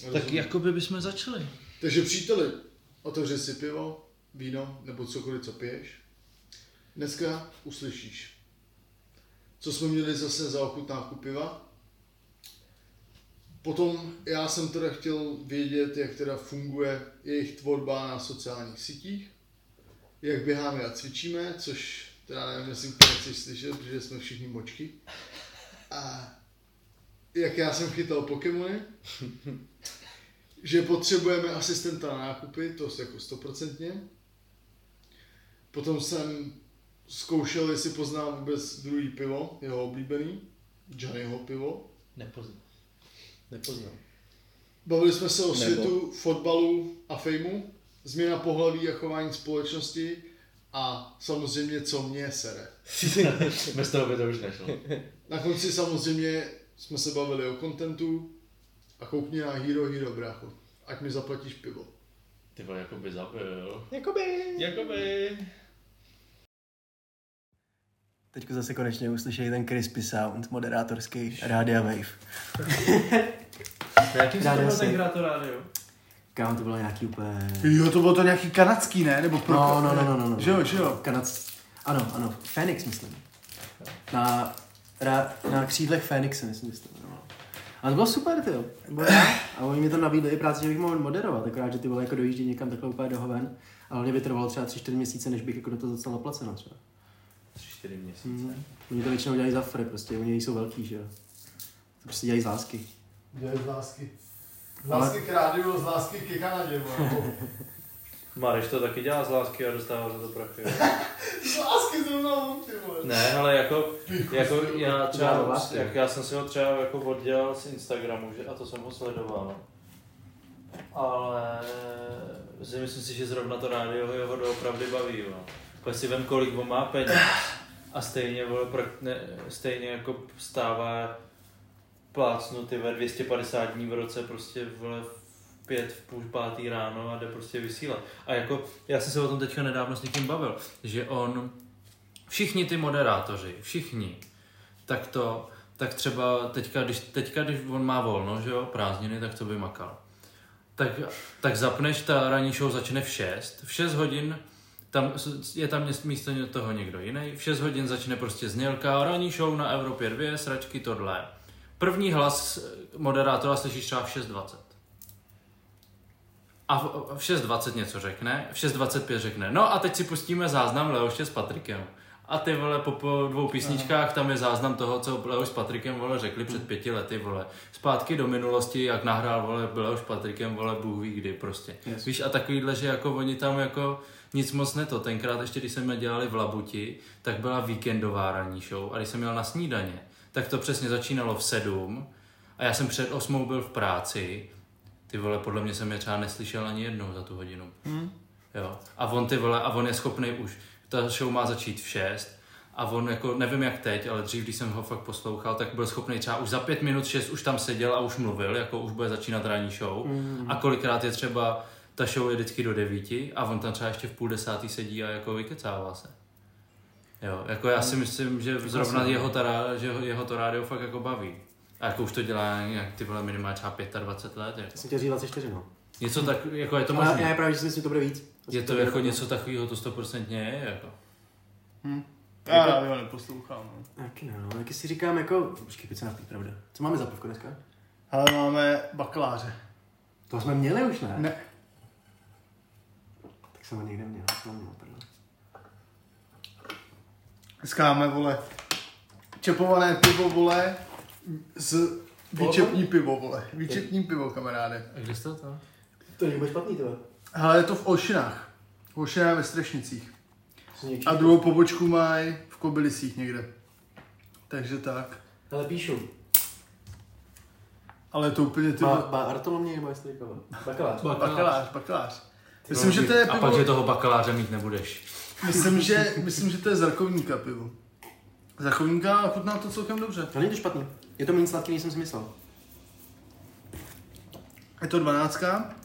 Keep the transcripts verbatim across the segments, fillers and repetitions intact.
Tak jakoby bychom začali. Takže příteli, otevři si pivo, víno nebo cokoliv, co piješ. Dneska uslyšíš, co jsme měli zase za ochutnávku piva. Potom já jsem teda chtěl vědět, jak teda funguje jejich tvorba na sociálních sítích, jak běháme a cvičíme, což teda nevím, jestli úplně chceš slyšet, protože jsme všichni močky. A jak já jsem chytal Pokémony, že potřebujeme asistenta na nákupy, to jako stoprocentně. Potom jsem zkoušel, jestli poznám vůbec druhý pivo, jeho oblíbený, Johnnyho pivo. Nepoznám. Nepoznám. Bavili jsme se o světu, fotbalu a fejmu, změna pohlaví a chování společnosti a samozřejmě, co mě sere. Bez toho by to už nešlo. Na konci samozřejmě jsme se bavili o kontentu a koukni na Hero Hero, brácho. Ať mi zaplatíš pivo. Ty vole, jakoby zabil. Jakoby. Jakoby. Teďko zase konečně uslyšeli ten crispy sound, moderátorský Rádia Wave. Jaký jsi to byl tenkrát to rádio? Kámo, to bylo nějaký úplně... Jo, to bylo to nějaký kanadský, ne? Nebo pro... No, no, no, no, no, no. Že jo, že jo. Kanac... Ano, ano, Phoenix, myslím. Na, rá... na křídlech Phoenixe, myslím, že to bylo. A to bylo super, tyjo. A oni mi to nabídli i práci, že bych mohl moderovat, akorát, že ty vole jako dojíždí někam takhle úplně do hoven. Ale mě by trvalo třeba tři čtyři měsíce, než bych jako do toho dostal naplaceno třeba. tři čtyři měsíce. Hmm. Oni to většinou dělají za free, prostě, oni jsou velký, že jo. To prostě dělají z lásky. Dělají z lásky. Z lásky k rádiu, z lásky ke Kanadě, Mareš to taky dělá z lásky a dostává za to prachy. Z lásky zrovna, ty vole. Ne, ale jako, jako já třeba, jak já jsem si ho třeba jako oddělal z Instagramu, že, a to jsem ho sledoval. Ale myslím si, že zrovna to rádio ho doopravdy baví, jo. Pak si vem, kolik on má peněz a stejně, vole, ne, stejně jako stává plácnutý ve dvě stě padesát dní v roce, prostě vole, v pět, v půl pátý ráno a jde prostě vysílat. A jako, já jsem se o tom teďka nedávno s někým bavil, že on, všichni ty moderátoři, všichni, tak to, tak třeba teďka, když, teďka, když on má volno, že jo, prázdniny, tak to by makal. Tak, tak zapneš, ta ranní show začne v šest, v šest hodin, tam, je tam místo toho někdo jiný, v šest hodin začne prostě znělka, ranní show na Evropě dva, sračky, tohle. První hlas moderátora slyšíš třeba v šest dvacet. A v, v šest dvacet něco řekne, v šest dvacet pět řekne, no a teď si pustíme záznam Leoše s Patrikem. A ty, vole, po, po dvou písničkách tam je záznam toho, co Leoš s Patrikem, vole, řekli před pěti lety, vole. Zpátky do minulosti, jak nahrál, vole, Leoš s Patrikem, vole, Bůh ví kdy, prostě. Yes. Víš, a takovýhle, že jako oni tam jako nic moc neto. Tenkrát ještě, když jsme dělali v Labuti, tak byla víkendová ranní show a když jsem měl na snídaně, tak to přesně začínalo v sedm a já jsem před osmou byl v práci. Ty vole, podle mě jsem je třeba neslyšel ani jednou za tu hodinu. Hmm. Jo. A on ty vole, a on je schopný už, ta show má začít v šest a on jako, nevím jak teď, ale dřív, když jsem ho fakt poslouchal, tak byl schopný třeba už za pět minut šest už tam seděl a už mluvil, jako už bude začínat ranní show. Hmm. A kolikrát je třeba, ta show je vždycky do devíti a on tam třeba ještě v půl desátý sedí a jako vykecává se. Jo, jako já si myslím, že zrovna jeho, ta, že jeho to rádio fakt jako baví. A jako už to dělá nějak ty vole minimálně třeba dvacet pět let. Jako. Jsem chtěl říct dvacet čtyři, no. Něco tak, jako je to možné. Já právě, že si myslím, že to bude víc. Je to jako něco takového, to sto procent je, jako. Hm. Já rádio neposlouchám, no. Taky ne, no. Taky si říkám, jako, počkej, pojď se na tý, pravda. Co máme za pivko dneska? Ale máme bakaláře. To jsme měli už, ne? Ne. Tak jsem ho někde měl, to měl, pardon. Dneska máme, vole, čepované pivo, vole, z výčepní pivo, vole. Výčepní pivo, kamaráde. A kde jste to? To není vůbec špatný, to. Hele, je to v Olšinách. V Olšinách ve Strešnicích. A druhou pobočku mají v Kobylisích někde. Takže tak. Ale píšu. Ale to úplně ty... Ba, ba Artolomě nebo jestli říkala? Bakalář. Bakalář, bakalář. Myslím, že to je pivo... A pak, že toho bakaláře mít nebudeš. Myslím, že, myslím, že to je z Rakovníka pivo. Z Rakovníka a chutná to celkem dobře. To není to špatný. Je to méně sladký, než jsem si myslel. Je to dvanáctka.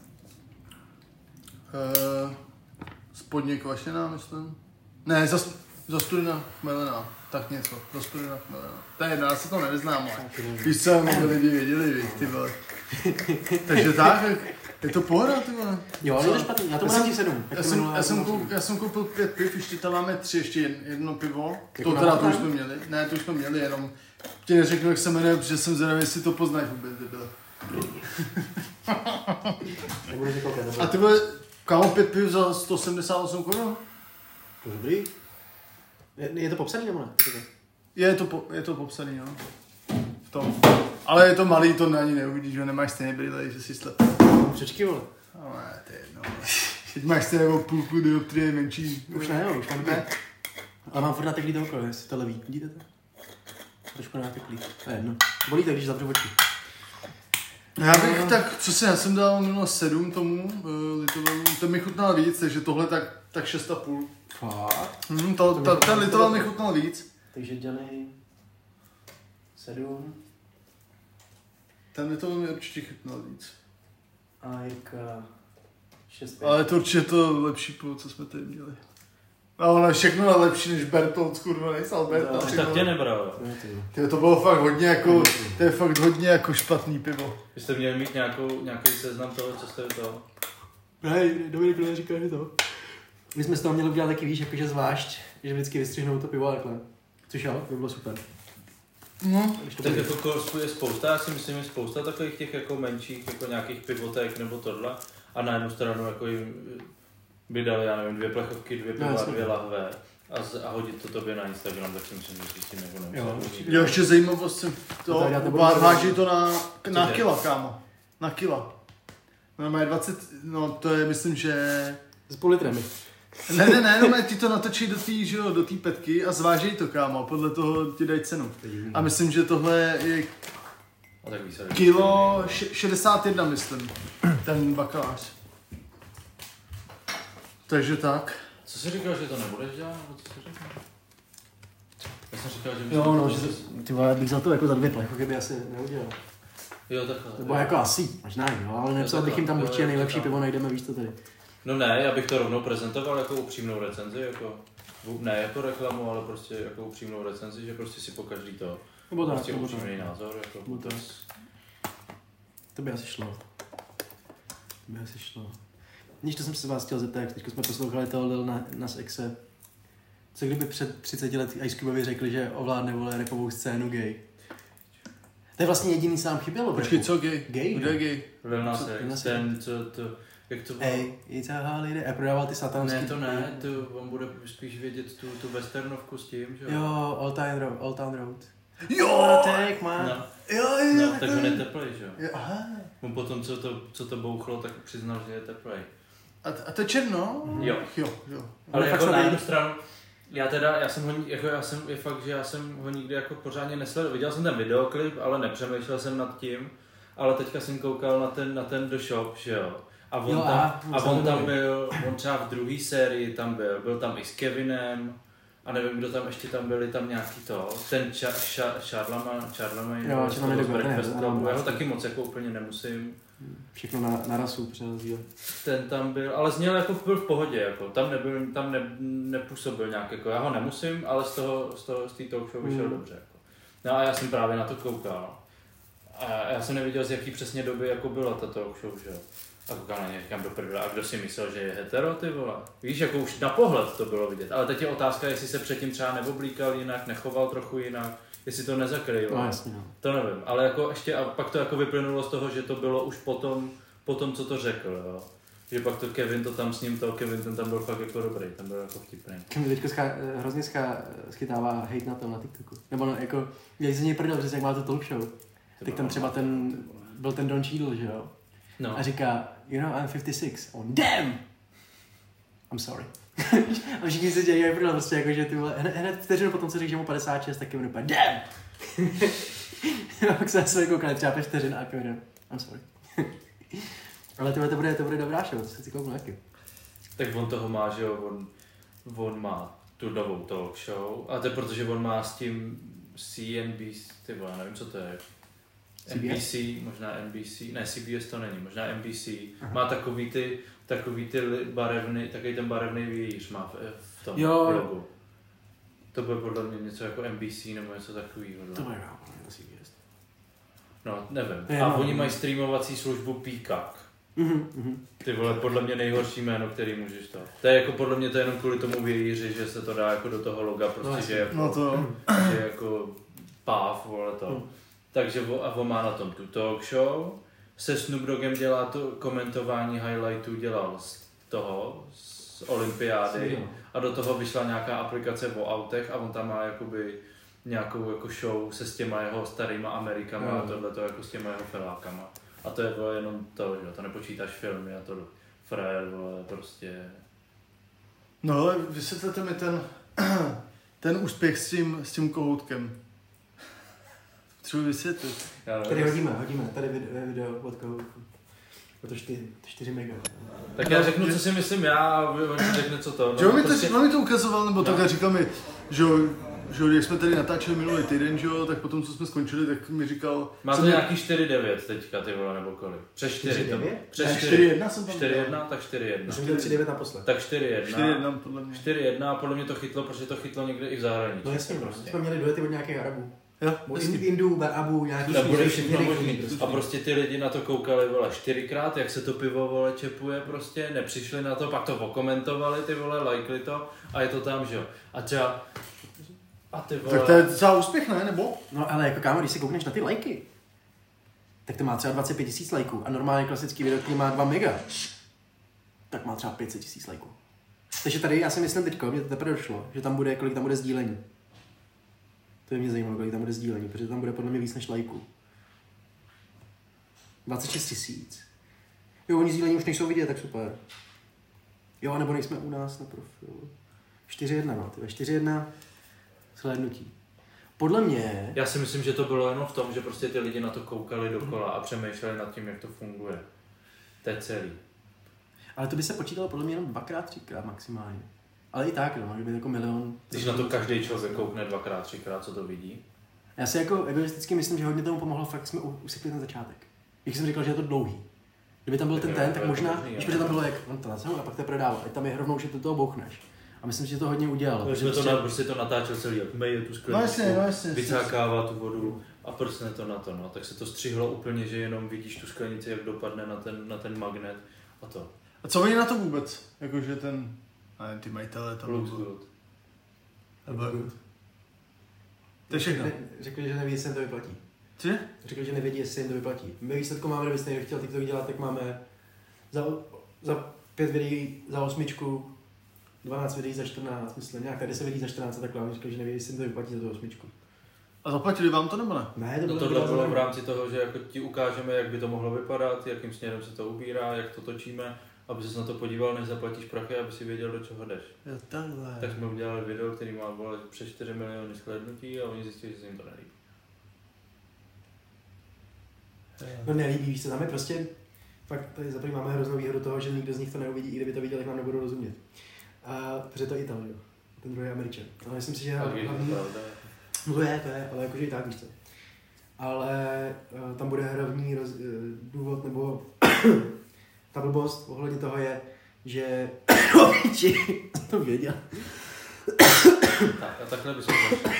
Uh, spodně kvašená, myslím. Ne, zas, zastudená, chmelená. Tak něco, Prosperina Chmelena. To je jedno, já se to nevyznám, ale víš co, aby lidi věděli, víš, ty vole. Takže tak, je to pohoda, ty vole. Jo, ale je špatný, já to mám sedm. Já jsem, já, jsem koupil, já jsem koupil pět piv, ještě tam máme tři, ještě jedno pivo. To teda to už jsme měli, ne, to už jsme měli, jenom ti neřeknu, jak se jmenuje, protože jsem zvědavý, jestli to poznají vůbec, debile. A ty vole, kámo, pět piv za sto sedmdesát osm korun? To dobrý. Je, je to popsaný nebo ne? Je to, po, je to popsaný, jo. V tom. Ale je to malý, to ani neuvidíš, že nemáš stejné brýle, že jsi slepý. Přečky, vole. Ale to je jedno. Teď máš stejné o půlku dioptrie menší. Už ne, jo, už mám ne. Ale mám furt nateklý to okolo, jestli to leví. Vidíte to? Trošku nateklý. To je jedno. Bolí to, když zavřu oči. Já bych tak, co si, já jsem dal minulo sedm tomu uh, litovému, ten mi chutnal víc, takže tohle tak, tak šest a půl. Fakt? Hmm, to, to, ten litoval mi chutnal víc. Takže dělej sedm. Ten litoval mi určitě chutnal víc. A Jirka šest. Ale to určitě to lepší pivo, co jsme tady měli. A ono je všechno lepší než Bertolt, kurva, nejsi Alberta. Už tak tě nebral. Tyjo, to bylo fakt hodně jako, to je fakt hodně jako špatný pivo. Vy jste měli mít nějakou, nějaký seznam toho, co jste to. Ne, Dominik ne říká, že to. My jsme z toho měli udělat taky, víš, jakože zvlášť, že vždycky vystřihnou to pivo a takhle. Což jo, to bylo super. No. Tak jako je spousta, já si myslím, že spousta takových těch jako menších, jako nějakých pivotek nebo tohle. A na jednu stranu jako jim by dali, já nevím, dvě plechovky, dvě piva, no, dvě lahve a, z, a hodit to tobě na Instagram, tak si myslím, že s tím jako nemusel. Jo, ještě zajímavost jsem to, váží to na, na kila, kámo. Na kila. No, má dvacet, no to je, myslím, že... S půl litremi. Ne, ne, ne, no ti to natočí do té, že jo, do té petky a zváží to, kámo, podle toho ti dají cenu. A myslím, že tohle je kilo šedesát jedna, myslím, ten bakalář. Takže tak. Co jsi říkal, že to nebudeš dělat? Co jsi říkal? Já jsem říkal, že... Jo, no, že ty vole, bych za to jako za dvě plechovky by asi neudělal. Jo, takhle. Nebo jako asi, možná jo, ale nepsal bych jim tam určitě nejlepší pivo najdeme, víš to tady. No ne, já bych to rovnou prezentoval jako upřímnou recenzi, jako... Ne jako reklamu, ale prostě jako upřímnou recenzi, že prostě si po každý to... Nebo tak, prostě nebo upřímný tak. názor, jako... Nebo tak. To by asi šlo. To by asi šlo. Níž to jsem se vás chtěl zeptat, teď jsme poslouchali toho Lil Nas Xe. Co kdyby před třiceti lety Ice Cubeovi řekli, že ovládne, vole, rapovou scénu gay? To je vlastně jediný, co nám chybělo. Počkej, co gay? Gay? Kdo je gay? Lil Nas X, ten, co to... Jak to bylo? Ej, it's a holiday. A prodával ty satanský... Ne, to ne, to on bude spíš vědět tu, tu westernovku s tím, že jo? Jo, Old Town Road. Old Town Road. Jo! Take man. No. Jo, jo, No, tak on je teplej, že jo? Jo, aha. On potom, co to, co to bouchlo, tak přiznal, že je teplej. A, a to je černo? Jo. Jo, jo. Ale fakt jako na slabý. jednu stranu, já teda, já jsem ho, jako já jsem, je fakt, že já jsem ho nikdy jako pořádně nesledoval. Viděl jsem ten videoklip, ale nepřemýšlel jsem nad tím. Ale teďka jsem koukal na ten, na ten The Shop, že jo? A on, Jo, tam, a, a on tam byl, on třeba v druhé sérii tam byl, byl tam i s Kevinem. A nevím, kdo tam ještě tam byli, tam nějaký to, ten Charlemagne, Charlemagne, Jo, Charlemagne z Breakfast ne, Clubu, ne, já ho ne. taky moc jako úplně nemusím. Všechno na, na rasu přerazí. Ten tam byl, ale zněl jako byl v pohodě, jako tam nebyl, tam ne, nepůsobil nějak, jako já ho nemusím, ale z toho, z toho, z té talk show vyšel mm. dobře, jako. No a já jsem právě na to koukal. A já jsem neviděl, z jaký přesně doby jako byla ta talk show, že jo. A koukal na ně, říkám do prdele, a kdo si myslel, že je hetero, ty vole? Víš, jako už na pohled to bylo vidět, ale teď je otázka, jestli se předtím třeba neoblíkal jinak, nechoval trochu jinak, jestli to nezakryl. No jasně, no. To nevím, ale jako ještě, a pak to jako vyplynulo z toho, že to bylo už potom, potom co to řekl, jo. Že pak to Kevin to tam s ním, to Kevin ten tam byl fakt jako dobrý, ten byl jako vtipný. Kevin teďko schá, hrozně schá, schytává hate na tom na TikToku. Nebo no, jako, já se něj prdel, přesně jak má to talk show. Tak tam třeba ten, byl ten Don Cheadle, že jo. No. A říká, you know, I'm fifty-six. On, damn! I'm sorry. A všichni se dělají prdel, prostě jako, že ty vole, hned, hned vteřinu potom, co říká, že mu padesát šest, tak Kevin úplně, damn! Tak se se koukali třeba pět vteřin a Kevin, I'm sorry. Ale tyhle, to bude, to bude dobrá show, to se si kouknu taky. Tak on toho má, že jo, on, on má tu novou talk show, a to je protože on má s tím C N B C, ty vole, nevím, co to je. N B C, možná N B C, ne, C B S to není, možná N B C. Aha. Má takový ty, takový ty barevný, takový ten barevný vějíř má v, v tom jo. logu. To bude podle mě něco jako M B C nebo něco takového. To bude já, to si vědět. No, nevím. Je, A no, oni no. mají streamovací službu Peacock. Mhm, mhm. Ty vole, podle mě nejhorší jméno, který můžeš to. To je jako podle mě to jenom kvůli tomu vějíři, že se to dá jako do toho loga, prostě, No, že je jako, No to... že je jako páv, vole to. Hmm. Takže vo, a on má na tom tu talk show, se Snoop Doggem dělá to komentování highlightů, dělal z toho, z olympiády Svíno. a do toho vyšla nějaká aplikace o autech a on tam má jakoby nějakou jako show se s těma jeho starýma Amerikama Hmm. a tohleto jako s těma jeho felákama. A to je vole, jenom to, že to nepočítáš filmy a to frajer, vole, prostě... No ale vysvětlete mi ten, ten úspěch s tím, s tím kohoutkem. Třeba vysvětlit. Já nevím, Tady hodíme, hodíme, tady video, video od kohoutku. Je to čtyři mega. Tak já řeknu, co si myslím já a vy on řekne, co to. Že on mi, prostě... to, on mi to ukazoval, nebo No. takhle říkal mi, že jo, že jo, když jsme tady natáčeli minulý týden, že jo, tak potom, co jsme skončili, tak mi říkal... Má co to mě- nějaký čtyři devět teďka, ty vole, nebo kolik? Přes čtyři to čtyři devět? Přes Ne, čtyři. čtyři jedna jsem tam čtyři dal. jedna, tak čtyři jedna. Já jsem měl tři devět naposled. Tak čtyři čtyři jedna. jedna podle mě. čtyři jedna a podle mě to chytlo, protože to chytlo někde i v zahraničí. No jasně, no. prostě. Jsme měli dojety od nějakých Arabů. Jo, Od jasně. Indů, Arabů, nějakých To bude šířejších všechno lidí, možný. prostě. A prostě ty lidi na to koukali, vole, čtyřikrát, jak se to pivo, vole, čepuje prostě, nepřišli na to, pak to okomentovali, ty vole, lajkli to a je to tam, že jo. A třeba... A ty vole... Tak to je docela úspěch, ne? Nebo? No ale jako kámo, když si koukneš na ty lajky, tak to má třeba dvacet pět tisíc lajků a normálně klasický video, který má dva mega, tak má třeba pět set tisíc lajků. Takže tady já si myslím teďko, mě to teprve došlo, že tam bude, kolik tam bude sdílení. To by mě zajímalo, kolik tam bude sdílení, protože tam bude podle mě víc než lajků. dvacet šest tisíc. Jo, oni sdílení už nejsou vidět, tak super. Jo, nebo nejsme u nás na profilu. čtyři jedna, no, tyhle, čtyři jedna shlédnutí. Podle mě... Já si myslím, že to bylo jenom v tom, že prostě ty lidi na to koukali dokola a přemýšleli nad tím, jak to funguje. To je celý. Ale to by se počítalo podle mě jenom dvakrát, třikrát maximálně. Ale i tak, no, kdyby jako milion... Když na to každý člověk koukne dvakrát, třikrát, co to vidí. Já si jako egoisticky myslím, že hodně tomu pomohlo fakt, jsme usekli ten začátek. Jak jsem říkal, že je to dlouhý. Kdyby tam byl Tak ten jo, ten, to tak je možná, možný, když jo. by tam bylo jak, on to nasadil a pak to prodával. A tam je rovnou, že ty toho bouchneš. A myslím si, že to hodně udělalo. My protože jsme to, prostě- na, prostě to natáčel celý, jak meje tu No skleničku, jasně, no jasně. vycákává tu vodu a prsne to na to, no. Tak se to střihlo úplně, že jenom vidíš tu sklenici, jak dopadne na ten, na ten magnet a to. A co oni na to vůbec? Jakože ten... Ne, ty majitelé tam... Looks good. Nebo... To je všechno. Ne- Řekli, že neví, jestli jim to vyplatí. Co? Řekli, že nevědí, jestli jim to vyplatí. My výsledku máme, kdybyste někdo chtěl TikTok dělat, tak máme za, za pět videí za osmičku, dvanáct videí za čtrnáct, myslím, nějak tady se videí za čtrnáct a takhle. Oni řekli, že nevědí, jestli jim to vyplatí za tu osmičku. A zaplatili vám to nebo ne? Ne, to No bylo tohle bylo v zadarmo. rámci toho, že jako ti ukážeme, jak by to mohlo vypadat, jakým směrem se to ubírá, jak to točíme, aby ses na to podíval, než zaplatíš prachy, aby si věděl, do čeho jdeš. Jo, takhle. Tak jsme udělali video, který má vole přes čtyři miliony shlédnutí a oni zjistili, že se jim to nelíbí. No nelíbí, víš co, tam je prostě, fakt tady za první máme hroznou výhodu toho, že nikdo z nich to neuvidí, i kdyby to viděl, tak nám nebudou rozumět. A protože to je Ital, jo. Ten druhý je Američan. Ale myslím si, že Tak je to hlavní, pravda. no to je, to je, ale jakože i tak, víš co. Ale uh, tam bude hlavní roz, uh, důvod, nebo ta blbost ohledně toho je, že opiči, to věděl. Tak a takhle bychom začali.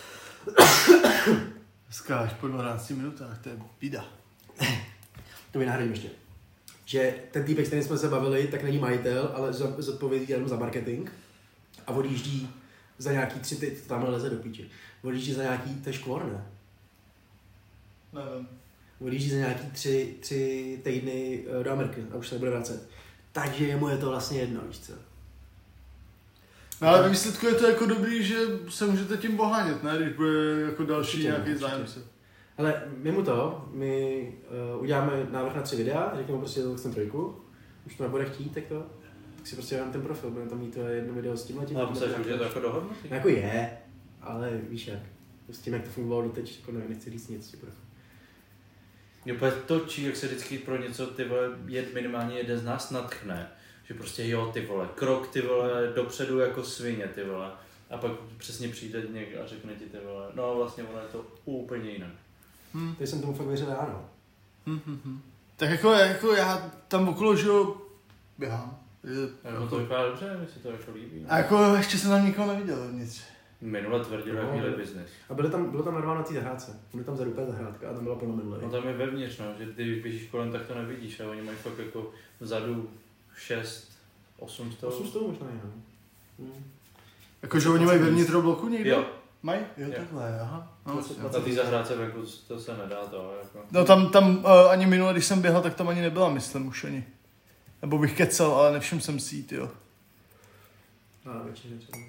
Dneska až po dvanácti minutách, to je bída. To mi nahradím ještě. Že ten týpek, s kterým jsme se bavili, tak není majitel, ale z- zodpovědí jenom za marketing a odjíždí za nějaký tři, ty, tam leze do píči. Odjíždí za nějaký, to je škvor, ne? Nevím. Odjíždí za nějaký tři, tři týdny eh, do Ameriky a už se nebude vracet. Takže jemu je to vlastně jedno, víš co? No ale ve výsledku je to jako dobrý, že se můžete tím bohánět, ne? Když bude jako další Určitě, nějaký určitě. zájemce. Ale mimo to, my uh, uděláme návrh na tři videa, řekněme prostě to chcem trojku, už to nebude chtít, tak to, tak si prostě dám ten profil, budeme tam mít to jedno video s tímhle tím. Ale myslíš, že už je to jako dohodnutý? No jako je, ale víš jak, s tím jak to fungovalo doteď, jako nevím, nechci říct nic, prostě. Mě úplně točí, jak se vždycky pro něco ty vole, jed, minimálně jeden z nás nadchne. Že prostě jo, ty vole, krok ty vole, dopředu jako svině ty vole. A pak přesně přijde někdo a řekne ti ty vole, no vlastně ono je to úplně jinak. Hm. Teď jsem tomu fakt věřil já, no. Hm, hm, hm. Tak jako, jako já tam okolo, že jo, běhám. Je- Jako to vypadá dobře, mi se to jako líbí. A jako ještě jsem tam nikoho neviděl nic. Minule tvrdil, jak měli biznis. A bylo tam, bylo tam narváno na té zahrádce. Bylo tam zadupé zahrádka a tam byla plno minule. No tam je vevnitř, no, že ty když běžíš kolem, tak to nevidíš a oni mají fakt jako vzadu šest, osm stolů. osm stolů možná, jo. Hmm. Jakože oni mají vevnitř bloku někde? Jo. Mají? Jo, Jo. takhle, aha. No, Na té zahrádce venku to se nedá to, jako. no tam, tam uh, ani minule, když jsem běhal, tak tam ani nebyla, myslím už ani. Nebo bych kecal, ale nevšiml jsem si jí, tyjo. A většině třeba.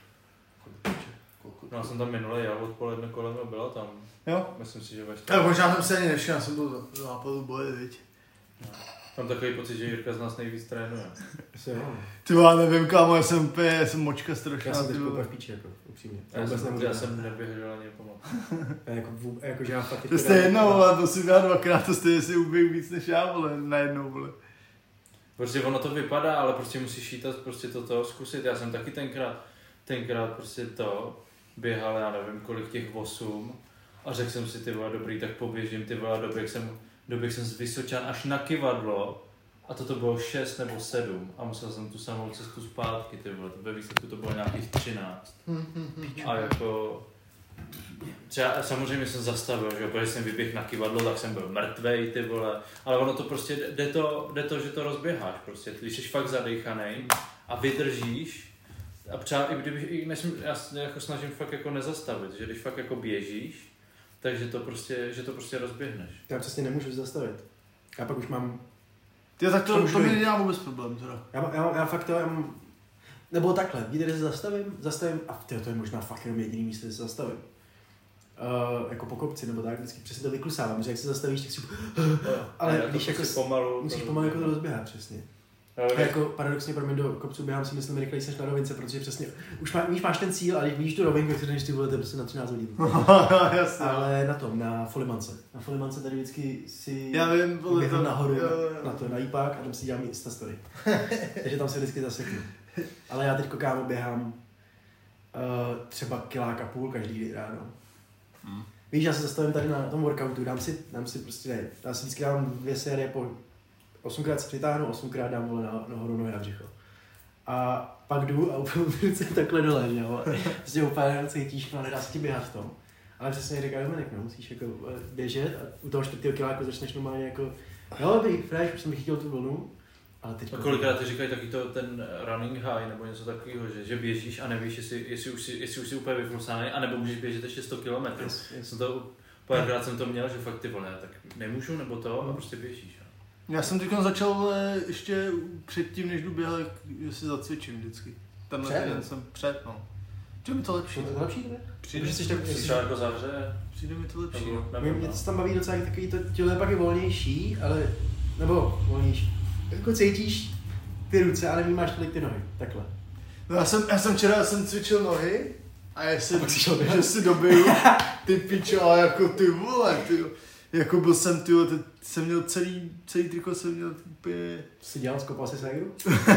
No já jsem tam minule jel odpoledne kolem a byla tam. Jo? Myslím si, že ve Ale možná jsem se ani nevšiml, já jsem byl za západu boje, viď. No. Mám takový pocit, že Jirka z nás nejvíc trénuje. Asi jo. Ty já nevím, kámo, já jsem úplně, já jsem močka strašná. Já jsem teď ty úplně vole. v píči, jako, upřímně. Já, vůbec jsem, nemůžu já dát. jsem neběžel ani pomoct. Já jako, vůb, jako, že já fakt To jste jednou, vole, to si dá dvakrát, to jste si uběh víc než já, vole, najednou, vole. Prostě ono to vypadá, ale prostě musíš jít a prostě toto zkusit. Já jsem taky tenkrát, tenkrát prostě to běhal, já nevím kolik těch osm a řekl jsem si, ty vole, dobrý, tak poběžím, ty vole, doběh jsem, doběh jsem z Vysočan až na Kyvadlo a toto bylo šest nebo sedm a musel jsem tu samou cestu zpátky, ty vole, to ve výsledku to bylo nějakých třináct. A jako, třeba samozřejmě jsem zastavil, že protože jsem vyběhl na Kyvadlo, tak jsem byl mrtvej, ty vole, ale ono to prostě, jde to, jde to že to rozběháš prostě, když jsi fakt zadejchanej a vydržíš, a třeba i kdyby, i nesmím, já se jako snažím fakt jako nezastavit, že když fakt jako běžíš, takže to prostě, že to prostě rozběhneš. Já přesně nemůžu zastavit. Já pak už mám... Ty tak to, To to, už to mi nejde. nedělá vůbec problém, teda. Já, já, já fakt to, já mám... Nebo takhle, víte, kde se zastavím? Zastavím, a tyjo, to je možná fakt jenom jediný místo, kde se zastavím. Uh, jako po kopci nebo tak, vždycky přesně to vyklusávám, že jak se zastavíš, tak si... Ale to když jako prostě pomalu, musíš to pomalu jako to rozběhne. rozběhat, přesně. Ale A jako paradoxně pro mě do kopců běhám si myslím rychleji seš na rovince, protože přesně už má, víš, máš ten cíl, ale když vidíš tu rovinku, tak si řekneš, ty vole, to je prostě na třináct hodin. Jasně. Ale na tom, na Folimance. Na Folimance tady vždycky si Já vím, vole, běhám to- nahoru jo, jo, jo. na to, na jípák a tam si dělám Insta story. Takže tam se vždycky zaseknu. Ale já teď kámo běhám uh, třeba kilák a půl každý ráno. Hmm. Víš, já se zastavím tady na tom workoutu, dám si, dám si prostě, ne, já si vždycky dám dvě série po osmkrát se přitáhnu, osmkrát dám vole na, nahoru nohy a břicho. A pak jdu a úplně ruce takhle dole, že jo. Prostě úplně cítíš, no nedá se ti běhat v tom. Ale přesně říká Dominik, no, musíš jako běžet a u toho čtvrtého kiláku začneš normálně jako, jo, dobrý, fresh, už jsem chytil tu vlnu, ale teď... A kolikrát ty říkají taky to ten running high nebo něco takového, že, že běžíš a nevíš, jestli, jestli, už, si, jestli už si úplně vyflusaný, anebo můžeš běžet ještě sto kilometrů. Yes, yes. Jsem to, párkrát jsem to měl, že fakt ty vole, tak nemůžu nebo to a prostě běžíš. Jo. Já jsem teď začal, vole, ještě předtím, než jdu běhat, že si zacvičím vždycky. Tenhle Před, týden no? jsem před, no. Přijde mi to lepší. Je to lepší, ne? Přijde, Protože jsi tak, Jsi jsi, třeba jako zavře, přijde mi to lepší. nebo mě, nevím, mě no. to tam baví docela takový to tělo je pak je volnější, ale, nebo volnější, jako cítíš ty ruce, ale nemáš tolik ty nohy, takhle. No já jsem, já jsem včera já jsem cvičil nohy a jestli, A pak jsi šel běhat. že si dobiju ty pičo, ale jako ty vole, ty, jako byl jsem, ty vole, teď jsem měl celý, celý triko jsem měl úplně, Co jsi dělal, skopal jsi ségru?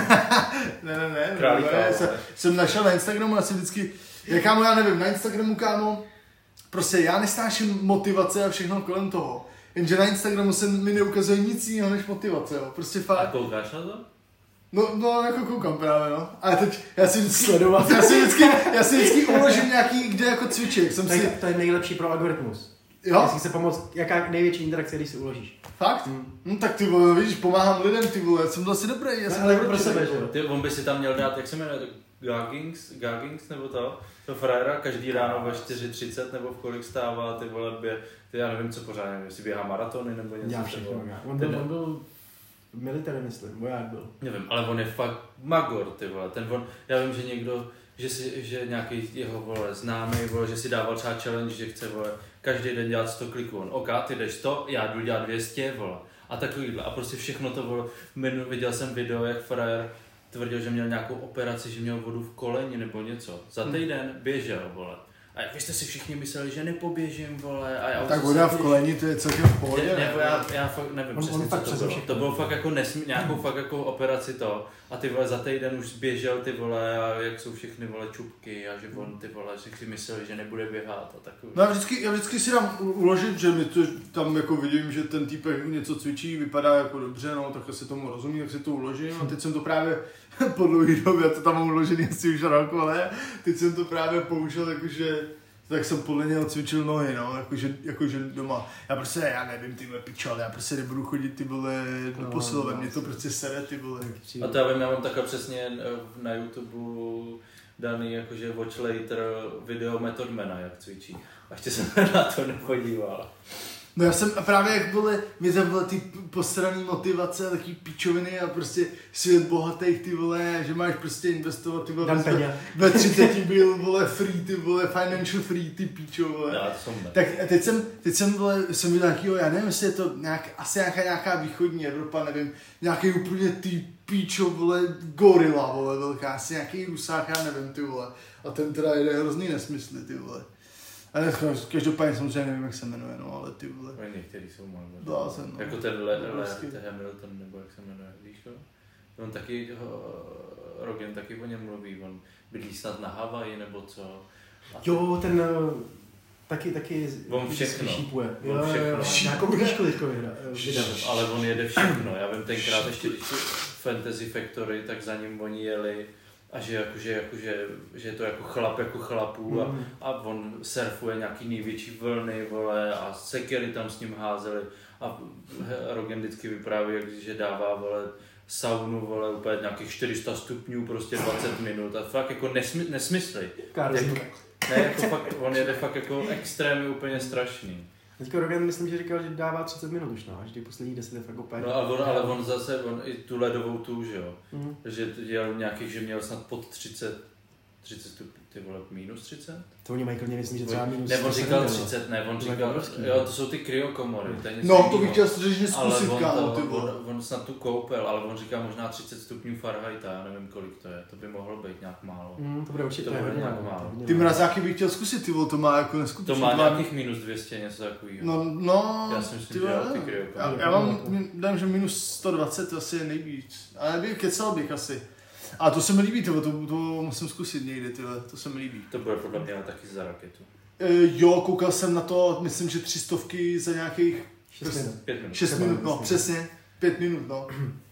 ne, ne, ne, Králíka, ne, ale. jsem, jsem našel na Instagramu asi vždycky, já kámo, já nevím, na Instagramu kámo, prostě já nesnáším motivace a všechno kolem toho, jenže na Instagramu se mi neukazuje nic jiného než motivace, jo, prostě A fakt. koukáš na to? No, no, jako koukám právě, no. Ale teď, já si vždycky, Sledovat. já si vždycky, já si vždycky uložím nějaký, kde jako cvičím, jak jsem To si, je, to je nejlepší pro algoritmus. jo, Jestli chce pomoct, jaká největší interakce, když si uložíš. fakt? No tak ty vole, vidíš, pomáhám lidem, ty vole, já jsem to asi dobrý, já No, jsem ale dobrý pro sebe, člověk. že jo? Ty, on by si tam měl dát, jak se jmenuje, Gaggings, Gaggings nebo to? To frajera každý ráno ve čtyři třicet nebo v kolik stává, ty vole, bě, ty já nevím, co pořád, nevím, jestli běhá maratony nebo něco. Já ty všechno. vole. já. On byl, on byl v military, myslím, voják byl. Nevím, ale on je fakt magor, ty vole, ten on, já vím, že někdo, že si, že nějaký jeho, vole, známý, vole, že si dával třeba challenge, že chce, vole, každý den dělat sto kliků, on, ok, ty jdeš sto, já jdu dělat dvě stě, vole, a takovýhle, a prostě všechno to, vole, minu, viděl jsem video, jak frajer tvrdil, že měl nějakou operaci, že měl vodu v koleni nebo něco, za týden běžel, vole, A vy jste si všichni mysleli, že nepoběžím, vole. A já tak voda v koleni, to je celkem v pohodě. Ne, nebo já, já fakt nevím on, přesně, on co fakt to bylo. všechno. To bylo fakt jako nesmí, nějakou fakt jako operaci to. A ty vole za týden už zběžel ty vole a jak jsou všechny vole čupky a že on ty vole si mysleli, že nebude běhat a takový. No já vždycky, já vždycky si dám uložit, že mi to, tam jako vidím, že ten týpek něco cvičí, vypadá jako dobře, no tak asi tomu rozumí, tak si to uložím. A teď jsem to právě po dlouhý době, já to tam mám uložený asi už rok, ale teď jsem to právě použil jakože tak jsem podle něho cvičil nohy, no, jakože, jakože doma. Já prostě, já nevím, ty vole, pičo, ale já prostě nebudu chodit, ty vole, do No, posilovny, no, mě to prostě sere, ty vole. A to já vím, já mám takhle přesně na YouTube daný jakože watch later video Methodmana, jak cvičí. A ještě jsem na to nepodíval. No já jsem a právě jak vole, mě tam byly ty posraný motivace a takový píčoviny a prostě svět bohatých ty vole, že máš prostě investovat ty vole. Dan peněz. Ve třiceti byl vole free ty vole, financial free ty píčo vole. Já, to jsem ne. Tak a teď jsem, teď jsem vole, jsem viděl nějakýho, já nevím, jestli je to nějak, asi nějaká, nějaká východní Evropa, nevím, nějaký úplně ty píčo vole, gorila vole velká, asi nějaký rusák, já nevím ty vole. A ten teda jede hrozný nesmysly ty vole. Ale každopádně samozřejmě nevím, jak se jmenuje, no, ale ty vole. No, některý jsou malé. Blázen, no. Jako ten Le, Le, Prostě. Hamilton, nebo jak se jmenuje, víš to? On taky, ho, Rogan taky o něm mluví, on bydlí snad na Havaji, nebo co. A Jo, ten uh, taky, taky On všechno. šípuje. On Jo, všechno. jo, jo. Nějakou knížku teďko vydal. Ale on jede všechno, já vím tenkrát ještě, když tu Fantasy Factory, tak za ním oni jeli a že, jakože, jakože, že je to jako chlap jako chlapů a, Mm. a on surfuje nějaký největší vlny, vole, a sekery tam s ním házeli a Rogan vždycky vypráví, jak, že dává, vole, saunu, vole, úplně nějakých čtyři sta stupňů, prostě dvacet minut a fakt jako nesmy, nesmysly. Karlsruhe. Ne, jako fakt, on jede fakt jako extrémně úplně strašný. Teďko Rogan myslím, že říkal, že dává třicet minut už, no, a že těch posledních deset je fakt úplně. No a on, ale on zase, on i tu ledovou tu, že jo, Mm. že dělal nějakých, že měl snad pod třicet, třicet stupňů, ty vole, minus třicet? To oni mají klidně, myslím, že třeba minus Ne, on sto říkal sedm, třicet, ne, on To je říkal, obrovský, jo, ne? to jsou ty kryokomory, to je něco No, to jinýho. bych chtěl skutečně Ale zkusit, on, kámo, to, ty vole. on, on snad tu koupil, ale on říká možná třicet stupňů Fahrenheita, já nevím kolik to je, to by mohlo být nějak málo. Mm, to bude určitě To bude hodně nějak málo, málo. to je hodně Ty málo. mrazáky bych chtěl zkusit, ty vole, to má jako neskutečně. To má dva- nějakých minus dvě stě, něco takového. No, no, Já si myslím, ty že vole, jo, ty nevím. kryokomory. já, já mám, dám, že minus sto dvacet, to asi je nejvíc. Ale nevím, kecal bych asi. A to se mi líbí, tyvo, to, to musím zkusit někdy, tyhle, to se mi líbí. To bude podle mě ale taky za raketu. E, jo, koukal jsem na to, myslím, že tři stovky za nějakých Šest minut. Pět minut. šest Třeba, minut, no, myslím. přesně, pět minut, no.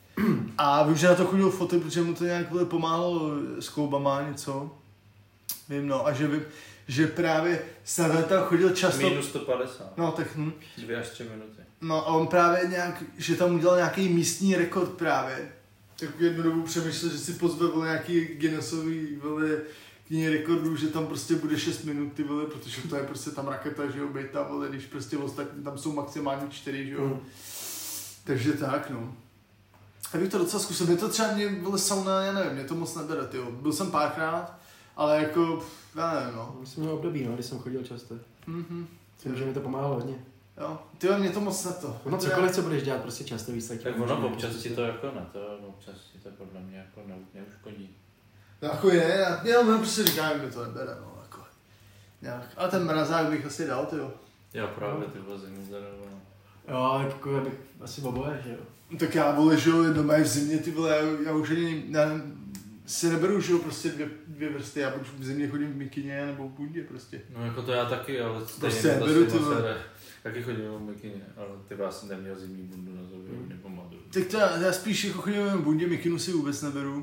A vím, že na to chodil foty, protože mu to nějak vole pomáhalo s kloubama něco. Vím, no, a že vím, že právě snad tam chodil často. Minus sto padesát. No, tak hm. Dvě až tři minuty. No a on právě nějak, že tam udělal nějaký místní rekord právě. Tak jednu dobu přemýšlel, že si pozve vole nějaký Guinnessový vole knihy rekordů, že tam prostě bude šest minut ty vole, protože to je prostě tam raketa, že jo, bejta vole, když prostě ostatní tam jsou maximálně čtyři, že jo. Mm. Takže tak, no. A bych to docela zkusil, mě to třeba, mě vole sauna, já nevím, mě to moc nebere, tyjo. Byl jsem párkrát, ale jako, pff, já nevím, no. Jsem měl období, no, kdy jsem chodil často. Mhm. Myslím, že mi to pomáhalo hodně. Jo, tyjo, mě to moc ne to. No cokoliv, co budeš dělat, prostě často víc, tak... Tak ono občas ti to jako ne, to občas ti to podle mě jako ne, neuškodí. Jako je, já, já mám prostě říkám, že mi to nebere, no, jako. Nějak. Ale ten mrazák bych asi dal, tyjo. Já právě ty vole zimu zadaroval. Jo, jako já bych asi oboje, že jo. Tak já vole, že jo, doma je v zimě, ty vole, já, já už ani, já si neberu, že jo, prostě dvě, dvě vrsty, já buď v zimě chodím v mikině, nebo v bundě prostě. No jako to já taky, ale stejně Prostě to beru si ty moc vole. nede. Taky chodím v mikině, ale ty vás jsem neměl zimní bundu na sobě, Hmm. nepamatuju. Tak to já, já spíš jako chodím v bundě, mikinu si vůbec neberu.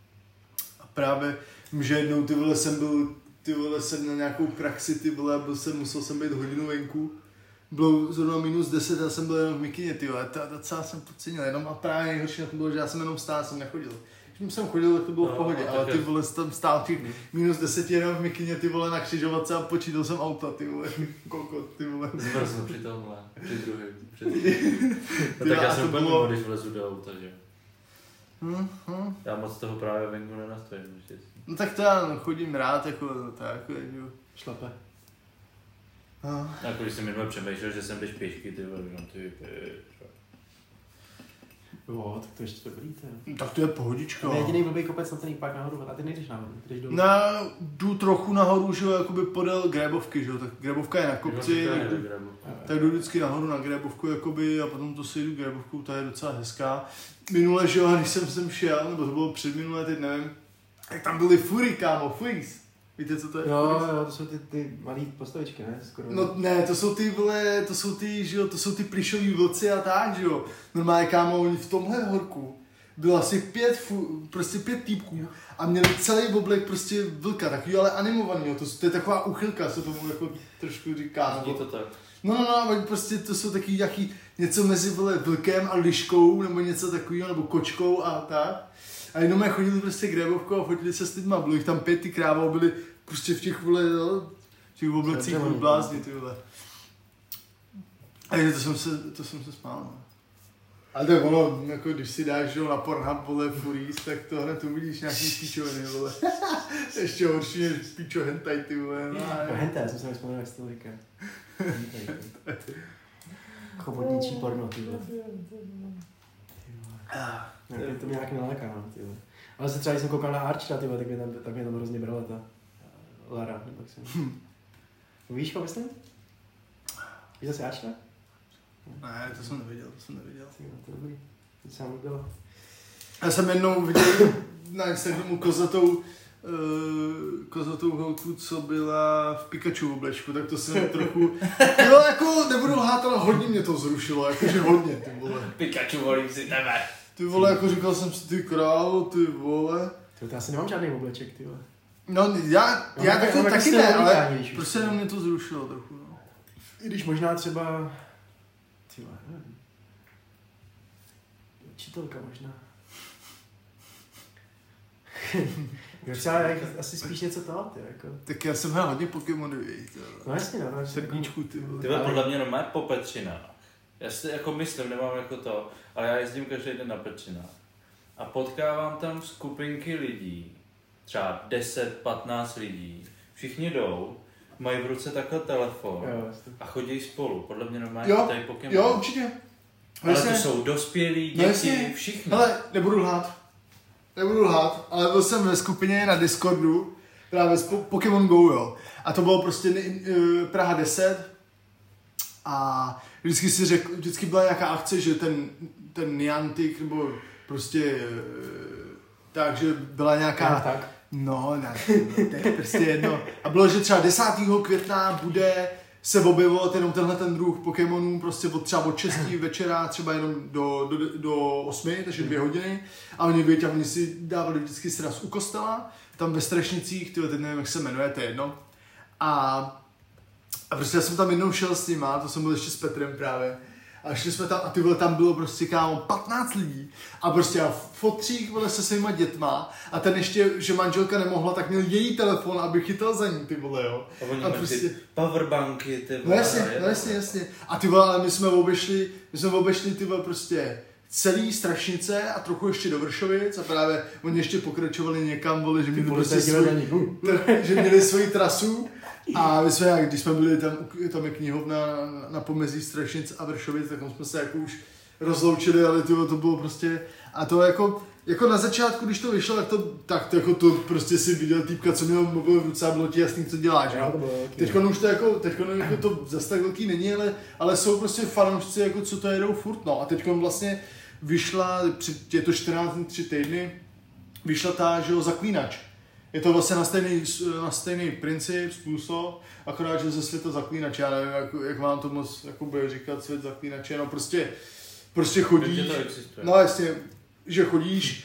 A právě, vím, že jednou ty vole jsem byl, ty vole jsem na nějakou praxi, ty vole, byl jsem, musel jsem být hodinu venku. Bylo zrovna minus deset, já jsem byl jenom v mikině, ty vole, to docela jsem podcenil, jenom a právě nejhorší na tom bylo, že já jsem jenom stál, jsem nechodil. Když jsem chodil, tak to bylo No, v pohodě, a ale tak ty je- vole, tam stál těch minus deset jenom v mikině, ty vole, na křižovatce a počítal jsem auta, ty vole, kokot, ty vole. Zmrzl při tomhle, při druhém, při No Ty tak a já to jsem úplně bylo- mimo, když vlezu do auta, že jo. Hm, hm. Já moc toho právě venku nenastojím, naštěstí. No tak to já chodím rád, jako tak, jako, jo. Šlape. No. Jako když jsem minule přemýšlel, že sem jdeš pěšky, ty vole, no ty pičo. Jo, tak to ještě dobrý, to je. Tak to je pohodička. To je jediný blbý kopec na ten pak nahoru, a ty nejdeš nahoru, ty jdeš dolů. No, jdu trochu nahoru, že jo, jakoby podél Grébovky, že jo, tak Grébovka je na kopci, tak jdu, tak jdu vždycky nahoru na Grébovku, jakoby, a potom to si jdu Grébovkou, ta je docela hezká. Minule, že jo, když jsem sem šel, nebo to bylo předminulé, teď nevím, tak tam byly fury, kámo, furies. Víte, co to je? Jo, jo, to jsou ty, ty malý postavičky, ne? Skoro. No ne, to jsou ty, vole, to jsou ty, že jo, to jsou ty plišový vlci a tak, že jo. Normálně, kámo, oni v tomhle horku bylo asi pět, fu, prostě pět týpků a měli celý oblek prostě vlka, takový ale animovaný, to, to je taková uchylka, se tomu jako trošku říká. Zní to tak. No, no, no, no, prostě to jsou taky nějaký něco mezi, vole, vlkem a liškou, nebo něco takového, nebo kočkou a tak. A jenom je chodili prostě Grébovkou a fotili se s lidma, bylo jich tam pět, ty krávo byli prostě v těch, vole, no, v těch oblecích blázni, ty vole. A to jsem se, to jsem se smál, no. Ale tak ono, jako když si dáš, že na Pornhub, vole, Furies, tak to hned uvidíš nějaký píčoviny, vole. Ještě horší než píčo hentai, ty vole. No, no hentai, já jsem se nevzpomněl, jak se to říká. Chobotničí porno, ty vole. No, to mě nějak neláká, no, ty vole. Ale se třeba, když jsem koukal na Archera, ty vole, tak mě tam, tak mě tam hrozně brala ta Lara, nebo jak jsem. Hm. Víš, co myslím? Víš zase Archera? Ne, to jsem neviděl, to jsem neviděl. To je dobrý, to se vám bylo. Já jsem jednou viděl na Instagramu kozatou, uh, kozatou holku, co byla v Pikachu oblečku, tak to jsem trochu, jo, jako nebudu lhát, ale hodně mě to zrušilo, jakože hodně, ty vole. Pikachu, volím si tebe. Ty vole, jako říkal jsem si, ty králo, ty vole. Ty, to já si nemám žádný obleček, ty vole. No, já, no, já tak, taky, tak taky ne, ale prostě jenom mě to zrušilo trochu, no. I když možná třeba, ty vole, nevím. Učitelka možná. Třeba asi spíš něco toho, ty jako. Tak já jsem hrál hodně Pokémony, víte. No jasně, no. Srdíčku, ty vole. Ty vole, podle mě normálně po Petřinách. Já si jako myslím, nemám jako to, ale já jezdím každý den na Petřinách. A potkávám tam skupinky lidí, třeba deset patnáct lidí. Všichni jdou, mají v ruce takhle telefon jo, a chodí spolu. Podle mě normálně jo, tady Pokémon. Jo, určitě. Ale jasně. To jsou dospělí, děti, no všichni. Ale nebudu lhát. Nebudu lhát, ale byl jsem ve skupině na Discordu, právě z po- Pokémon Go, jo. A to bylo prostě uh, Praha deset. A vždycky si řekl, vždycky byla nějaká akce, že ten, ten Niantic, nebo prostě uh, tak, že byla nějaká... No, tak. No, ne, to je prostě jedno. A bylo, že třeba desátého května bude se objevovat jenom tenhle ten druh Pokémonů, prostě od třeba od šesti večera, třeba jenom do, do, do osmi, takže dvě hodiny. A oni věděli, a oni si dávali vždycky sraz u kostela, tam ve Strašnicích, tyhle, teď nevím, jak se jmenuje, to je jedno. A, a prostě já jsem tam jednou šel s nima, to jsem byl ještě s Petrem právě. A šli jsme tam, a ty vole, tam bylo prostě, kámo, patnáct lidí. A prostě já fotřík, vole, se svýma dětma. A ten ještě, že manželka nemohla, tak měl její telefon, aby chytal za ní, ty vole, jo. A oni a prostě... ty powerbanky, ty vole. No jasně, no jasně, jasně. A ty vole, ale my jsme obešli, my jsme obešli, ty vole, prostě celý Strašnice a trochu ještě do Vršovic a právě oni ještě pokračovali někam, vole, že měli prostě svůj, že měli svoji trasu. A my jsme, když jsme byli tam, tam je knihovna na, na pomezí Strašnic a Vršovic, tak jsme se jako už rozloučili, ale tyvo, to bylo prostě, a to jako, jako na začátku, když to vyšlo, tak to, tak to, jako to prostě si viděl týpka, co měl mobil v ruce a bylo ti jasný, co děláš, jo. Teďko už to jako, teďko jako to zase tak velký není, ale, ale jsou prostě fanoušci, jako co to jedou furt, no. A teďko vlastně vyšla, před, je to čtrnáct dní, tři týdny, vyšla ta, že jo, Zaklínač. Je to vlastně na stejný, na stejný princip, způsob, akorát, že ze světa Zaklínače, já nevím, jak, jak vám to moc jako bude říkat svět Zaklínače, no prostě, prostě chodíš, no jasně, že chodíš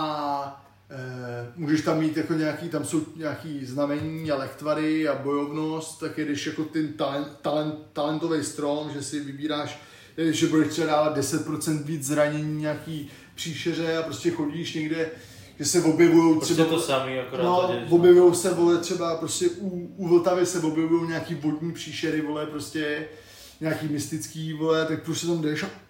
a e, můžeš tam mít jako nějaký, tam jsou nějaký znamení a lektvary a bojovnost, tak jedeš jako ten talent, talent, talentový strom, že si vybíráš, že budeš třeba dávat deset procent víc zranění nějaký příšeře a prostě chodíš někde, že se objevujou prostě třeba... to samý, akorát no, to děš, objevujou se, vole, třeba prostě u, u Vltavy se objevují nějaký vodní příšery, vole, prostě nějaký mystický, vole, tak prostě tam jdeš a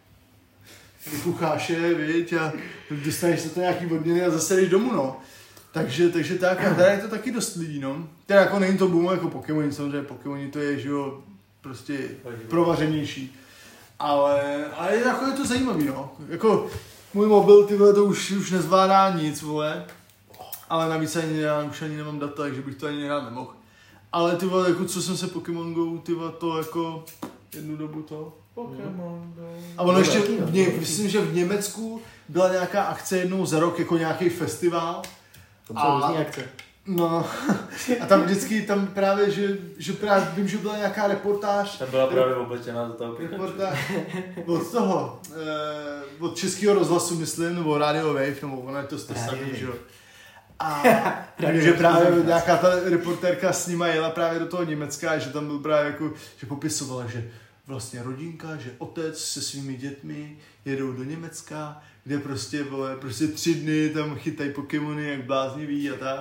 vypucháš je, viď, a dostaneš se to nějaký vodněny a zase jdeš domů, no. Takže, takže tak, a tady je to taky dost lidí, no. Teda jako není to boom jako Pokémoni, samozřejmě Pokémoni to je, že jo, prostě provařenější. Ale, ale jako je to zajímavý, no. Jako, můj mobil, ty vole, to už, už nezvládá nic, vole. Ale navíc ani já už ani nemám data, takže bych to ani hrát nemohl. Ale ty vole, jako co jsem se Pokémon Go, ty vole, to jako jednu dobu to. Pokémon Go. A ono ještě, v Ně, myslím, že v Německu byla nějaká akce jednou za rok, jako nějaký festival. Tam jsou různý akce. No, a tam vždycky, tam právě, že, že právě vím, že byla nějaká reportáž. Tam byla právě oblečená do toho reportáž od toho, eh, od Českého rozhlasu, myslím, nebo Radio Wave, nebo ono je to strsavý, že jo. A že právě nějaká ta reportérka s nima jela právě do toho Německa, že tam byl právě jako, že popisovala, že vlastně rodinka, že otec se svými dětmi jedou do Německa, kde prostě, vole, prostě tři dny tam chytají Pokémony jak blázniví a tak.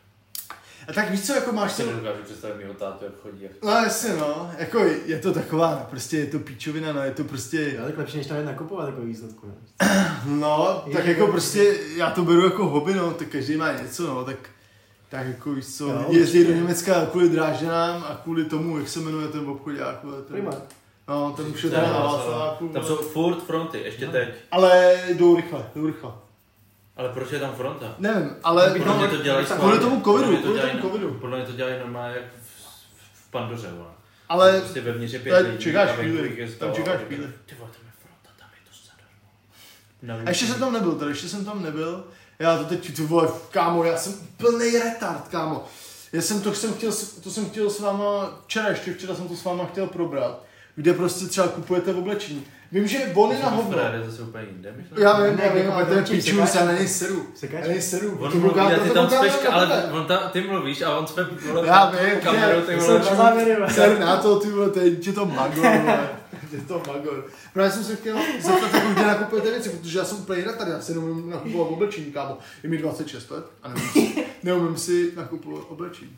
A tak víš co, jako máš si nedokážu představit mýho tátu, jak chodí. Jak... No jasně no, jako je to taková, prostě je to píčovina, no je to prostě... Ale tak lepší, než tam jít nakupovat takový výsledku, ne? No, je tak jako prostě, já to beru jako hobby, no, tak každý má něco, no, tak... Tak jako víš co, no, jezdí do Německa kvůli Drážďanám a kvůli tomu, jak se jmenuje ten obchodák. Prima. No, ten už je tady na Václaváku. Tam jsou furt fronty, ještě teď. Ale jdou rychle, jdou rychle. Ale proč je tam fronta? Nevím, ale podle mě to dělají kvůli tomu covidu, kvůli tomu covidu. Podle mě to dělají normálně jak v, v Pandoře, vole. Ale prostě vevnitř je pět lidí. Čekáš chvíli, tam čekáš chvíli. Ty vole, tam je fronta, tam je to zadarmo. A ještě jsem tam nebyl, tady ještě jsem tam nebyl. Já to teď, ty vole, kámo, já jsem plnej retard, kámo. Já jsem to, jsem chtěl, to jsem chtěl s váma, včera ještě, včera jsem to s váma chtěl probrat. Kde prostě třeba kupujete oblečení. Vím, že vony na hovno. To zase úplně jinde, myšleno. Já vím, já vím, ale to je pičů, já na něj seru. Já něj seru. On mluví a ty tam speš, ale on tam, ty mluvíš a on spe, vole, já vím, kameru, ty vole. Ser na to, ty vole, teď je to magor, vole. Je to magor. Právě jsem se chtěl zeptat, jako, kde nakupujete věci, protože já jsem úplně retard, já si neumím nakupovat oblečení, kámo. Je mi dvacet šest let a neumím si, neumím si nakupovat oblečení.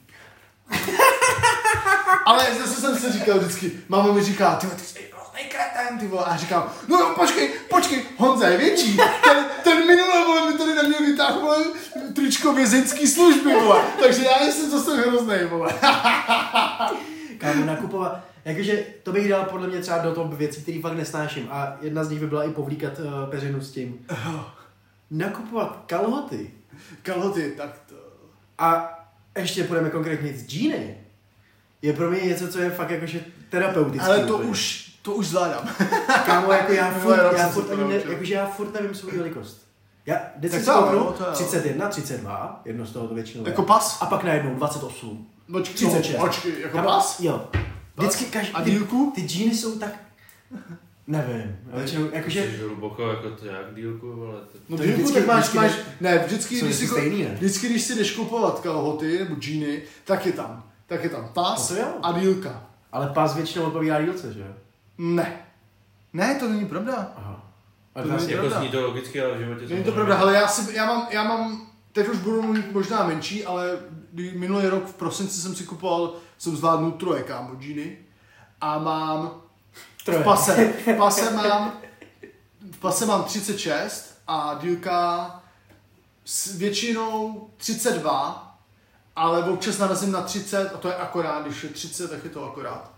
Ale zase jsem si říkal vždycky, máma mi říká, ty ty jsi hrozný kreten, ty vole, a já říkám, no no, počkej, počkej, Honza je větší, ten, ten minulé, vole, mi tady na mě vytáhl, vole, tričko vězeňský služby, vole, takže já nejsem zase hrozný, vole. Kámo, nakupovat, jakože to bych dal podle mě třeba do toho věcí, které fakt nesnáším a jedna z nich by byla i povlíkat uh, peřinu s tím. Nakupovat kalhoty. Kalhoty, tak to. A ještě půjdeme konkrétně z džíny. Je pro mě něco, co je fakt jakože terapeutický. Ale to už, to už zvládám. Kámo, jako já furt, já furt, ani ne, jakože já furt nevím svou velikost. Já vždycky si kouknu třicet jedna, třicet dva, jedno z toho to většinou. Jako pas? A pak najednou dvacet osm. Počkej, třicet šest. Počkej, jako Kámo, pas? Jo. Vždycky každý, a dílku? Ty, ty džíny jsou tak... Nevím, většinou, jakože... Jsi hluboko jako to jak dílku, vole. No dílku, tak máš, máš, ne, vždycky, když si, stejný, ne? vždycky, když si jdeš kupovat kalhoty nebo džíny, tak je tam, tak je tam pas no a dílka. Ale pas většinou odpovídá dílce, že jo? Ne. Ne, to není pravda. Aha. To to není jako pravda. zní to logicky, ale v životě... Není to pravda, ale já, si, já, mám, já mám, teď už budu mít možná menší, ale minulý rok v prosinci jsem si kupoval, jsem zvládnul troje, kámo, džíny. A mám v pase, v pase mám, v pase mám třicet šest a dílka s většinou třicet dva, ale občas narazím na třicet a to je akorát, když je třicet, tak je to akorát.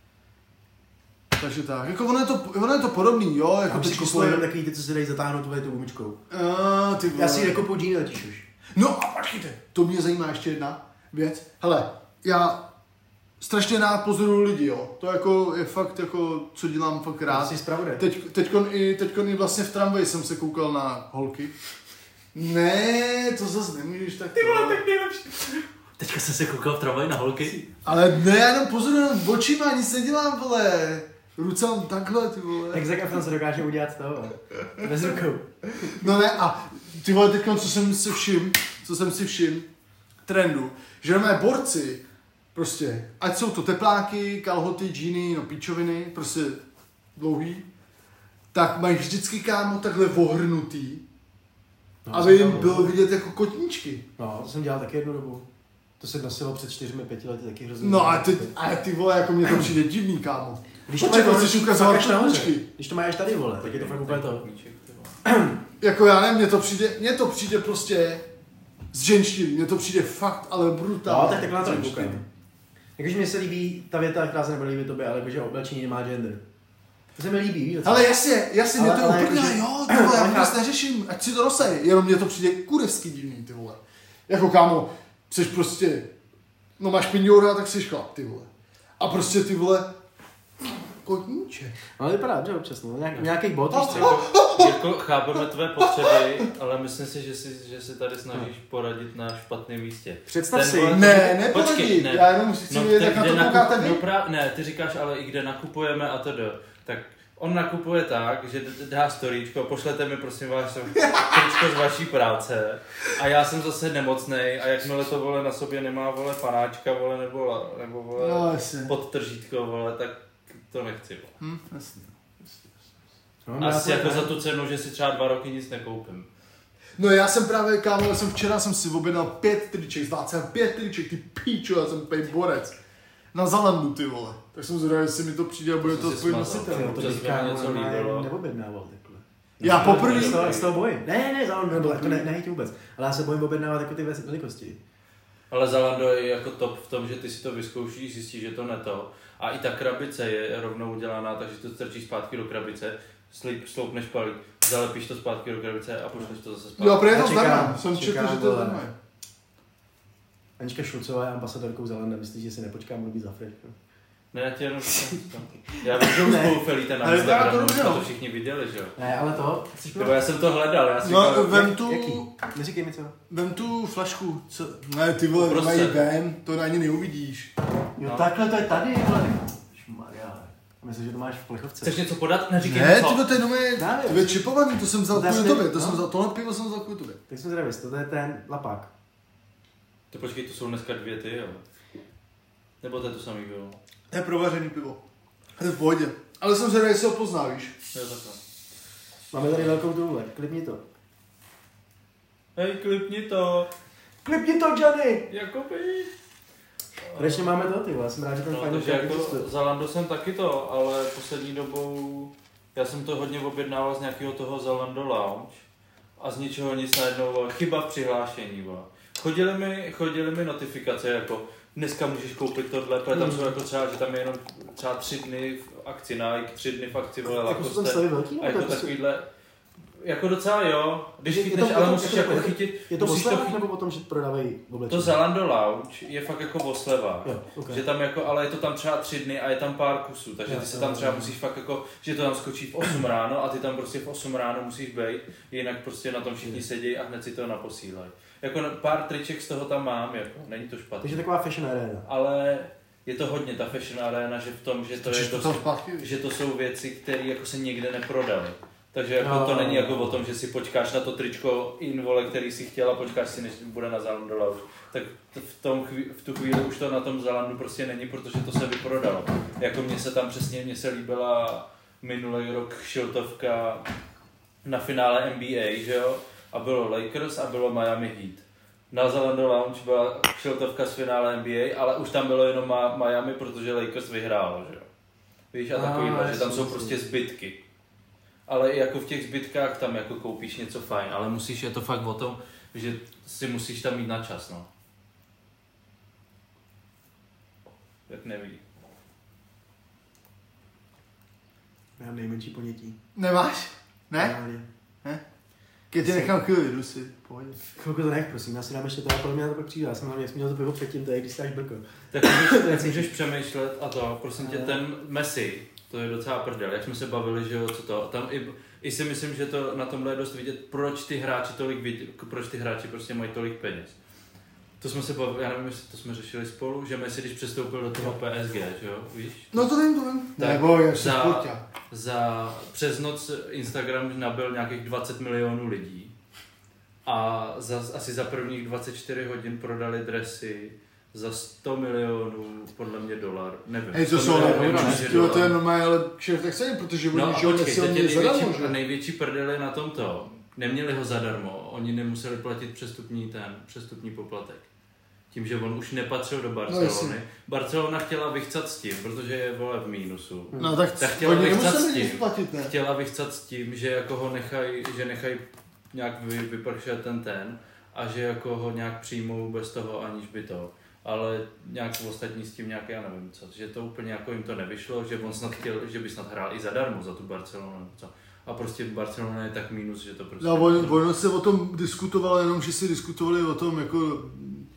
Takže tak, jako ono je to, ono je to podobný, jo, jako to číslo je takový ty, co se dají zatáhnout tvoje tu gumičkou. Uh, ty Já si jako po džíny letíš už. No a počkejte, to mě zajímá ještě jedna věc. Hele, já strašně rád pozoruju lidi, jo. To jako je fakt jako, co dělám fakt rád. Jsi zpravodaj. Teď, teďkon, i, teďkon i vlastně v tramvaji jsem se koukal na holky. Ne, to zase nemůžeš tak. Ty vole, tak nejlepší. Teďka jsem se koukal v tramvaji na holky. Ale ne, já jenom pozoruju očima, nic nedělám, vole. Ruce mám takhle, ty vole. Jak Zac Efron se dokáže udělat z toho, bez rukou. No ne, a ty vole, teďkon, co jsem si všim, co jsem si všim, trendu, že máme borci, prostě, ať jsou to tepláky, kalhoty, džíny, no píčoviny, prostě dlouhý, tak mají vždycky, kámo, takhle ohrnutý, no, aby jim bylo vidět jako kotníčky. No, to jsem dělal taky jednu dobu. To se nosilo před čtyřmi, pěti lety taky hrozně. No a ty, a ty vole, jako mě to přijde divný, kámo. Když Počkej, to máš, chceš ukazovat kotníčky. Když to máš tady, vole, tak je to fakt úplně to. Jako já nevím, mně to přijde, mně to přijde prostě zženštilý, mně to přijde fakt, ale brutálně. No, tak takhle na to nekoukám. Jakože mně se líbí ta věta, která se nebude líbit tobě, ale jakože oblečení nemá gender. To se mi líbí, víš? Ale jasně, jasně, mě Ale- to je ale úplně, jakože- jo, ty vole, já vůbec neřeším, ať si to nosej, jenom mě to přijde kurevsky divný, ty vole. Jako kámo, jsi prostě, no máš pindoura, tak jsi chlap, ty vole. A prostě ty vole, kotníček. Ale vypadá dobře občas, no. Nějak, nějaký bod, víš co? Jako, jako chápeme tvé potřeby, ale myslím si, že si, že si tady snažíš poradit na špatném místě. Představ Ten si. vole- Ne, ne, Počkej, poradit, ne. já jenom chci No, vědět, tak jak na kde to nakup- koukáte vy. no pra- ne, ty říkáš ale i kde nakupujeme a to do. Tak on nakupuje tak, že d- dá storíčko, pošlete mi prosím vás storíčko z vaší práce a já jsem zase nemocnej a jakmile to vole na sobě nemá vole panáčka vole nebo, nebo vole No, jasně. podtržítko vole, tak to nechci vole. Hm, jasně. No, Asi já jako to- za tu cenu, že si třeba dva roky nic nekoupím. No já jsem právě, kámo, já jsem včera jsem si objednal pět triček, zvládl jsem pět triček, ty píčo, já jsem úplně borec. Na Zalandu, ty vole. Tak jsem zvědavý, jestli mi to přijde a bude Jsem to si aspoň smazal. nositelné. Jo, to Občas teďka mi něco normálně líbilo. neobjednával takhle. Já poprvé, Z toho, z toho bojím. Ne, ne, ne, záleží, nebo jako ne, ne, vůbec. Ale já se bojím objednávat jako ty ve- velikosti. Ale Zalando je jako top v tom, že ty si to vyzkoušíš, zjistíš, že to ne to. A i ta krabice je rovnou udělaná, takže to strčíš zpátky do krabice, slíp, sloupneš palík, zalepíš to zpátky do krabice a pošleš to zase zpátky. jo, prý je to Já čekám, zdarma, jsem čekám, četl, že to je vole. zdarma. Anička Šulcová je ambasadorkou Zalanda, myslíš, že si nepočkám mluvit za Frečko? Ne, já ti jenom já vím, že už Ne. spolu felíte na Ale vypadá to Instagramu, dobře, jsme no. to všichni viděli, že jo? Ne, ale to, jsi Nebo já jsem to hledal, já si No, říkal, vem Jak- tu, Jaký? Neříkej mi co. vem tu flašku, co? Ne, ty vole, Uprostřed. mají ven, to ani neuvidíš. Jo, No. takhle to je tady, vole. Šmarja. Myslím, že to máš v plechovce. chceš něco podat? Neříkej Ne, něco. ty vole, to je nové, Ne, to je čipovaný, to jsem vzal To kvůli jasně, tobě, to no. jsem vzal, tohle pivo jsem vzal kvůli tobě. Tak jsme zdraví, to je ten lapák. To počkej, to jsou dneska dvě ty, jo? Nebo to je to samý bylo? To je provařený pivo. To je v pohodě. Ale jsem zvědavý, jestli ho poznáš. Jo, takhle. Máme tady velkou tuhle, klipni to. Hej, klipni to, Klipni to, Johnny! jakoby. Konečně máme to, ty vole, já jsem rád, že ten No, fajn takže jako Zalando jsem taky to, ale poslední dobou já jsem to hodně objednával z nějakého toho Zalando Lounge a z ničeho nic najednou, vole, chyba v přihlášení, vole. Chodily mi, chodily mi notifikace jako dneska můžeš koupit tohle, protože tam Hmm. jsou jako třeba, že tam je jenom třeba tři dny v akci, Nike, tři dny v akci, vole, Jako jsou tam Lacoste. stavy velký? A jako nebo to je takovýhle, jako docela jo, když Je to- chytneš, je to- ale je to- musíš je to- jako je to- chytit, Je to musíš o to slevách, chytit. nebo o tom, že prodávají oblečení? To Zalando Lounge je fakt jako o slevách. Jo, okay. Že tam jako, ale je to tam třeba tři dny a je tam pár kusů, takže Jo, ty se jo, tam jo, třeba jo. musíš fakt jako, že to tam skočí v osm ráno a ty tam prostě v osm ráno musíš být, jinak prostě na tom všichni sedí a hned si to naposílají. Jako pár triček z toho tam mám, jako, není to Takže špatné. taková fashion arena. Ale je to hodně ta fashion arena, že v tom, že to je Čiž to prostě, tam zpátky. že to jsou věci, které jako se nikde neprodaly. Takže jako Jo, to není jo, jako jo. o tom, že si počkáš na to tričko in, vole, který si chtěla, počkáš si, než bude na Zalando Lounge. Tak t- v, tom chví, v tu chvíli už to na tom Zalandu prostě není, protože to se vyprodalo. Jako mně se tam přesně, mně se líbila minulý rok šiltovka na finále N B A, že jo? A bylo Lakers a bylo Miami Heat. Na Zalando Lounge byla šiltovka z finále N B A, ale už tam bylo jenom Ma- Miami, protože Lakers vyhrálo, že jo? Víš, a Ah, takovýhle, že tam jasně, jsou jasně. prostě zbytky. Ale i jako v těch zbytkách tam jako koupíš něco fajn, ale musíš, je to fakt o tom, že si musíš tam mít na čas, no. Jak neví. Já mám nejmenší ponětí. Nemáš? Ne? Reálně. Když tě nechám chvíli, jdu si, pohodě. Chvilku to nech, prosím, já si dám ještě to, a podle mě na to pak přijde. Já jsem hlavně směl to pivo předtím, to je, když stáš brko. Tak můžeš, tak můžeš přemýšlet a to, prosím tě, ten Messi, to je docela prdel, jak jsme se bavili, že jo, co to, tam i, i si myslím, že to na tomhle je dost vidět, proč ty hráči tolik vidí, proč ty hráči prostě mají tolik peněz. To jsme se bavili, já nevím, jestli to jsme řešili spolu, že Messi, když přestoupil do toho P S G, že jo, víš? No to vím, to vím. Tak Nebo já jsem za- sporťák. Za přes noc Instagram nabyl nějakých dvacet milionů lidí a za, asi za prvních dvacet čtyři hodin prodali dresy za sto milionů, podle mě dolar, nevím. Hej, to sto jsou milionů, ale určitě tyhle, to je dolar. normálně, ale kšeft tak se protože No oni a žijou počkej, teď nesilně je zadarmo, největší, že? největší prdeli na tomto. Neměli ho zadarmo, oni nemuseli platit přestupní ten, přestupní poplatek. Tím, že on už nepatřil do Barcelony. No, Barcelona chtěla vychcat s tím, protože je vole v mínusu. No tak, Tak chtěla oni vychcat nemuseli s tím. nic platit, ne? Chtěla vychcat s tím, že jako ho nechají, že nechají nějak vy, vypršet ten ten a že jako ho nějak přijmou bez toho, aniž by to. ale nějak ostatní s tím nějak, já nevím co, že to úplně jako jim to nevyšlo, že on snad chtěl, že by snad hrál i zadarmo za tu Barcelonu, co. A prostě Barcelona je tak mínus, že to prostě... No, on, on se o tom diskutoval, jenom že si diskutovali o tom jako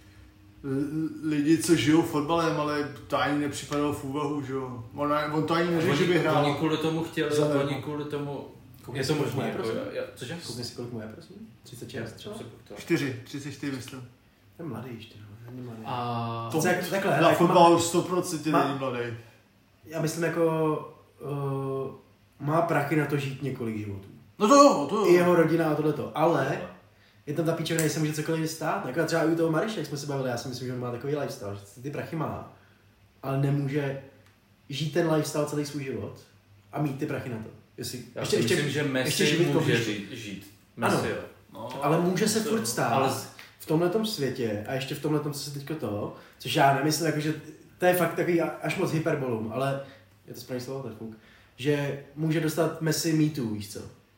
lidi, co žijou fotbalem, ale to ani nepřipadalo v úvahu, že jo. On, on to ani neřekl, že by hrál. Oni kvůli tomu chtěli, oni kvůli tomu... Je to možné, jako, já, cože? Koukni si, kolik mu je, prosím? třicet šest třeba? čtyři, třicet čtyři myslím. To je mladý ještě, no, není mladý. A... To, tak, takhle, na jako fotbalu sto procent má... není mladý. Já myslím jako... Uh, má prachy na to žít několik životů. No to jo, to jo. I jeho rodina a tohleto, ale... Je tam ta píčovina, že se může cokoliv stát. Jako třeba i u toho Mariše, jak jsme se bavili, já si myslím, že on má takový lifestyle, že ty prachy má, ale nemůže žít ten lifestyle celý svůj život a mít ty prachy na to. Jestli, já ještě, si myslím, ještě, že Messi ještě může žít. žít. Messi, ano, jo. No, ale může se furt stát ale... v tomhletom světě a ještě v tomhletom, co se teďko to, což já nemyslím, jako, že to je fakt takový až moc hyperbolum, ale je to správný slovo, tak fuk, že může dostat Messi Me Too, víš co?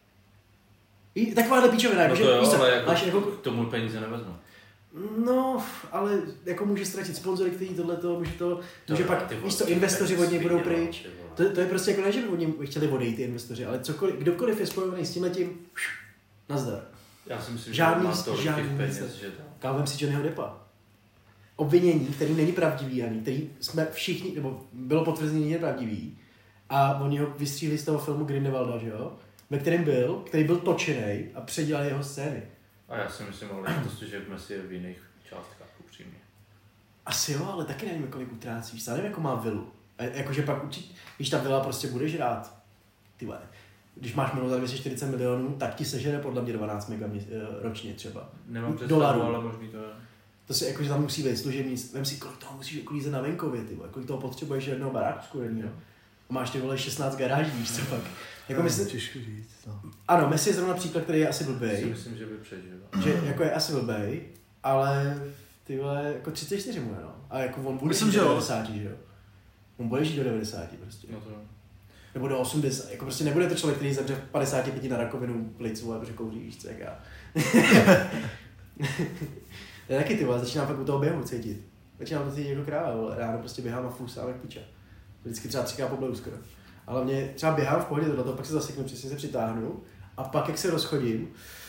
I takováhle píčovina, no že, to jo, víš co, ale jako, máš jako k tomu peníze nevezmu. No, ale jako může ztratit sponzory, který tohleto, může to, to může pak, víš co, investoři od něj budou pryč. To, to je prostě jako ne, že by od něj chtěli odejít ty investoři, ale cokoliv, kdokoliv je spojený s tímhletím, nazdar. Já si myslím, žádný, že má tolik žádný těch peněz, že to... Kávem si Johnnyho Deppa. Obvinění, který není pravdivý ani, který jsme všichni, nebo bylo potvrzený, že je pravdivý, a oni ho vystříhli z toho filmu Grindelwalda, že jo? Ve kterém byl, který byl točený a předělali jeho scény. A já si myslím, ale to, že Messi je v jiných částkách, upřímně. Asi jo, ale taky nevím, kolik utrácíš. Já nevím, jako má vilu. A jakože pak určitě, když ta vila prostě bude žrát, ty vole, když máš minulý za dvě stě čtyřicet milionů, tak ti sežere podle mě dvanáct mega ročně třeba. Nemám představu, ale možný to je. To si jakože tam musí být služební, vem si, kolik toho musíš uklízet na venkově, ty vole, kolik toho potřebuješ jednoho baráku skureného. A máš ty vole šestnáct garáží, víš co pak. Jako myslím, těžko říct, no. Ano, Messi je zrovna příklad, který je asi blbej. Si myslím, že by přežil. Že jako je asi blbej, ale ty vole, jako třicet čtyři mu je, no. A jako on bude myslím, žít že do jo. devadesáti, že jo. On bude žít do devadesáti prostě. No to jo. Nebo do osmdesáti, jako prostě nebude to člověk, který zemře v padesáti pěti na rakovinu plicu a protože kouří, víš co, jak já. To je taky ty vole, začínám fakt u toho běhu cítit. Začínám to cítit jako kráva, vole, ráno prostě běhám a fůsám jak piča. Vždycky třeba třikrát pobleju skoro. Ale mě třeba běhám v pohodě tohleto, pak se zaseknu, přesně se přitáhnu a pak jak se rozchodím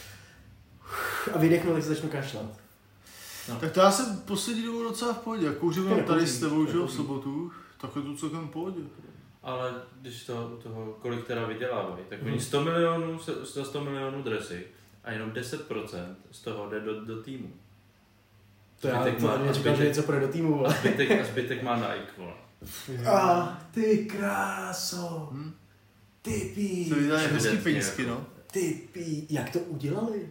a vydechnu, tak se začnu kašlat. No. Tak to já jsem poslední dobu docela v pohodě, jak kouřím tady nekouří, s tebou, že v nekouří. sobotu, tak je to celkem v pohodě. Ale když to, toho, kolik teda vydělávají, tak Mhm. oni sto milionů, sto, sto milionů dresy a jenom deset procent z toho jde do, do týmu. To já Zbytek to má- ani a nečekal, že zbytek- něco půjde do týmu, A vole. zbytek, a zbytek má Nike, vole. A ty kráso, Hm? ty pí, To vydělají hezký Evidentně, penízky, jako. no. ty pí, jak to udělali?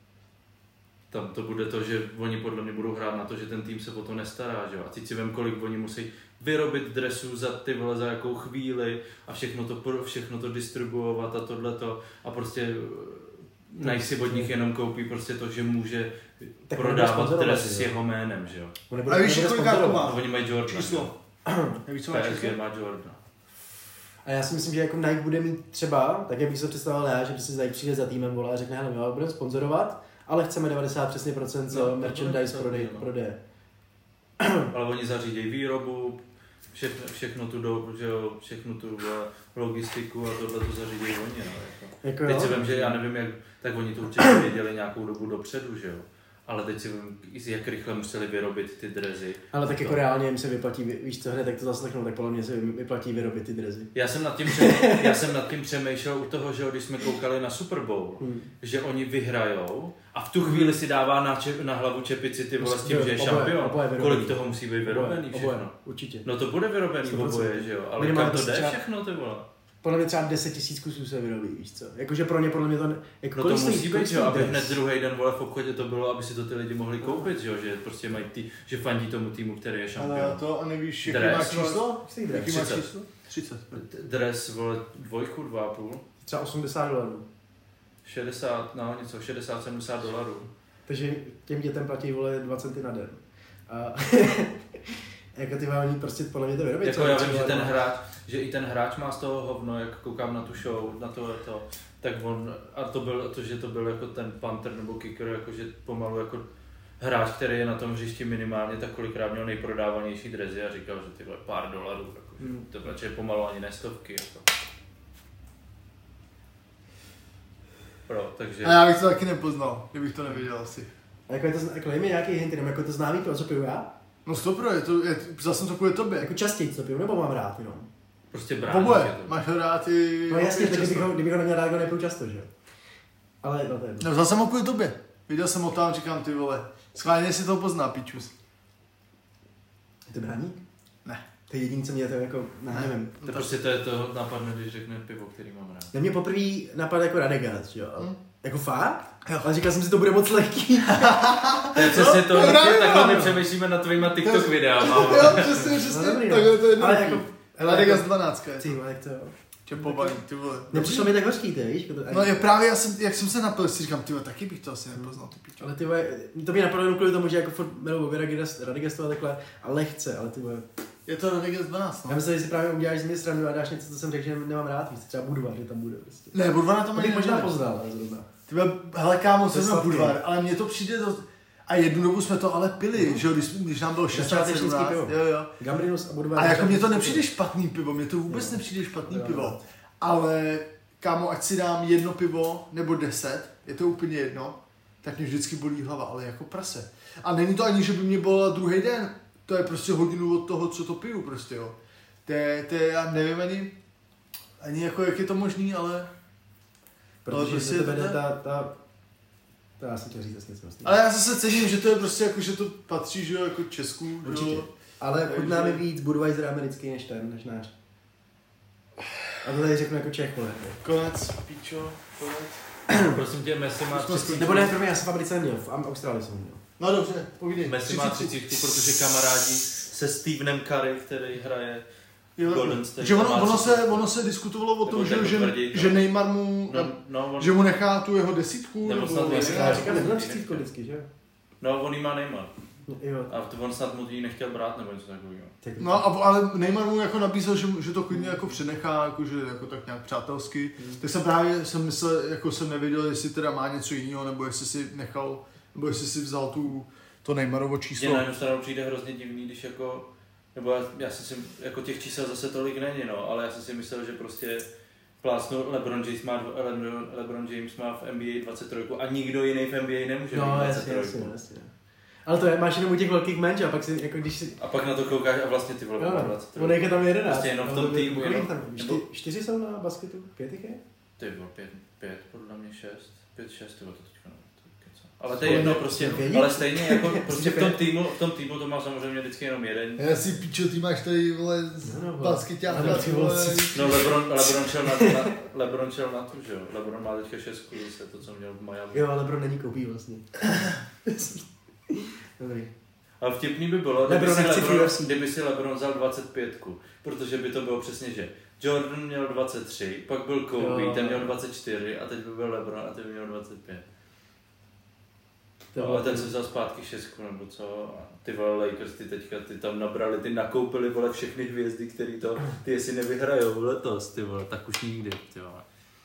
Tam to bude to, že oni podle mě budou hrát na to, že ten tým se o to nestará, že jo. A teď si vem, kolik oni musí vyrobit dresů za ty vole, za jakou chvíli a všechno to, pro- všechno to distribuovat a tohleto a prostě Nike si od nich jenom koupí prostě to, že může Tak prodávat nebude sponzorovat, dres s že jo? jeho jménem, že jo. On nebude- A víš, nebude kolik jako sponzorovat. má? Oni mají Jordan. Číslo. Nevíš, co má P S G číslo? má Jordan. A já si myslím, že jako Nike bude mít třeba, tak jak bych se představoval já, že prostě Nike přijde za týmem, vole, a řekne, hele, my vás budeme sponzorovat, ale chceme devadesát přesně procent No, to merchandise bude prodej, to, no. prodeje. Ale oni zařídějí výrobu, všechno, všechno tu, do, že jo, všechno tu eh, logistiku a tohle to zařídějí oni, no, jako. Jako Teď jo? si vím, že já nevím, jak, tak oni to určitě věděli nějakou dobu dopředu, že jo. Ale teď si vím, jak rychle museli vyrobit ty drezy. Ale tak To- jako reálně jim se vyplatí, víš co, hned tak to zaslechnou, tak podle mě se jim vyplatí vyrobit ty drezy. Já jsem nad tím, pře- já jsem nad tím přemýšlel u toho, že jo, když jsme koukali na Super Bowl, Hmm. že oni vyhrajou a v tu chvíli si dává na, čep, na hlavu čepici ty vole s tím, že je Oboje, šampion. oboje vyrobený. Kolik toho musí být vyrobený Oboje, všechno? určitě. No to bude vyrobený sto procent. oboje, že jo, ale Minimálně kam to jde třeba- všechno, ty vole? Podle mě třeba deset tisíc kusů se vyrobí, víš co. Jakože pro ně, podle mě to, ne- jako No to kolik stojí- musí kolik být, že jo, stojí aby dres? hned druhý den vole v obchodě to bylo, aby si to ty lidi mohli koupit, že jo, že prostě mají ty, že fandí tomu týmu, který je šampion. Ale to a nevíš, jaký Dres, má číslo? Kolik stojí dres? Jaký má třicet. číslo? třicet. Dres, vole, dvojku, dva a půl, Třeba osmdesát dolarů. šedesát, no něco, šedesát sedmdesát dolarů. Takže těm dětem platí, vole, dva centy na den. A jako ty oni prostě podle mě to vyrobí. Jako třeba já tři vím, že ten dolarů. hráč, že i ten hráč má z toho hovno, jak koukám na tu show, na to, to tak on, a to byl to, že to byl jako ten punter nebo kicker, jakože pomalu jako hráč, který je na tom hřišti minimálně, tak kolikrát měl nejprodávanější drezy a říkal, že ty vole pár dolarů, jako, hmm. to je pomalu ani ne stovky. Jako. Pro, takže... A já bych to taky nepoznal, kdybych to nevěděl asi. A jako je to, jako mi nějaký hint, jenom jako to známý to, co piju já? No stopro, je to, je, zase jsem to kvůli tobě. Jako častěji co piju, nebo mám rád jenom? Prostě brát. Oboje, máš ho rád i... No jasně, tak kdybych ho, kdybych ho neměl rád, ho nepiju často, že jo? Ale no to je... No zase jsem ho kvůli tobě. Viděl jsem ho tam, říkám ty vole. Schválně si to pozná, pičus. Je to Braník? Ne. To je jediný, co mě to jako, ne, nevím. To prostě to je to napadne, když řekne pivo, který mám rád. Na mě poprvé napadl jako Radegast, jo? Hmm. Jako fakt? Jo. Ale říkal jsem si, to bude moc lehký. To je přesně to, no, takhle, no, takhle no. my přemýšlíme na tvýma TikTok videama. Jo, přesně, přesně, No, dobrý, no. takhle to je Ale jednoduchý. jako- Radegast dvanáct. Ty vole, jak to jo. Čepovaný, ty vole. Nepřišlo mi tak hořký, ty víš? Jako to- No je právě, já jsem, jak jsem se napil, si říkám, ty vole, taky bych to asi nepoznal, ty pičo. Ale ty vole, to mě napadlo jenom kvůli tomu, že jako furt jmenuji Radegast, Radegastu a takhle, a lehce, ale ty vole. Je to Radegast dvanáct, Já no. myslím, že si právě uděláš z mě srandu a dáš něco, co jsem řekl, že nemám rád víc, třeba Budvar, že tam bude prostě. Ne, Budvar na To tom bych ani možná nedělal. poznal, ale zrovna. Ty vole, hele kámo, To je jsem na sladký. Budvar, ale mně to přijde do... A jednu dobu jsme to ale pili, Mhm. že jo, když, když nám bylo šestnáct Začátečnický sedmnáct, pivo. jo jo. Gambrinus a Budvar. A jako mně to nepřijde špatný pivo, mně to vůbec Jo. nepřijde špatný Jo. pivo. Ale kámo, ať si dám jedno pivo nebo deset, je to úplně jedno, tak mě vždycky bolí hlava, ale jako prase. A není to ani, že by mě bolela druhý den, to je prostě hodinu od toho, co to piju prostě, jo. To je, to je já nevím ani, ani jako jak je to možný, ale... Protože prostě se je to to vede tak. ta, ta, ta, já jsem chtěl říct jasně, co vlastně. Ale já zase cením, že to je prostě jako, že to patří, že jo, jako Česku, že Určitě. jo. Ale Takže- chutná mi víc Budweiser americký než ten, než náš. A to tady řeknu jako Čech, vole. Konec, píčo, konec. Prosím tě, Messi má Už jsme třicítku, Nebo ne, pro mě, já jsem v Americe neměl, v Am- Austrálii jsem měl. No dobře, povídej. Messi má třicítku, protože kamarádi se Stevenem Curry, který hraje Golden State. Že ono, má ono, třicítku. se, ono se diskutovalo o tom, Nebo že, tak že, tvrdí, no. že Neymar mu, No, no, on, že mu nechá tu jeho desítku, Nebo snad nebo, desítku. Já Já říkám, říkám, nebyl že třicítku vždycky, že jo? no, on jí má Neymar. Jo. A to on snad mu ji nechtěl brát, nebo něco takového. Tak- No, a, ale Neymar mu jako nabízel, že, že to klidně jako přenechá, jako, že jako tak nějak přátelsky. Hmm. Tak jsem právě jsem myslel, jako jsem nevěděl, jestli teda má něco jiného, nebo jestli si nechal, nebo jestli si vzal tu, to Neymarovo Mně číslo. na jednu stranu přijde hrozně divný, když jako, nebo já, já si si, jako těch čísel zase tolik není, no, ale já jsem si myslel, že prostě plásnu LeBron James má, LeBron, LeBron James má v N B A dvacet tři a nikdo jiný v N B A nemůže mít No, dvacet jasně, tři. jasně, jasně. Ale to je, máš jenom u těch velkých menš a pak si, jako když si... A pak na to koukáš a vlastně ty vole Jo, má no, dvacet tři. on je tam jedenáct. Prostě jenom v No, tom to by- týmu, kolik jenom- tam? nebo- Čty, čtyři jsou na basketu? Pět jich je? Ty bylo pět, pět, podle mě šest, pět, šest, ty vole, to teďka nevím, to kecám. Ale to je jedno prostě, Vědět? ale stejně jako prostě v tom pět. týmu, v tom týmu to má samozřejmě vždycky jenom jeden. Já si píčo, ty máš tady, vole, No, no, baskeťáka, ano, ty ty vole. vole. No Lebron, Lebron šel na, na, Lebron šel na tu, že jo, Lebron má teďka šestku zase, to co měl v Miami. Jo, ale Lebron není koupí vlastně. Dobrý. Ale vtipný by bylo, kdyby Lebron si, nechci v Lebron, U F C. kdyby si Lebron vzal dvacet pět, protože by to bylo přesně, že Jordan měl dvacet tři, pak byl Kobe, Jo. ten měl dvacet čtyři a teď by byl Lebron a ten měl dvacet pět. To No, ale ten se vzal zpátky šestku, nebo co? A ty vole Lakers, ty teďka, ty tam nabrali, ty nakoupili vole všechny hvězdy, který to, ty jestli nevyhrajou letos, ty vole, tak už nikdy, ty vole.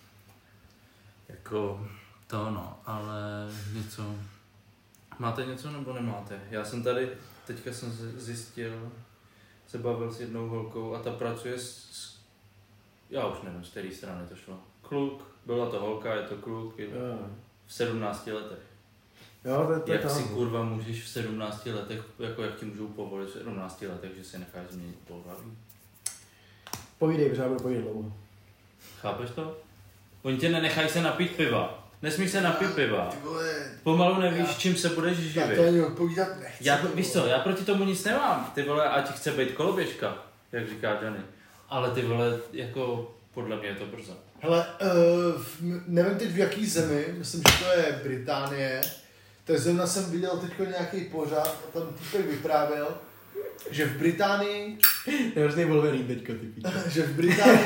Jako, to no, ale něco, máte něco nebo nemáte? Já jsem tady, teďka jsem zjistil, se bavil s jednou holkou a ta pracuje s, s já už nevím, z které strany to šlo. Kluk, byla to holka, je to kluk, je Jo, v sedmnácti letech. jo to, to je Jak si tam. kurva můžeš v sedmnácti letech, jako jak ti můžou povolit v sedmnácti letech, že si necháš změnit pohlaví? Povídej, protože já budu povídat dlouho. Chápeš to? Oni tě nenechají se napít piva. Nesmíš se napít piva. Ty vole, Pomalu nevíš, Já- čím se budeš já to živit. ani odpovídat nechci. Já, ty vole. víš co, já proti tomu nic nemám. Ty vole, ať chce být koloběžka, jak říká Johnny. Ale ty vole, jako, podle mě je to brzo. Hele, uh, nevím teď v jaký zemi, myslím, že to je Británie, tak zrovna jsem viděl teď nějaký pořad a tam týpek vyprávěl, že v Británii, Je hrozný Wolverine teďko, ty píče. že v Británii,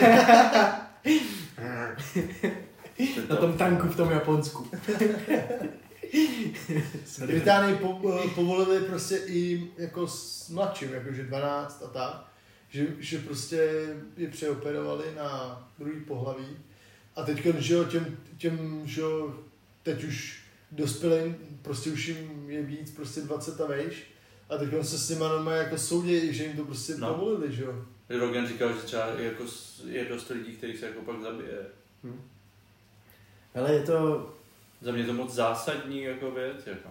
Na tom tanku v tom Japonsku. v Británii po, uh, povolili prostě i jako s mladším, jakože dvanáct a tak, že, že prostě je přeoperovali na druhý pohlaví a teď, že jo, těm, těm, že jo, teď už dospělým, prostě už jim je víc, prostě dvacet a vejš. A teď on se s nima normálně jako soudí, že jim to prostě no. povolili, že jo. Rogan říkal, že třeba jako je dost lidí, kteří se jako pak zabije. Hmm. Ale je to... Za mě to moc zásadní jako věc, jako.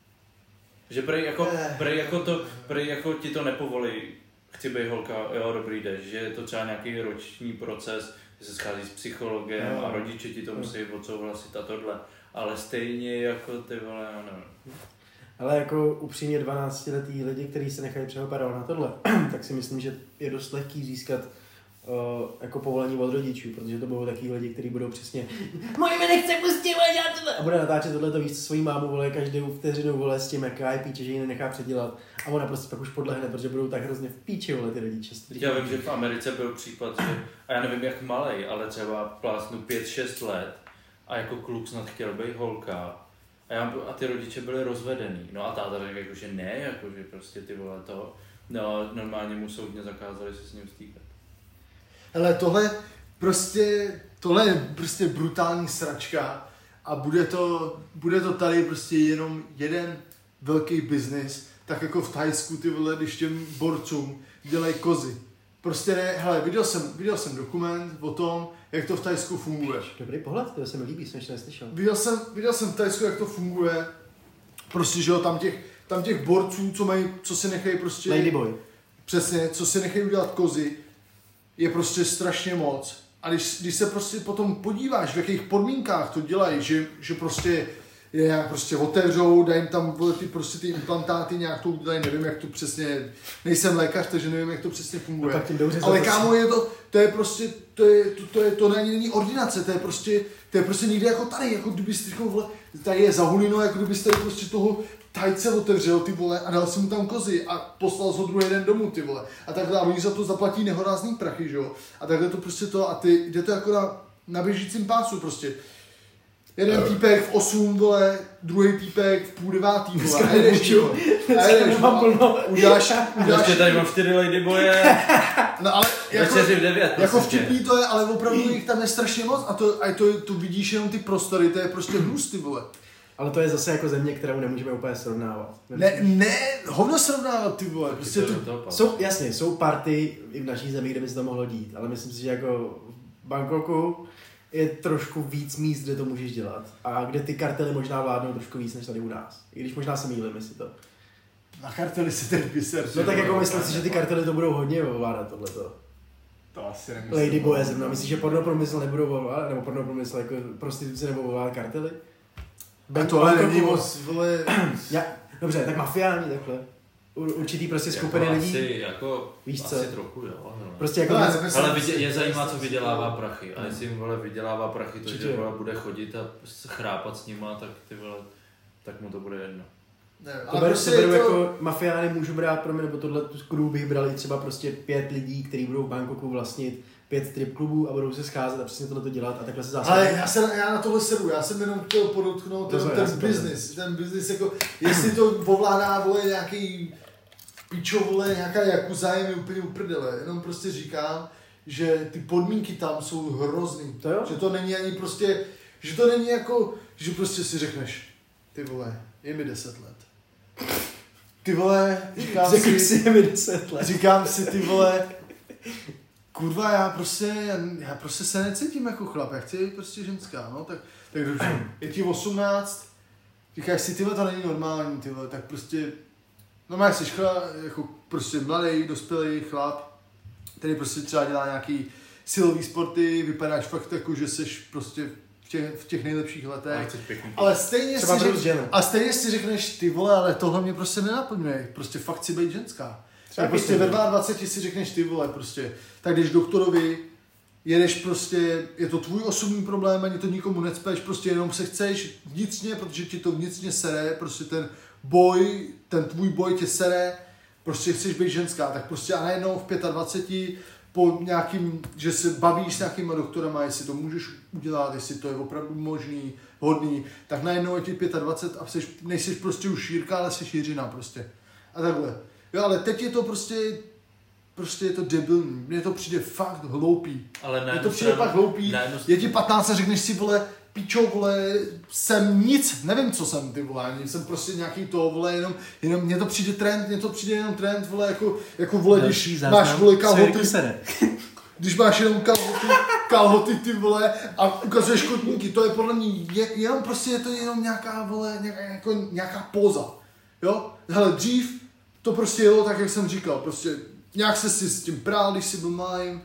Že prej jako, prej jako, to, prej jako ti to nepovolí, chci být holka, jo, dobrý jdeš, že je to třeba nějaký roční proces, že se schází s psychologem no. a rodiče ti to musí odsouhlasit a tohle, ale stejně jako ty vole, já nevím. Ale jako upřímně dvanáctiletý lidi, kteří se nechají přeoperovat na tohle, tak si myslím, že je dost lehký získat uh, jako povolení od rodičů, protože to budou takový lidi, kteří budou přesně moje mi nechce pustit, dělat tohle. A bude natáčet tohleto víc svojí mámu, vole, každou vteřinu, vole, s tím, jaká je píče, že ji nenechá předělat. A ona prostě pak už podlehne, protože budou tak hrozně v píči, vole, ty rodiče. Já vím, že v Americe byl případ, že, a já nevím jak malej, ale třeba plásnu pět šest let a jako kluk snad chtěl být holka. A, já, a ty rodiče byli rozvedený. No a táta řekl, jako, že ne, jako, že prostě ty vole to, no normálně mu soudně zakázali se s ním stýkat. Ale tohle prostě, tohle je prostě brutální sračka a bude to, bude to tady prostě jenom jeden velký biznis, tak jako v Thajsku ty vole, když těm borcům dělají kozy. Prostě ne, hele, viděl jsem, viděl jsem dokument o tom, jak to v Thajsku funguje. Dobrý pohled, to se mi líbí, jsem ještě neslyšel. Viděl jsem, viděl jsem v Thajsku, jak to funguje. Prostě, že jo, tam těch, tam těch borců, co mají, co si nechají prostě... Ladyboy. Přesně, co si nechají udělat kozy, je prostě strašně moc. A když, když se prostě potom podíváš, v jakých podmínkách to dělají, že, že prostě je nějak prostě otevřou, dají jim tam vole, ty, prostě ty implantáty nějak to udělají, nevím jak to přesně, nejsem lékař, takže nevím jak to přesně funguje. No, ale kámo, je to, to je prostě, to je, to, to je, to není, není ordinace, to je prostě, to je prostě někde jako tady, jako kdybyste říkal, vole, tady je zahulino, jako kdybyste prostě toho Thajce otevřel, ty vole, a dal si mu tam kozy a poslal ho druhý den domů, ty vole. A takhle, a oni za to zaplatí nehorázný prachy, že jo. A takhle to prostě to, a ty, jde to jako na, na běžícím pásu prostě. Jeden uh. týpek v osm, vole, druhý týpek v půl devátý, vole, a jedeš, jo. A jedeš, no, uděláš, uděláš. Ještě tady mám čtyři ladyboye. No ale jako, v devět, jako vtipný to je, ale opravdu jich tam je strašně moc a to, a to, to vidíš jenom ty prostory, to je prostě hnus, ty vole. Ale to je zase jako země, kterou nemůžeme úplně srovnávat. Ne, ne, hovno srovnávat, ty vole. Prostě to, to jsou, jasně, jsou party i v naší zemi, kde by se to mohlo dít, ale myslím si, že jako v Bangkoku je trošku víc míst, kde to můžeš dělat. A kde ty kartely možná vládnou trošku víc než tady u nás. I když možná se mýlím, jestli to. Na kartely se teď vyser. No tak jako myslím si, že ty kartely to budou hodně ovládat tohleto. To asi nemyslím. Ladyboy zrovna, myslíš, že pornoprůmysl nebudou ovládat, nebo pornoprůmysl jako prostituce nebo ovládat kartely? A tohle není moc, vole... Ja, dobře, tak mafiáni takhle. Určitý prostě skupiny jako lidí. Asi, jako, víš co? asi trochu, jo. Hele. Prostě jako... Ale, víc, ale vidě, je zajímá, co vydělává prachy. A jestli jim vole vydělává prachy, to, že vole bude chodit a chrápat s nima, tak ty vole, tak mu to bude jedno. Ne, to beru, prostě beru to... jako mafiány můžu brát pro mě, nebo tohle crew bych bral i třeba prostě pět lidí, kteří budou v Bangkoku vlastnit pět strip klubů a budou se scházet a přesně tohle dělat a takhle se zásadně. Ale já, se, já na tohle sedu, já jsem jenom chtěl podotknout ten, ten business, ten business jako, jestli to ovládá, vole, nějaký pičo, vole, nějaká jakuza je mi úplně uprdele, jenom prostě říkám, že ty podmínky tam jsou hrozný, to jo? Že to není ani prostě, že to není jako, že prostě si řekneš, ty vole, je mi deset let. Ty vole, říkám si, si je mi deset let. Říkám si, ty vole, kurva, já prostě, já prostě se necítím jako chlap, já chci prostě ženská, no, tak, tak je ti osmnáct, říkáš si, tyhle, to není normální, tyhle, tak prostě, no máš jsi chlap, jako prostě mladý, dospělý chlap, který prostě třeba dělá nějaký silový sporty, vypadáš fakt jako, že jsi prostě v těch, v těch nejlepších letech, ale stejně, si řek, a stejně si řekneš, ty vole, ale tohle mě prostě nenaplňuje, prostě fakt chci být ženská. Tak prostě ve dvaceti dvou si řekneš, ty vole, prostě, tak jdeš doktorovi, jedeš prostě, je to tvůj osobní problém, ani to nikomu necpeš, prostě jenom se chceš vnitřně, protože ti to vnitřně sere, prostě ten boj, ten tvůj boj tě sere, prostě chceš být ženská, tak prostě a najednou v dvaceti pěti, po nějakým, že se bavíš s nějakýma doktorama, jestli to můžeš udělat, jestli to je opravdu možný, hodný, tak najednou je ti dvacet pět a seš, nejseš prostě už Jirka, ale jsi Jiřina prostě. A takhle. Jo, ale teď je to prostě, prostě je to debilní, mně to přijde fakt hloupý. Ale mně to přijde fakt hloupý, je ti patnáct a řekneš si, vole, pičo, vole, jsem nic, nevím, co jsem, ty vole, ani jsem prostě nějaký to, vole, jenom, jenom mně to přijde trend, mně to přijde jenom trend, vole, jako, jako vole, když máš, vole, kalhoty, když máš jenom kalhoty, kalhoty, ty vole, a ukazuješ kotníky, to je podle mě, je, jenom prostě je to jenom nějaká, vole, nějaká, jako, nějaká póza, jo, hele, dřív to prostě jelo tak, jak jsem říkal, prostě nějak se si s tím prál, když jsi byl malý,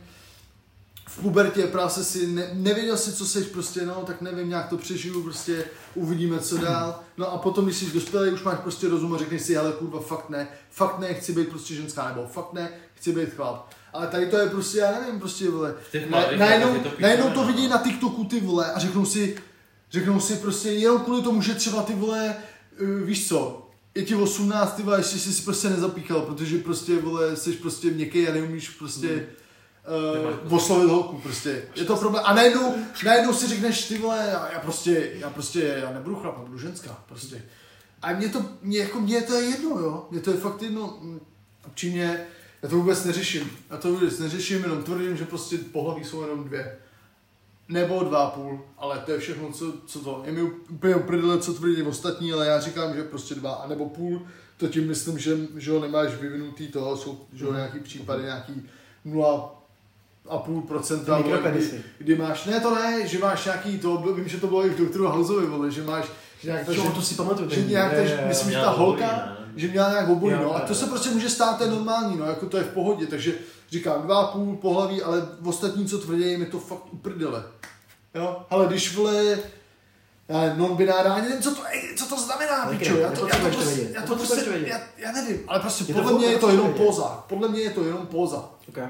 v pubertě prál se si, ne, nevěděl si, co seš, prostě, no, tak nevím, nějak to přežiju, prostě uvidíme, co dál. No a potom, když jsi dospělý, už máš prostě rozum a řekneš si, hele, kurva, fakt ne, fakt ne, chci být prostě ženská, nebo fakt ne, chci být chlap. Ale tady to je prostě, já nevím, prostě, vole, najednou, najednou to vidí na TikToku, ty vole, a řeknou si, řeknou si prostě, jenom kvůli tomu, že třeba ty vole, uh, víš co, je ti osmnáct, ty vole, ještě jsi si prostě nezapíchal, protože prostě, vole, jsi prostě měkký a neumíš prostě mm. uh, oslovit holku, prostě. Je to problém. A najednou, najednou si řekneš, ty vole, já, já prostě, já prostě, já nebudu chlap, já budu ženská, prostě. A mě to, mě, jako, mě to je jedno, jo, mě to je fakt jedno, upřímně, já to vůbec neřeším, já to vůbec neřeším, jenom tvrdím, že prostě pohlaví jsou jenom dvě. Nebo dva a půl, ale to je všechno, co, co to. Je mi úplně uprdele, co tvrdí ostatní, ale já říkám, že prostě dva a nebo půl, to tím myslím, že, že ho nemáš vyvinutý toho, jsou že ho nějaký případy, nějaký nula a půl procenta, kdy, kdy máš, ne to ne, že máš nějaký to, vím, že to bylo i v doktoru Houseovi, vole, že máš, že nějak to, že, že, to si pamatuju, že nějak, je, je, myslím, že ta holka, že měla nějak obojí, no, a to se prostě může stát, to je normální, no, jako to je v pohodě, takže říkám, dva a půl pohlaví, ale v ostatní, co tvrdí, mi to fakt uprdele. Jo, ale když, vole, non-binární, ani nevím, co to, co to znamená, pičo, já to, já to prostě, já to prostě, já, já nevím, ale prostě je podle mě je to jenom póza, podle mě je to jenom póza. Okay.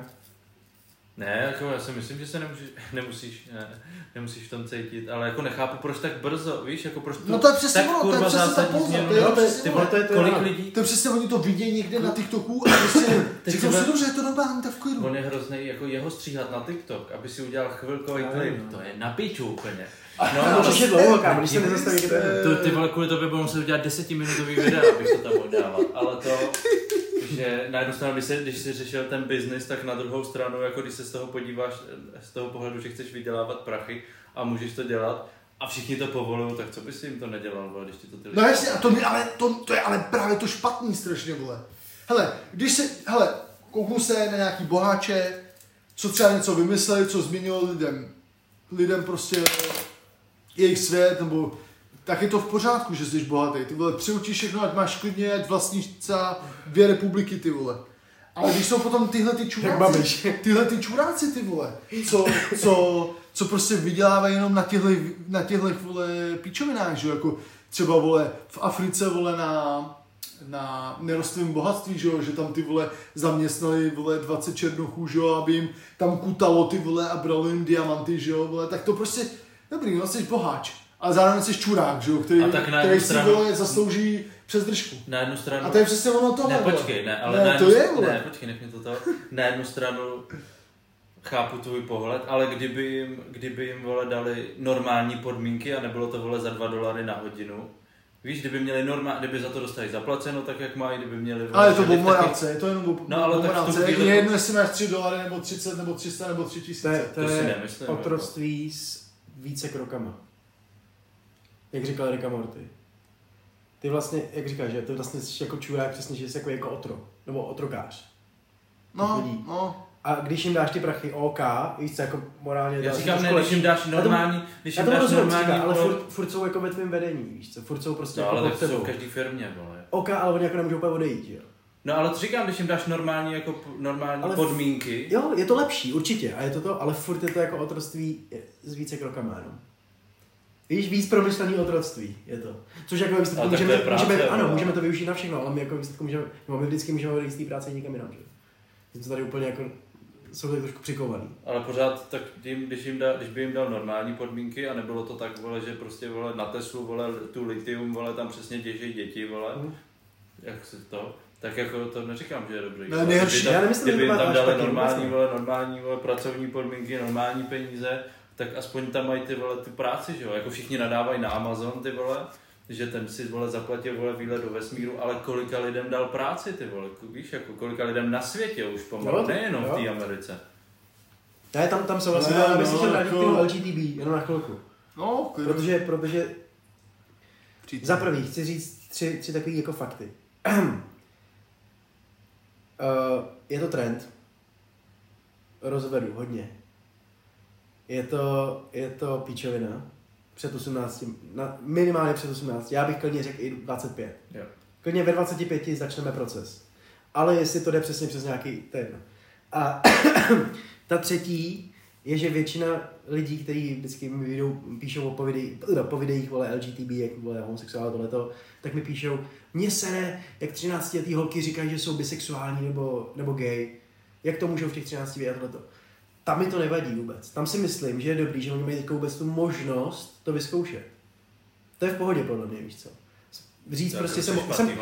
Ne, jako já si myslím, že se nemůžeš, nemusíš, ne, nemusíš v tom cítit, ale jako nechápu, proč tak brzo, víš, jako proč no to je přesně tak ono, to je přesně ta póza, to je, to je, ty vole, to je, kolik lidí? To je přesně, oni to vidějí někde na TikToku a prostě říkám si dobře, je to normální, tak v klidu. On je hrozný, jako jeho stříhat na TikTok, aby si udělal chvilkový klip, to je na piču úplně. No, no, to je dlouho, kámo, když se nezastaví, to ty vole, kvůli tobě budu muset udělat desetiminutový videa, abych to tam mohl dávat, ale to, že na jednu stranu, když, se, když jsi řešil ten biznis, tak na druhou stranu, jako když se z toho podíváš, z toho pohledu, že chceš vydělávat prachy a můžeš to dělat a všichni to povolují, tak co bys jim to nedělal, vole, když ti to ty lidi... No jasně, a to, mi, ale, to, to je ale právě to špatný strašně, vole. Hele, když se, hele, kouknu se na nějaký boháče, co třeba něco vymysleli, co změnilo lidem, lidem prostě jejich svět, nebo tak je to v pořádku, že jsi bohatý, ty vole, přiučíš všechno, ať máš klidně, ať vlastníš třeba dvě republiky, ty vole. Ale když jsou potom tyhle ty čuráci, tyhle ty čuráci, ty vole, co, co, co prostě vydělávají jenom na těchto, na těchto, vole, píčovinách, že jako třeba, vole, v Africe, vole, na, na nerostlivém bohatství, že jo, že tam ty, vole, zaměstnali, vole, dvacet černochů, že jo, aby jim tam kutalo, ty, vole, a brali jim diamanty, že jo, vole, tak to prostě, dobrý, no, jsi boháč. Ale zároveň jsi čurák, že jo, který, který si vole, zaslouží přes držku. Na jednu stranu... A to je přesně ono tohle. Ne, počkej, ne, ale ne, na jednu, to je, vole. Ne, počkej, nech mi to to. Na jednu stranu chápu tvůj pohled, ale kdyby jim, kdyby jim, vole, dali normální podmínky a nebylo to, vole, za dva dolary na hodinu, víš, kdyby měli normál, kdyby za to dostali zaplaceno, tak jak mají, kdyby měli... Vole, ale je to o morálce, je to jenom o, no, ale o morálce. Tak je jedno, jestli máš tři dolary, nebo třicet, nebo tři sta, nebo tři tisíce. To, to, to je otroctví s více krokama. Jak říkal Rick a Morty. Ty vlastně, jak říkáš, že ty vlastně jsi jako čurák, přesně, že jsi jako, jako otro, nebo otrokář. No, no. A když jim dáš ty prachy OK, víš co, jako morálně... Já říkám, ne, když jim dáš normální, když jim dáš rozumím, normální... Říká, ale furt, furt jsou jako ve tvým vedení, víš co, furt jsou prostě no, jako ale tak jsou v každý firmě, vole. OK, ale oni jako nemůžou úplně odejít, jo. No ale to říkám, když jim dáš normální, jako normální ale podmínky... F... Jo, je to lepší, určitě, a je to to, ale furt je to jako otroctví s více krokama, no. Víš, víc promyšlený otroctví je to. Což jako výsledku můžeme, práce, můžeme, ano, můžeme to využít na všechno, ale my jako výsledku můžeme, no, my vždycky můžeme odejít z té práce někam jinam, že? Jsme tady úplně jako, jsou tady trošku přikovaný. Ale pořád, tak tím, když, jim dá, když by jim dal normální podmínky a nebylo to tak, vole, že prostě, vole, na Teslu, vole, tu litium, vole, tam přesně těží děti, vole, mm. jak se to, tak jako to neříkám, že je dobrý. Ne, nejhorší, já nemyslím, kdyby jim tam dali normální, vole, normální, vole, pracovní podmínky, normální peníze, tak aspoň tam mají ty, vole, tu práci, že jo, jako všichni nadávají na Amazon, ty vole, že ten si, vole, zaplatil, vole, výlet do vesmíru, ale kolika lidem dal práci, ty vole, víš, jako kolika lidem na světě už pomalu, nejenom v té Americe. Ne, tam, tam jsou vlastně, ne, myslím, no, že jako... jako... L G B T, jenom na chvilku. No, klidně. Protože, protože Přijďte. za prvý chci říct tři, tři takové jako fakty. uh, je to trend. Rozvedu hodně. Je to, je to píčovina. Před osmnácti, na, minimálně před osmnácti. Já bych klidně řekl i dvacet pět. Jo. Klidně ve dvaceti pěti začneme proces. Ale jestli to jde přesně přes nějaký ten. A ta třetí je, že většina lidí, kteří vždycky mi vidou, píšou o povidej, po videích, vole, L G T B, jak vole, homosexuál, tohleto, tak mi píšou, mně sere, jak třináctiletý holky říkají, že jsou bisexuální nebo, nebo gay. Jak to můžou v těch třinácti vědět tohleto? Tam mi to nevadí vůbec. Tam si myslím, že je dobrý, že oni mají teď vůbec tu možnost to vyzkoušet. To je v pohodě podle mě, víš co. Říct Tak prostě jsem... jsem... jsem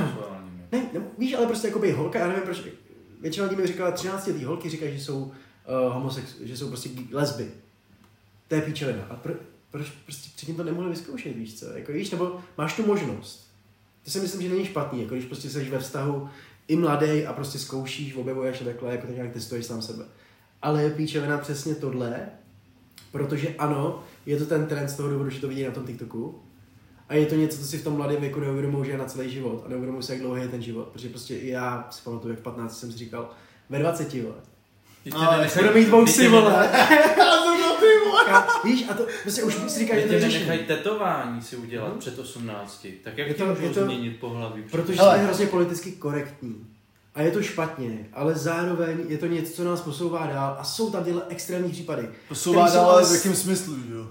ne, ne, víš, ale prostě jako by holka, já nevím proč, většina lidí mi říkala, třináctiletý holky říkají, že jsou uh, homosex, že jsou prostě lesby. To je píčovina. A pro, proč prostě předtím to nemohli vyzkoušet, víš co? Jako víš, nebo máš tu možnost. To si myslím, že není špatný, jako když prostě jsi ve vztahu i mladý a prostě zkoušíš, objevuješ a takhle, jako to nějak testuješ sám sebe. Ale je píčovina přesně tohle, protože ano, je to ten trend z toho důvodu, že to vidí na tom TikToku. A je to něco, co si v tom mladém věku neuvědomuji, že je na celý život a neuvědomuji si, jak dlouhý je ten život. Protože prostě i já si pamatuju, jak v patnácti jsem si říkal, ve dvaceti, vole. Budu mít vousy, vole. Já jsem na ty, vole. Víš, a to prostě už si říkáš, že to Teď je tě nenechají řešení. tetování si udělat hmm. před osmnácti. Tak jak Je ti to- můžou je to- změnit pohlaví? Protože Hele. to je hrozně politicky korektní. A je to špatně, ale zároveň je to něco, co nás posouvá dál a jsou tam tyhle extrémní případy. Posouvá který jsou dál, ale ale v s- jakém smyslu, jo?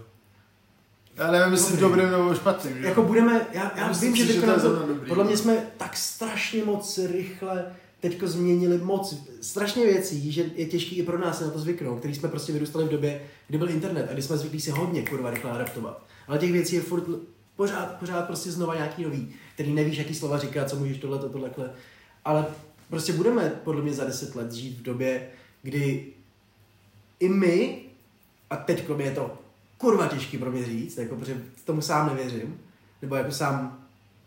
Já nevím, jestli Dobrý. dobrým nebo špatným, jo? Jako budeme, já, já Myslím vím, si, že že teďko to je nám zrovna to, dobrý, podle no. mě jsme tak strašně moc rychle teďko změnili moc, strašně věcí, že je těžký i pro nás se na to zvyknout, který jsme prostě vyrůstali v době, kdy byl internet a kdy jsme zvyklí se hodně kurva rychle adaptovat. Ale těch věcí je furt pořád, pořád prostě znova nějaký nový, který nevíš, jaký slova říkat, co můžeš tohleto, tohleto. Ale prostě budeme podle mě za deset let žít v době, kdy i my, a teď je to kurva těžký pro mě říct, jako, protože tomu sám nevěřím, nebo jako sám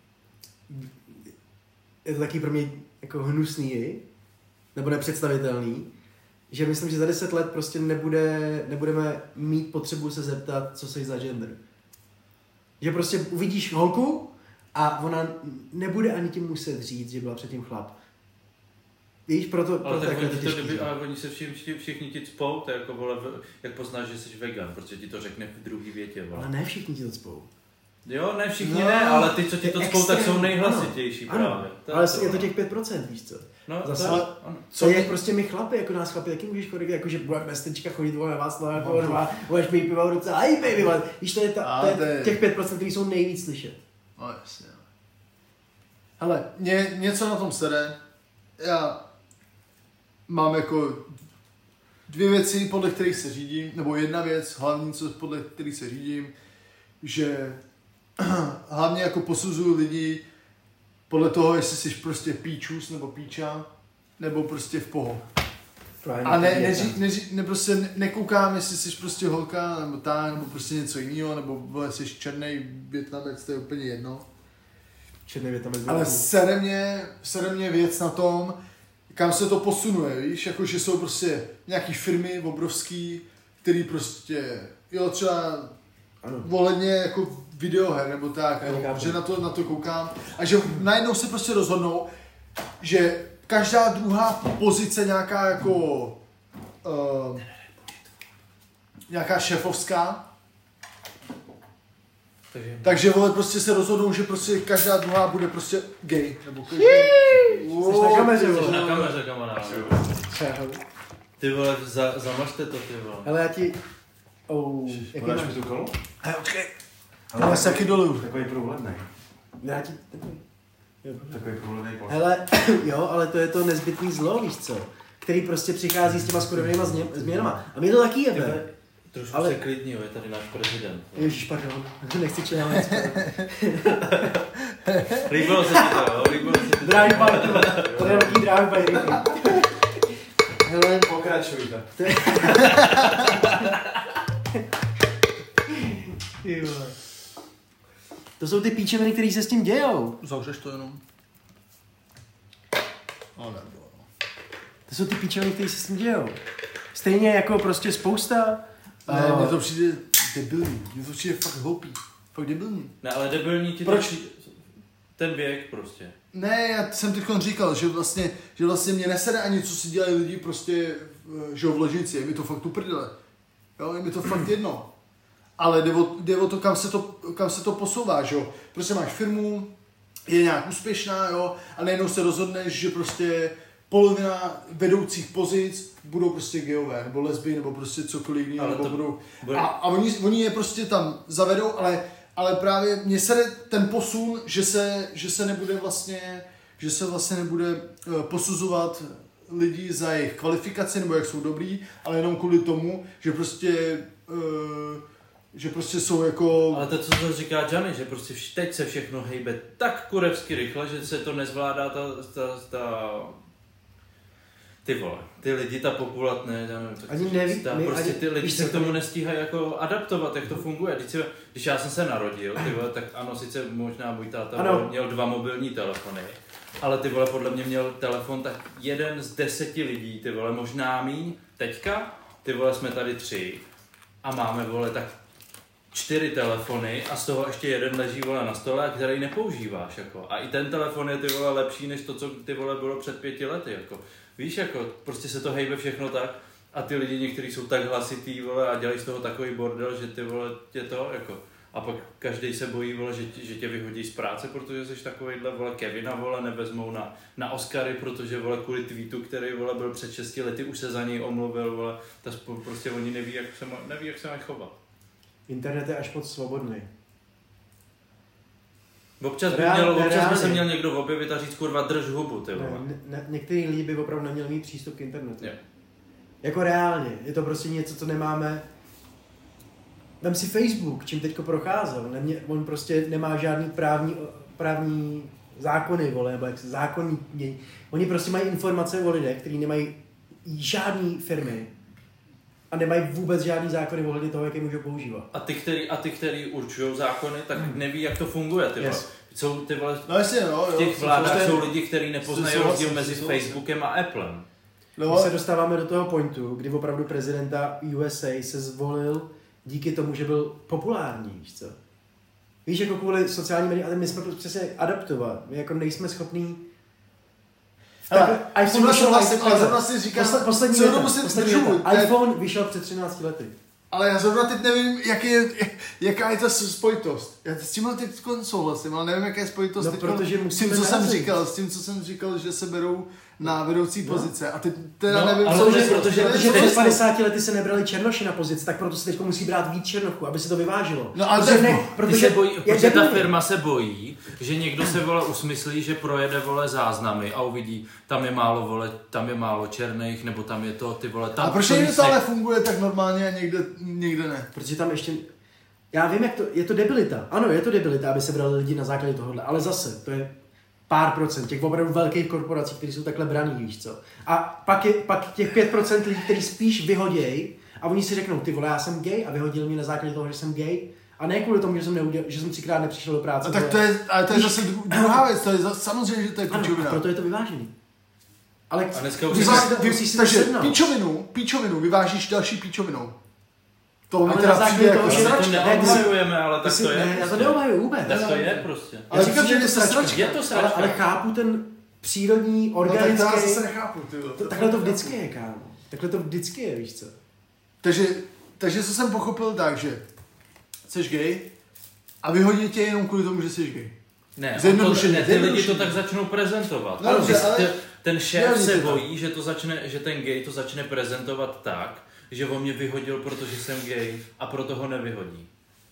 je to taky pro mě jako hnusný, nebo nepředstavitelný, že myslím, že za deset let prostě nebude, nebudeme mít potřebu se zeptat, co jsi za gender. Že prostě uvidíš holku a ona nebude ani ti muset říct, že byla předtím chlap. Víš, proto, Ale proto tak jako je oni, to to těžký. doby, ale oni se všim, všichni, všichni ti cpou, to je jako, vole, v- jak poznáš, že jsi vegan, protože ti to řekne v druhý větě, vole. Ale ne všichni ti to cpou. Jo, ne všichni No, ne, ale ty, co ti to je cpou, tak jsou extrém, nejhlasitější ano, právě. Ano, ale je to těch pět procent, víš co? No, zase- to, ale- ano. Co je prostě my chlapi, jako nás chlapi, taky můžeš chodit, jako že bude mestečka chodit vole na vás, no, jako no, budeš mít pivo v ruce, aj baby, vole. Víš, to je, ta, Ale to to je je- těch pět procent, kteří jsou nejvíc slyšet. No jasně. Hele, ně, něco na tom sere. Já mám jako dvě věci, podle kterých se řídím, nebo jedna věc, hlavní, co podle kterých se řídím, že hlavně jako posuzuju lidi podle toho, jestli jsi prostě píčus nebo píča, nebo prostě v poho. A ne, neří, neří, ne, prostě ne, nekoukám, jestli jsi prostě holka, nebo tak, nebo prostě něco jiného, nebo vole, jsi černý Vietnamec, to je úplně jedno. Černý Vietnamec. Ale sere mě, sere mě věc na tom, kam se to posunuje, víš, jako že jsou prostě nějaký firmy obrovský, který prostě, jo, třeba Ano. voledně jako videoher nebo tak, Já jo, nechápu. že na to, na to koukám a že najednou se prostě rozhodnou, že každá druhá pozice nějaká jako uh, nějaká šéfovská, Takže... takže vole prostě se rozhodnou, že prostě každá druhá bude prostě gay, nebo každý... Jsi na kameře, Jsi vole. na kameře, kamaráde. Čau. Ty vole, za, zamažte to, ty vole. Hele, já ti... Oh, jaký Podáš máš? mi tu kolu? Hej, okej. Ale se taky dolů. Takový průhledný. Já ti... takový. Jo. Takový průhledný pol. Hele, jo, ale to je to nezbytný zlo, víš co? Který prostě přichází s těma skurvenýma změ- změnama. A mě to taky jebe. Trošku Ale- se klidni, jo, je tady náš prezident. Ježiš, pardon, nechci čelit. Líbilo se ti to, jo, líbilo se ti to. Drahý pán, to je velký drahý pán, Ricky. Hele, Pokračujte. ty vole. To jsou ty píčeviny, které se s tím dějou. Zavřeš to jenom. No, nebylo. To jsou ty píčeviny, které se s tím dějou. Stejně jako prostě spousta... Ne, uh, mně to přijde debilní, mě to přijde fakt hloupý, fakt debilní. Ne, ale debilní ti Proč? to, ten věk prostě. Ne, já jsem teď říkal, že vlastně, že vlastně mě nesede ani co si dělají lidi prostě, že jo, v ložnici, je mi to fakt uprdele. Jo, je mi to fakt jedno. Ale jde o, jde o to, kam se to, kam se to posouvá, že jo. Prostě máš firmu, je nějak úspěšná, jo, a najednou se rozhodneš, že prostě polovina vedoucích pozic budou prostě geové, nebo lesby, nebo prostě cokoliv jiného, nebo budou... Bude... A, a oni, oni je prostě tam zavedou, ale, ale právě mně se ten posun, že se, že se nebude vlastně, že se vlastně nebude uh, posuzovat lidi za jejich kvalifikaci, nebo jak jsou dobrý, ale jenom kvůli tomu, že prostě... Uh, že prostě jsou jako... Ale to, co to říká Johnny, že prostě teď se všechno hejbe tak kurevsky rychle, že se to nezvládá ta, ta, ta ty vole, ty lidi, ta populace, ne, já nevím, tak ani neví, ta, my, prostě ani, ty lidi víš, se k tomu to... nestíhají jako adaptovat, jak to funguje. Když, si, když já jsem se narodil, ty vole, tak ano, sice možná můj táta ano. měl dva mobilní telefony, ale ty vole, podle mě měl telefon tak jeden z deseti lidí, ty vole, možná míň, teďka, ty vole, jsme tady tři a máme, vole, tak čtyři telefony a z toho ještě jeden leží, vole, na stole, který nepoužíváš, jako. A i ten telefon je, ty vole, lepší, než to, co ty vole bylo před pěti lety, jako. Víš, jako, prostě se to hejbe všechno tak a ty lidi někteří jsou tak hlasitý, vole, a dělají z toho takový bordel, že ty, vole, tě to, jako. A pak každý se bojí, vole, že, tě, že tě vyhodí z práce, protože jsi takovejhle, vole, Kevina, vole, nevezmou na, na Oscary, protože, vole, kvůli tweetu, který, vole, byl před šesti lety, už se za něj omluvil, vole, ta spolu, prostě oni neví, jak se, neví, jak se mají chovat. Internet je až moc svobodný. Občas by, měl, občas by se měl někdo objevit a říct, kurva, drž hubu, ty vole. Ne, ne, některý lidi by opravdu neměli mít přístup k internetu. Je. Jako reálně, je to prostě něco, co nemáme. Vem si Facebook, čím teďko procházel, Nemě, on prostě nemá žádný právní, právní zákony, vole, nebo jak se zákonní, oni prostě mají informace o lidech, kteří nemají žádný firmy a nemají vůbec žádný zákony ohledně toho, jak je můžou používat. A ty, který, a ty, který určují zákony, tak mm. neví, jak to funguje, ty vole. Yes. Jsou ty vole, no, jasně, no, v těch jo, vládách prostě... jsou lidi, kteří nepoznají rozdíl mezi Facebookem a Applem. No. My se dostáváme do toho pointu, kdy opravdu prezidenta U S A se zvolil díky tomu, že byl populární, víš co? Víš, jako kvůli sociální médii, ale my jsme přesně adaptovat, my jako nejsme schopní. Ale iPhone vyšel vlastně, ale zrovna si říkám, Posle, poslední co věta, musím poslední držu, věta. iPhone vyšel před třinácti lety. Ale já zrovna teď nevím, jak je, jaká je ta spojitost. Já s tímhle teď souhlasím, ale nevím, jaká je spojitost no, teď s tím, co jsem říkal, s tím, co jsem říkal, že se berou na vedoucí no. pozice. A teď teda no, nevím, ale co že, je, protože, protože před padesáti lety se nebrali černoši na pozici, tak proto se teď musí brát víc černochů, aby se to vyvážilo. No, ale protože, ne, protože, se bojí, protože ta firma se bojí, že někdo se, vole, usmyslí, že projede, vole, záznamy a uvidí, tam je málo, vole, tam je málo černých, nebo tam je to, ty vole, tam... A proč někde to ale funguje tak normálně a někde, někde ne? Protože tam ještě... Já vím, jak to... Je to debilita. Ano, je to debilita, aby se brali lidi na základě tohohle, ale zase, to je pár procent těch opravdu velkých korporací, které jsou takhle braný, víš co. A pak, je, pak těch pět procent lidí, kteří spíš vyhodějí a oni si řeknou, ty vole, já jsem gay a vyhodil mě na základě toho, že jsem gay. A ne kvůli tomu, že jsem, neuděl, že jsem třikrát nepřišel do práce. A tak to je, ale to je zase druhá věc, to je zase, samozřejmě, že to je klíčovina. Ano, proto je to vyvážený. Ale a dneska už vyvá, vy, vy, takže píčovinu, píčovinu vyvážíš další píčovinou. To mi teda přijde jako sračka. To neobhajujeme, ale tak to je. Ne, já to neobhajuji vůbec. Tak to je prostě. Já říkám, že je to sračka. Je to sračka. Ale chápu ten přírodní, organický... No tak to já zase nechápu, ty. Takhle to vždycky je, kámo. Takhle to vždycky je, víš co. Takže, takže co jsem pochopil tak, že jsi gay a vyhodí tě jenom kvůli tomu, že jsi gay. Ne, to, ne ty lidi to tak začnou prezentovat. No, dobře, ale... Ten šéf se bojí, že, to začne, že ten gay to začne prezentovat tak, že on mě vyhodil, protože jsem gay a proto ho nevyhodí.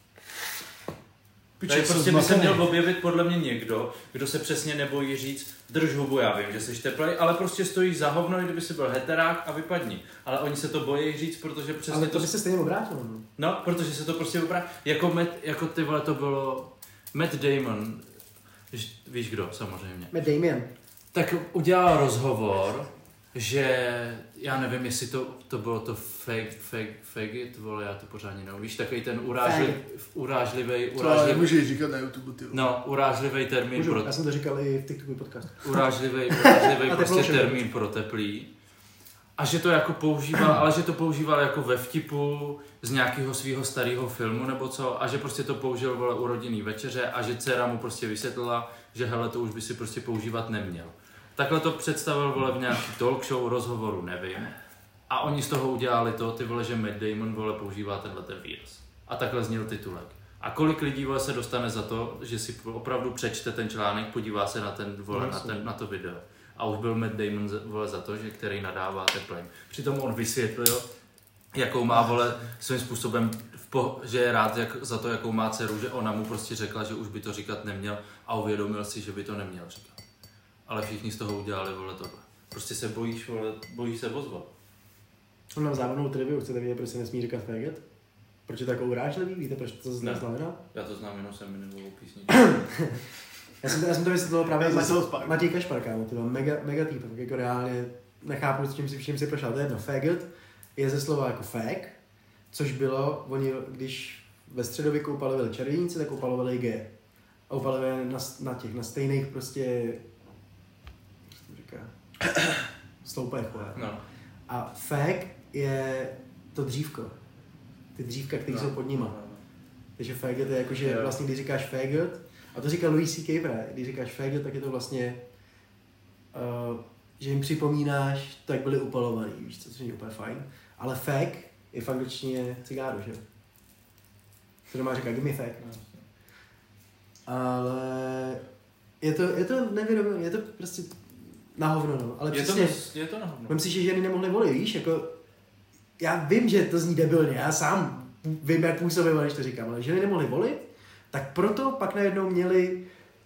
Tady prostě by se měl objevit podle mě někdo, kdo se přesně nebojí říct, drž hubu, já vím, že jsi teplej, ale prostě stojíš za hovno, kdyby si byl heterák a vypadni. Ale oni se to bojí říct, protože přesně ale to... to by se stejně obrátilo. No, no protože se to prostě obrátilo. Jako, Matt, jako ty vole, to bylo Matt Damon, víš kdo, samozřejmě. Matt Damon. Tak udělal rozhovor, že já nevím, jestli to, to bylo to fake, fake, fake it, vole, já to pořádně nevím. Víš, takový ten urážliv, urážlivej, urážlivej... To nemůžeš říkat na YouTube, ty. No, urážlivej termín Můžu, pro... já jsem to říkal i v TikToku podcastu. Urážlivej, urážlivej prostě termín pro teplý. A že to jako používal, ale že to používal jako ve vtipu z nějakého svého starého filmu nebo co, a že prostě to použil, vole, u rodinný večeře a že dcera mu prostě vysvětlila, že hele, to už by si prostě používat neměl. Takhle to představil, vole, v nějaký talk show, rozhovoru, nevím. A oni z toho udělali to, ty vole, že Matt Damon, vole, používá tenhle ten výraz. A takhle zněl titulek. A kolik lidí, vole, se dostane za to, že si opravdu přečte ten článek, podívá se na, ten, vole, na, ten, na to video. A už byl Matt Damon, vole, za to, že který nadává teplem. Přitom on vysvětlil, jakou má, vole, svým způsobem, v po, že je rád jak, za to, jakou má dceru, že ona mu prostě řekla, že už by to říkat neměl a uvědomil si, že by to neměl říkat. Ale všichni z toho udělali, vole, tohle. Prostě se bojíš, vole, bojíš se ozvat. Jsem nám závodnou triviu, chcete vědět, proč se nesmí říkat faggot? Proč je to jako urážlivý? Víte, proč to ne. znamená? Já to znám, jenom jsem minovou písničku. já, jsem, já jsem to vysvětlil právě Matěj, Matěj Kašpar, kámo, to mega, mega týpek, jako reálně nechápu, s čím si, vším si prošel, to je jedno. Faggot je ze slova jako fag, což bylo, oni, když ve středověku upalovali čarodějníci, tak upalovali G. A upalovali na, na těch, na stejných prostě, co to říká, sloupech, no. A fag je to dřívko. Ty dřívka, které no. jsou pod nima. Takže faggot je jako, že yeah. vlastně, když říkáš faggot, a to říká Louis C K právě, když říkáš faggot, tak je to vlastně, uh, že jim připomínáš, tak byli upalovaný, víš co, což je úplně fajn. Ale fag je v angličtině cigáro, že? Co doma říká, give me fag. No. Ale je to, je to nevědomé, je to prostě na hovno, no. Ale je přesně, to, je to na hovno. Vem si, že ženy nemohly volit, víš, jako, já vím, že to zní debilně, já sám vím, jak působím, když to říkám, ale ženy nemohly volit, tak proto pak najednou měli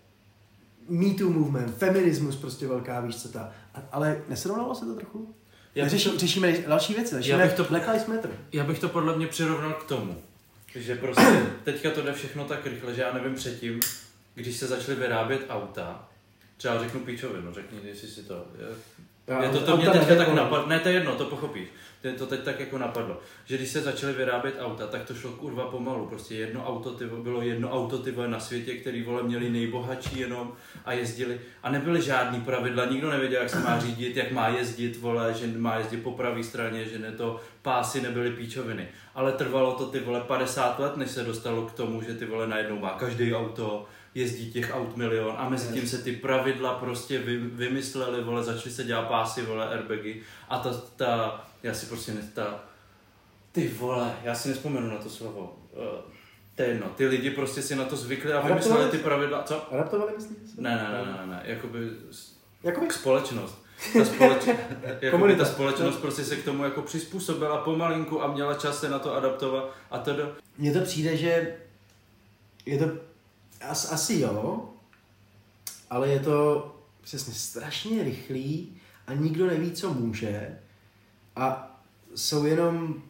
Me Too movement, feminismus prostě velká, víš co ta. Ale nesrovnalo se to trochu? Já Řeši, to, řešíme další věci, řešíme to, Black Lives Matter. Já bych to podle mě přirovnal k tomu, že prostě teďka to jde všechno tak rychle, že já nevím předtím, když se začaly vyrábět auta, třeba řeknu píčovinu, řekni, jestli si to... Je, je to, to mě teďka tak napadlo, ne, to je jedno, to pochopíš. To, to teď tak jako napadlo, že když se začaly vyrábět auta, tak to šlo kurva pomalu, prostě jedno auto, ty, bylo jedno auto ty na světě, který, vole, měli nejbohatší jenom a jezdili a nebyly žádný pravidla, nikdo nevěděl, jak se má řídit, jak má jezdit, vole, že má jezdit po pravé straně, že ne to pásy nebyly píčoviny, ale trvalo to ty, vole, padesát let, než se dostalo k tomu, že ty, vole, najednou má každý auto, jezdí těch aut milion a mezi tím se ty pravidla prostě vy, vymysleli, vole, začaly se dělat pásy, vole, airbagy a ta, ta já si prostě ne, ta, ty vole, já si nespomenu na to slovo, uh, to je jedno, ty lidi prostě si na to zvykli a vymysleli ty pravidla, co? Adaptovali, myslíš? Ne, ne, ne, ne, ne, jakoby, jakoby? společnost. Ta, společ, jakoby ta společnost prostě se k tomu jako přizpůsobila pomalinku a měla čas se na to adaptovat a to do... Mně to přijde, že je to as, asi jo, ale je to přesně strašně rychlý a nikdo neví, co může. A jsou jenom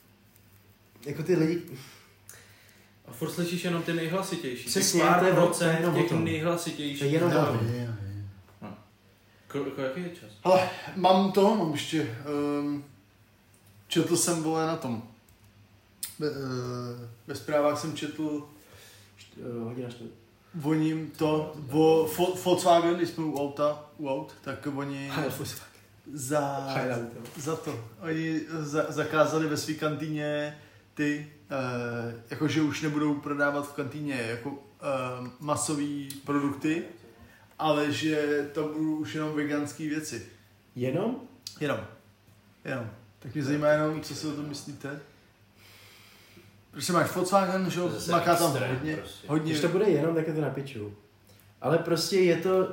jako ty lidi... A furt slyšíš jenom ty nejhlasitější. Přesně, to je procent těch nejhlasitějších. To je jenom no. no. Ko, jaký je čas? Ale mám to, mám ještě... Um, četl jsem, vole, na tom. Ve, uh, ve zprávách jsem četl... Uh, hodina čtyři. Oni to, vo, Volkswagen, když jsme u auta, u aut, tak oni... Za, za to. Oni za, zakázali ve své kantýně ty, eh, jakože už nebudou prodávat v kantýně jako eh, masové produkty, ale že to budou už jenom veganské věci. Jenom? Jenom. Jenom. Tak mě zajímá jenom, co si o tom myslíte. Protože máš Volkswagen, že maká tam hodně, prostě. hodně. Když to bude jenom, tak je to na piču. Ale prostě je to...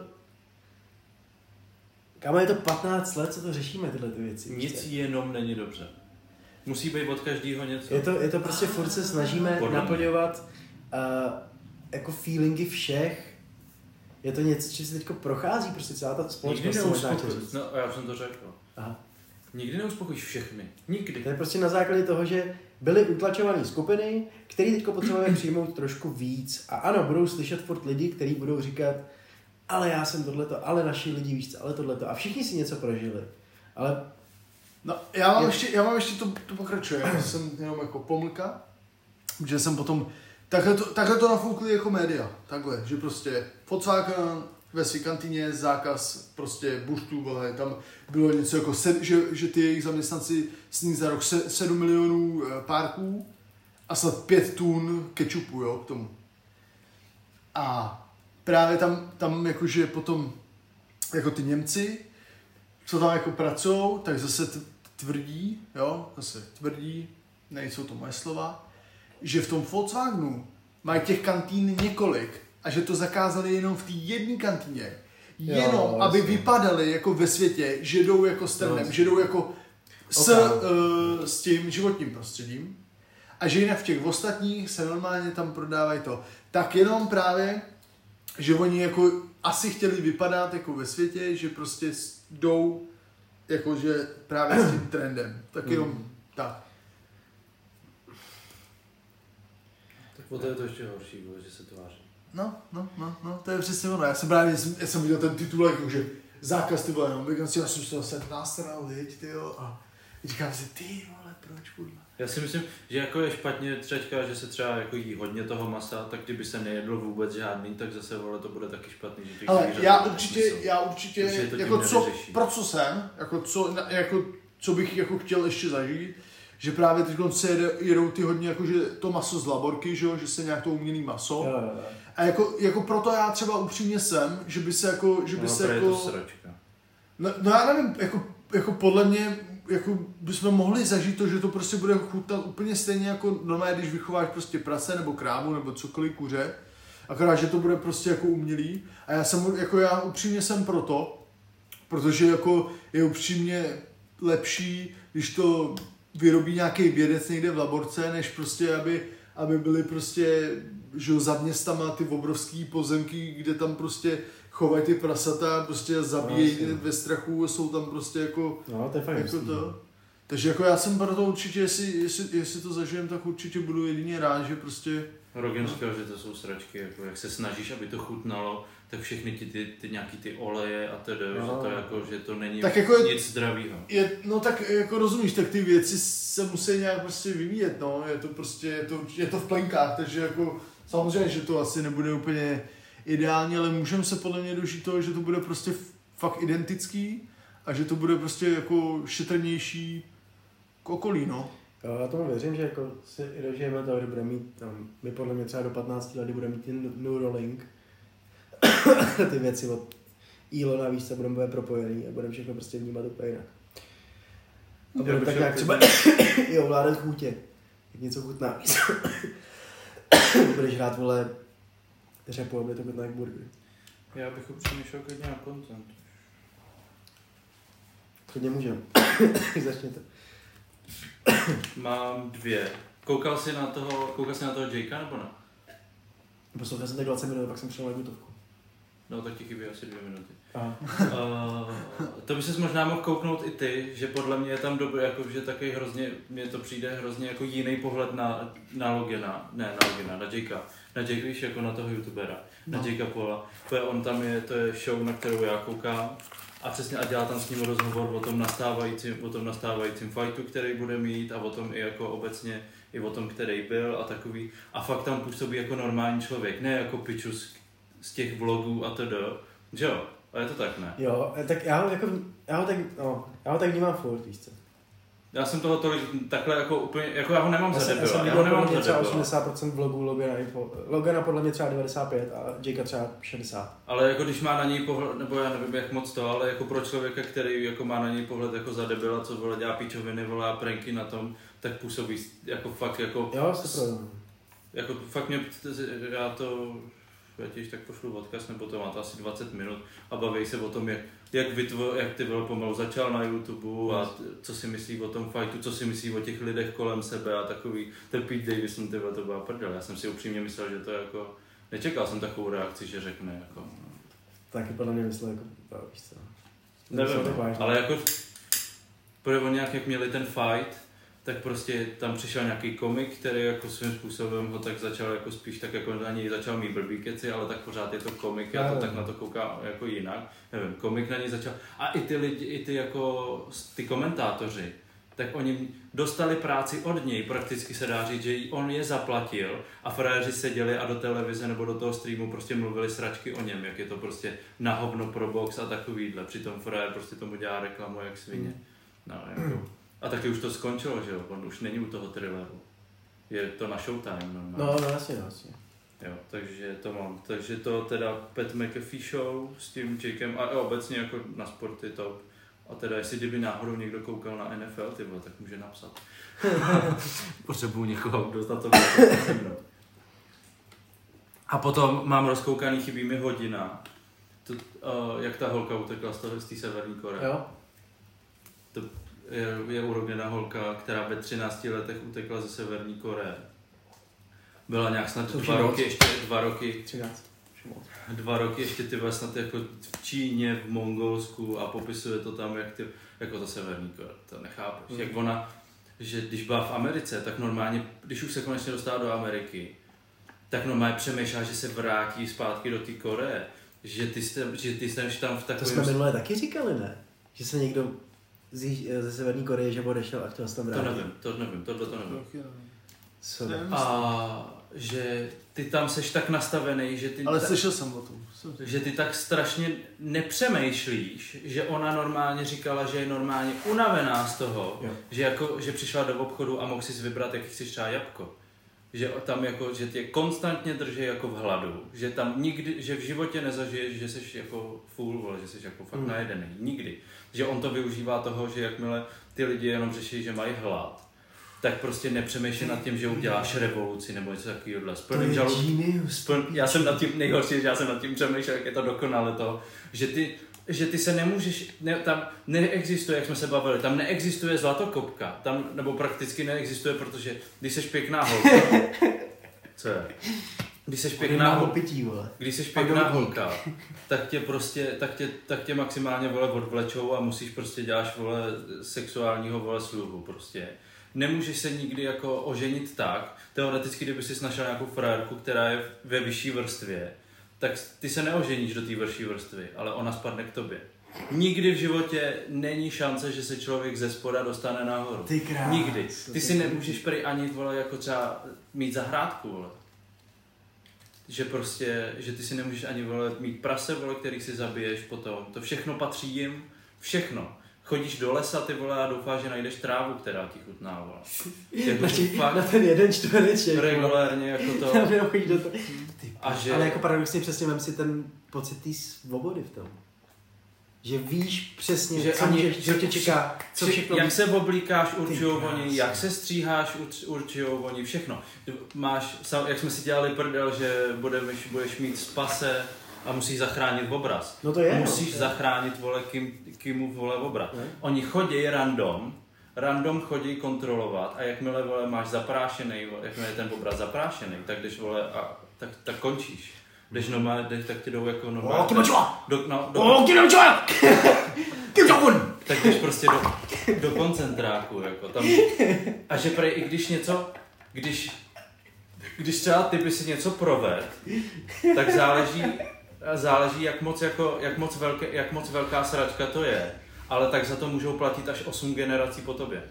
Kámo, je to patnáct let, co to řešíme, tyhle ty věci. Nic prostě. Jenom není dobře. Musí být od každého něco. Je to, je to prostě furt se snažíme Podle naplňovat uh, jako feelingy všech. Je to něco, čím se teďko prochází, prostě celá ta společnost. Nikdy neuspokojit. No, já jsem to řekl. Aha. Nikdy neuspokojíš všechny. Nikdy. To je prostě na základě toho, že byly utlačované skupiny, které teďko potřebujeme přijmout trošku víc. A ano, budou slyšet furt lidi, kteří budou říkat, ale já jsem tohleto, ale naši lidi víš co, ale tohleto. A všichni si něco prožili. Ale... No, já mám je... ještě, já mám ještě to, to pokračuje. Já jsem jenom jako pomlka, že jsem potom, takhle to, takhle to nafoukli jako média. Takhle, že prostě Volkswagen, ve své kantýně zákaz prostě buštů, vole, tam bylo něco jako, se, že, že ty jejich zaměstnanci sní za rok se, sedm milionů párků a snad pět tun kečupu, jo, k tomu. A právě tam, tam jakože potom, jako ty Němci, co tam jako pracujou, tak zase tvrdí, jo, zase tvrdí, nejsou to moje slova, že v tom Volkswagenu mají těch kantýn několik a že to zakázali jenom v té jedné kantýně. Jenom, jo, aby vypadali jako ve světě, že jdou jako s trendem, že jdou jako s, okay. uh, s tím životním prostředím a že jinak v těch ostatních se normálně tam prodávají to. Tak jenom právě, že oni jako asi chtěli vypadat jako ve světě, že prostě jdou jakože právě s tím trendem. Tak jenom mm. tak. Tak o to je to ještě horší, že se tváří. No, no, no, no, to je přesně ono. Já jsem právě, já jsem viděl ten titulek, že zákaz ty vole, no, veganci, já jsem se zase nástaral, viď, tyjo, a říkám si, ty vole, proč, kurva. Já si myslím, že jako je špatně třeba, že se třeba jako jí hodně toho masa, tak kdyby se nejedlo vůbec žádný, tak zase vole, to bude taky špatný. Že ale já určitě, smysl. já určitě, jako co, pro co jsem, jako co, jako co bych jako chtěl ještě zažít, že právě teď se jedou ty hodně jakože to maso z laborky, že, jo, že se nějak to umělý maso. Jo, jo, jo. A jako, jako proto já třeba upřímně jsem, že by se jako, že by no, se jako... No, no já nevím, jako, jako podle mě, jako bychom mohli zažít to, že to prostě bude chutnat úplně stejně jako normálně, když vychováš prostě prase nebo krávu nebo cokoliv kuře, akorát, že to bude prostě jako umělý. A já jsem, jako já upřímně jsem proto, protože jako je upřímně lepší, když to vyrobí nějaký vědec někde v laborce, než prostě, aby, aby byly prostě, že za městama ty obrovský pozemky, kde tam prostě chovají ty prasata, prostě zabíjejí no, ve strachu, jsou tam prostě jako, no, to je fakt jako to. Takže jako já jsem proto určitě, jestli, jestli, jestli to zažijem, tak určitě budu jedině rád, že prostě... Rogan říkal, že to jsou sračky, jako jak se snažíš, aby to chutnalo, tak všechny ty, ty, ty nějaký ty oleje a tedy, no. že to jako, že to není tak jako nic je, zdravýho. Je, no tak jako rozumíš, tak ty věci se musí nějak prostě vyvíjet, no, je to prostě, je to, je to v plenkách, takže jako samozřejmě, že to asi nebude úplně ideální, ale můžeme se podle mě dožít toho, že to bude prostě fakt identický a že to bude prostě jako šetrnější k okolí, no. Jo, já tomu věřím, že jako si dožijeme toho, že bude mít tam, my podle mě třeba do patnácti let, kdy budeme mít ten Neuralink, ty věci od Elona, víš co, budeme bude propojený a budeme všechno prostě vnímat úplně jinak. A budeme tak nějak třeba i ovládat chutě, jak něco chutná, víc. Budeš hrát, vole, řepu, aby to chutná jak burger. Já bych upřímně šel klidně na content. Klidně můžeme. Začněte. Mám dvě. Koukal jsi na toho, koukal jsi na toho Jakea nebo ne? Poslouchal jsem tak dvacet minut, pak jsem šel na YouTubeku. No tak ti chybí asi dvě minuty. uh, to by ses možná mohl kouknout i ty, že podle mě je tam dobrý, jako, že taky hrozně, mně to přijde hrozně jako jiný pohled na, na Logana, ne na Logana, na Jakea. Na Jake, víš, jako na toho youtubera, no. Na Jakea Paula. To je on tam je, to je show, na kterou já koukám. A přesně a dělá tam s ním rozhovor o tom nastávajícím, o tom nastávajícím fightu, který bude mít a o tom i jako obecně, i o tom, který byl a takový. A fakt tam působí jako normální člověk, ne jako piču z, z těch vlogů a td. Že jo? A je to tak, ne? Jo, tak já ho, jako, já ho tak, no, já ho tak vnímám furt, víš co? Já jsem toho tolik takhle jako úplně, jako já ho nemám já za debila. Já jsem já ho nemám za třeba osmdesát procent vlogů Logana, Logana podle mě třeba devadesát pět a Jakea třeba šedesát. Ale jako když má na něj pohled, nebo já nevím jak moc to, ale jako pro člověka, který jako má na něj pohled jako za debila, co vole dělá píčoviny, volá pranky na tom, tak působí jako fakt jako... Jo, se pravda. Jako fakt mě, já to... Já ti tak pošlu odkaz, nebo to má to asi dvacet minut a baví se o tom, jak, jak, vytvo, jak ty vole pomalu začal na YouTube a co si myslí o tom fightu, co si myslí o těch lidech kolem sebe a takový. Ten Pete Davidson, ty vole, to byla prdel. Já jsem si upřímně myslel, že to jako... Nečekal jsem takovou reakci, že řekne jako... Taky podle mě myslel jako... To, víš co. Nevím, ale jako... Protože nějak jak měli ten fight, tak prostě tam přišel nějaký komik, který jako svým způsobem ho tak začal jako spíš tak jako na něj začal mít blbý keci, ale tak pořád je to komik, já to tak na to koukám jako jinak, nevím, komik na něj začal a i ty lidi, i ty jako ty komentátoři, tak oni dostali práci od něj, prakticky se dá říct, že on je zaplatil a frajeři seděli a do televize nebo do toho streamu prostě mluvili sračky o něm, jak je to prostě na hovno pro box a takovýhle. Přitom frajer prostě tomu dělá reklamu jak svině. No, jako. A taky už to skončilo, že jo, on už není u toho thrilleru. Je to na Showtime normálně. No, no, jasně, jasně. Jo, takže to mám. Takže to teda Pat McAfee show s tím Jakem a obecně jako na sporty top. A teda jestli kdyby náhodou někdo koukal na N F L, ty vole, tak může napsat. Potřebuju někoho, kdo na to bude. A potom mám rozkoukaný, chybí mi hodina. To, uh, jak ta holka utekla z toho z té Severní Koreje. Jo. To je, je urogněná holka, která ve třinácti letech utekla ze Severní Koreje. Byla nějak snad dva roky, ještě dva roky. třináct. Dva roky ještě ty vlastně snad jako v Číně, v Mongolsku a popisuje to tam, jak ty, jako to Severní Korea, to nechápeš. Mm. Jak ona, že když byla v Americe, tak normálně, když už se konečně dostala do Ameriky, tak normálně přemýšlela, že se vrátí zpátky do té Koreje. Že ty jste, že ty jsi tam v takovém... To jsme minule taky říkali, ne? Že se někdo z, ze Severní Koreje, že odešel a chtěl se tam vrátit. To nevím, to nevím, tohle to nevím. Sorry. A že ty tam seš tak nastavený, že ty... Ale ta, slyšel jsem o tom. Že ty tak strašně nepřemýšlíš, že ona normálně říkala, že je normálně unavená z toho, jo. že jako, že přišla do obchodu a mohl si vybrat, jaký chceš třeba jabko. Že tam jako, že tě konstantně drží jako v hladu, že tam nikdy, že v životě nezažiješ, že jsi jako full, vole, že jsi jako fakt mm. najedený, nikdy. Že on to využívá toho, že jakmile ty lidi jenom řeší, že mají hlad, tak prostě nepřemýšlí nad tím, že uděláš revoluci nebo něco takového. To je genius. Já jsem nad tím nejhorší, že já jsem nad tím přemýšlel, jak je to dokonale to, že ty, že ty se nemůžeš, ne, tam neexistuje, jak jsme se bavili, tam neexistuje zlatokopka, tam, nebo prakticky neexistuje, protože když seš pěkná holka, co je? Když seš pěkná holka, když seš pěkná holka, tak tě prostě, tak tě, tak tě maximálně vole odvlečou a musíš prostě děláš vole sexuálního vole sluhu prostě. Nemůžeš se nikdy jako oženit tak, teoreticky, kdyby jsi našel nějakou frajerku, která je ve vyšší vrstvě, tak ty se neoženíš do té vyšší vrstvy, ale ona spadne k tobě. Nikdy v životě není šance, že se člověk ze spoda dostane nahoru. Ty krás. Nikdy. Ty si nemůžeš prý ani vole, jako třeba mít zahrádku, vole. Že prostě, že ty si nemůžeš ani vole, mít prase, vole, který si zabiješ potom. To všechno patří jim, všechno. Chodíš do lesa, ty vole, a doufáš, že najdeš trávu, která ti chutná, vole. Jako na, tí, na ten jeden čtvereček. Regulárně, jako to. do to. A že... Ale jako paradoxně přesně vem si ten pocit té svobody v tom. Že víš přesně, že co, ani, může, že tě čeká, co všechno... Jak se oblíkáš, určujou oni, jak se stříháš, určujou oni, všechno. Máš, jak jsme si dělali prdel, že budeš, budeš mít spase a musíš zachránit obraz. No to je. Musíš no, zachránit, vole, kým, kýmu, vole, obraz. Ne? Oni chodí random, random chodí kontrolovat a jakmile, vole, máš zaprášený, jakmile je ten obraz zaprášený, tak jdeš, vole, a tak, tak končíš. Když normálně, jdeš, tak ti jdou jako normálně... Oh, Kimočova! Do, no, do, oh, Kimočova! Kimočova! Tak jdeš prostě do, do koncentráku, jako tam. A že prej, i když něco, když, když třeba ty by si něco provedl, tak záleží, záleží jak moc, jako, jak, moc velké, jak moc velká sračka to je, ale tak za to můžou platit až osm generací po tobě.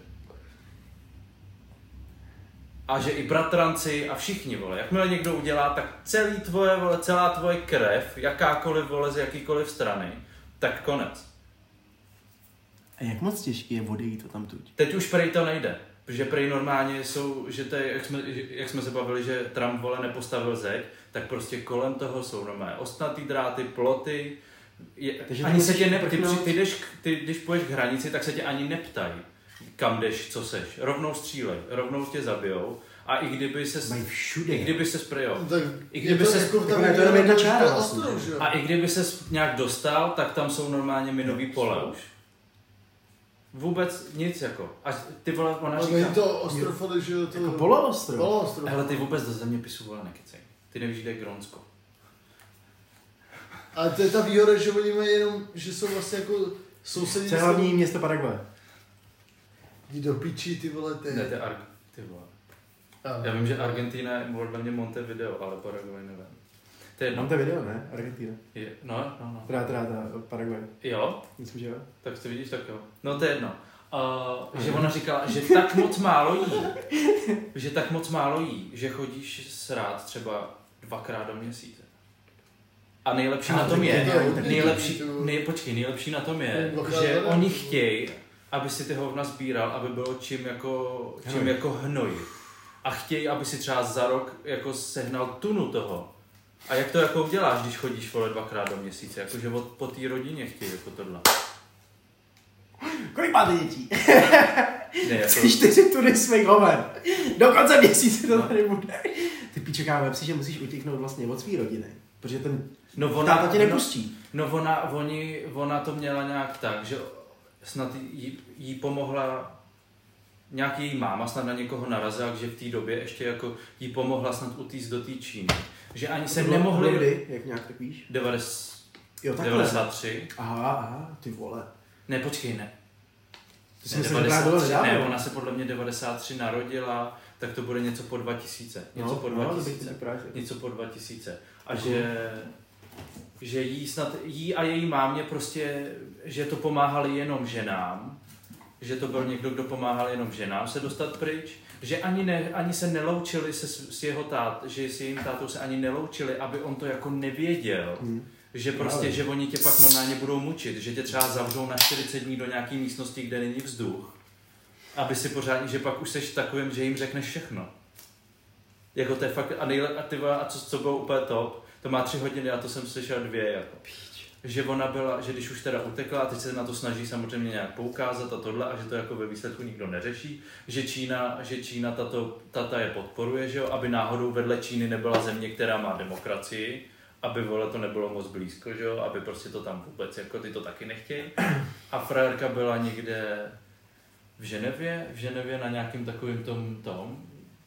A že i bratranci a všichni, vole, jakmile někdo udělá, tak celý tvoje, vole, celá tvoje krev, jakákoliv, vole, z jakýkoliv strany, tak konec. A jak moc těžký je odejít to tam tuď? Teď už prej to nejde, protože prej normálně jsou, že to je, jak jsme, jak jsme se bavili, že Trump, vole, nepostavil zeď, tak prostě kolem toho jsou normálně ostnatý dráty, ploty, je, ani se tě ne, ty, ty, jdeš, ty, když půjdeš k hranici, tak se tě ani neptají, kam jdeš, co seš, rovnou střílej, rovnou tě zabijou a i kdyby se, mají všude, i kdyby se sprejou, no, i kdyby se, jako, jako je to jenom jedna čára vlastně. A i kdyby se nějak dostal, tak tam jsou normálně minový pole už. Vůbec nic jako. A ty vole, ona ale říká... Ale to ostrov, ale že to... Jako poloostrov. Poloostrov. Ale ty vůbec do zeměpisu, vole, nekecej. Ty nevíš, kde je Grónsko. Ale to je ta výhoda, že oni mají jenom, že jsou vlastně jako sousedí... Co je hlavní město Paraguay? Jdi do piči, ty vole, ty... Ne, to je Arg... ty vole. A, Já vím, že Argentina je podle mě Montevideo, ale Paraguay nevím. To je Montevideo, ne? Argentina. Je, no, no, no. Teda, teda, teda, Paraguay. Jo? Myslím, že jo. Tak to vidíš, tak jo. No to je jedno. Uh, že ona říkala, že tak moc málo jí, že tak moc málo jí, že chodíš srát třeba dvakrát do měsíce. A nejlepší na tom je, nejlepší, nej, počkej, nejlepší na tom je, že oni chtějí, aby si ty hovna sbíral, aby bylo čím jako, čím jako hnoj. A chtějí, aby si třeba za rok jako sehnal tunu toho. A jak to jako uděláš, když chodíš vole dvakrát do měsíce, jakože od, po té rodině chtějí jako tohle. Kolik máte dětí? Ne, jako... čtyři tuny svých hoven. Do konce měsíce to tady bude. Ty píčeká, vem si, že musíš utíknout vlastně od svý rodiny. Protože ten no ona, táta tě nepustí. No, no ona, oni, ona to měla nějak tak, že snad jí, jí pomohla nějaký její máma, snad na někoho narazila, že v té době ještě jako jí pomohla snad utíct do té Číny. Že ani se bylo, nemohli... Kdy? Jak nějak tak víš? devadesát, jo, devadesát tři. Aha, aha, ty vole. Ne, počkej, ne. To ne, devadesát tři, ne, ona se podle mě devadesát tři narodila, tak to bude něco po dva tisíce. Něco no, po dva tisíce. No, něco po dva tisíce. A že, že jí snad, jí a její mámě prostě, že to pomáhali jenom ženám, že to byl někdo, kdo pomáhal jenom ženám se dostat pryč, že ani, ne, ani se neloučili se s jeho tát, že s jejím tátou se ani neloučili, aby on to jako nevěděl. Hmm. Že prostě, no, že oni tě pak normálně budou mučit, že tě třeba zavřou na čtyřicet dní do nějaký místnosti, kde není vzduch, aby si pořádně, že pak už seš takovým, že jim řekneš všechno. Jako to je fakt, a, nejle, a, ty, a co, co bylo úplně top, to má tři hodiny a to jsem slyšel dvě, jako. Že ona byla, že když už teda utekla a teď se na to snaží samozřejmě nějak poukázat a tohle a že to jako ve výsledku nikdo neřeší, že Čína, že Čína tato, tata je podporuje, že jo, aby náhodou vedle Číny nebyla země, která má demokracii, aby vole to nebylo moc blízko, že jo, aby prostě to tam vůbec, jako ty to taky nechtějí. A frajerka byla někde v Ženevě, v Ženevě na nějakým takovým tom, tom.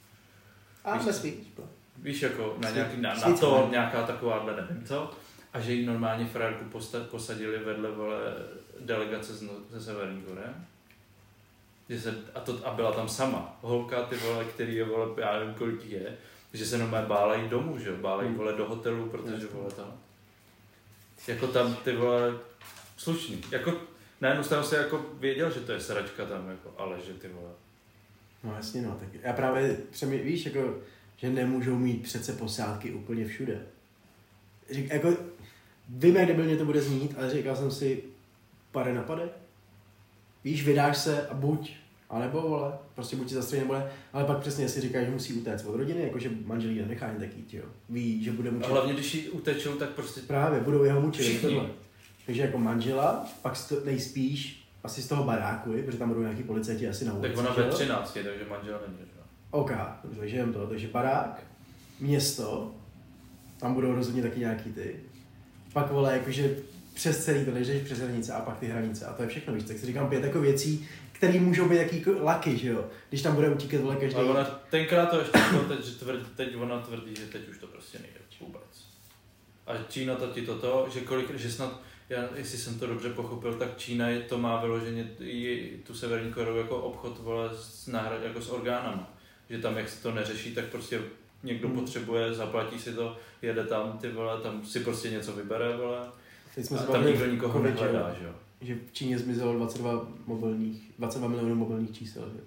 A víš, bez víš, víš, jako na nějaký, na, na to, nějaká takováhle, nevím co. A že jí normálně frajerku posadili vedle, vole, delegace ze, ze Severní Koreje. Že se, a, to, a byla tam sama. Holka, ty vole, který je, vole, já nevím, kolik je, že se normálně bála jít domů, že jo, bála jít, vole, do hotelu, protože, vole, tam, jako tam, ty vole, slušný. Jako, na jednu stranu se jako věděl, že to je sračka tam, jako, ale že ty vole. No jasně, no, tak já právě přemý, víš, jako, že nemůžou mít přece posádky úplně všude. Řík, jako, vím, jak debilně to bude znít, ale říkal jsem si, pade na pade. Víš, vydáš se a buď, anebo, vole, prostě buď ti zastřelí, nebo ne, ale pak přesně si říkáš, že musí utéct od rodiny, jakože manželí nenechá jen tak jít, jo. Ví, že bude mučit. A hlavně, když jí utečou, tak prostě... Právě, budou jeho mučit. Takže jako manžela, pak nejspíš asi z toho baráku, protože tam budou nějaký policajti asi na ulici. Tak ona ve třinácti, takže manžel není, že? OK, takže jen to, takže barák, město, tam budou rozhodně taky nějaký ty. Pak vole, jakože přes celý to nejdeš přes hranice a pak ty hranice a to je všechno, víš, tak si říkám pět jako věcí, které můžou být jaký laky, že jo, když tam bude utíkat vole každý. Ale ona tenkrát to ještě bylo, teď, že tvrdí, teď ona tvrdí, že teď už to prostě nejde vůbec. A Čína to ti toto, že kolik, že snad, já, jestli jsem to dobře pochopil, tak Čína je, to má vyloženě i tu Severní Koreu jako obchod vole s náhrad, jako s orgánama. Že tam jak se to neřeší, tak prostě někdo hmm. potřebuje, zaplatí si to, jede tam, ty vole, tam si prostě něco vybere, vole. Teď jsme a tam nikdo nikoho COVID, nehledá, že jo. Že v Číně zmizelo dvacet dva mobilních, dvacet dva milionů mobilních čísel, že?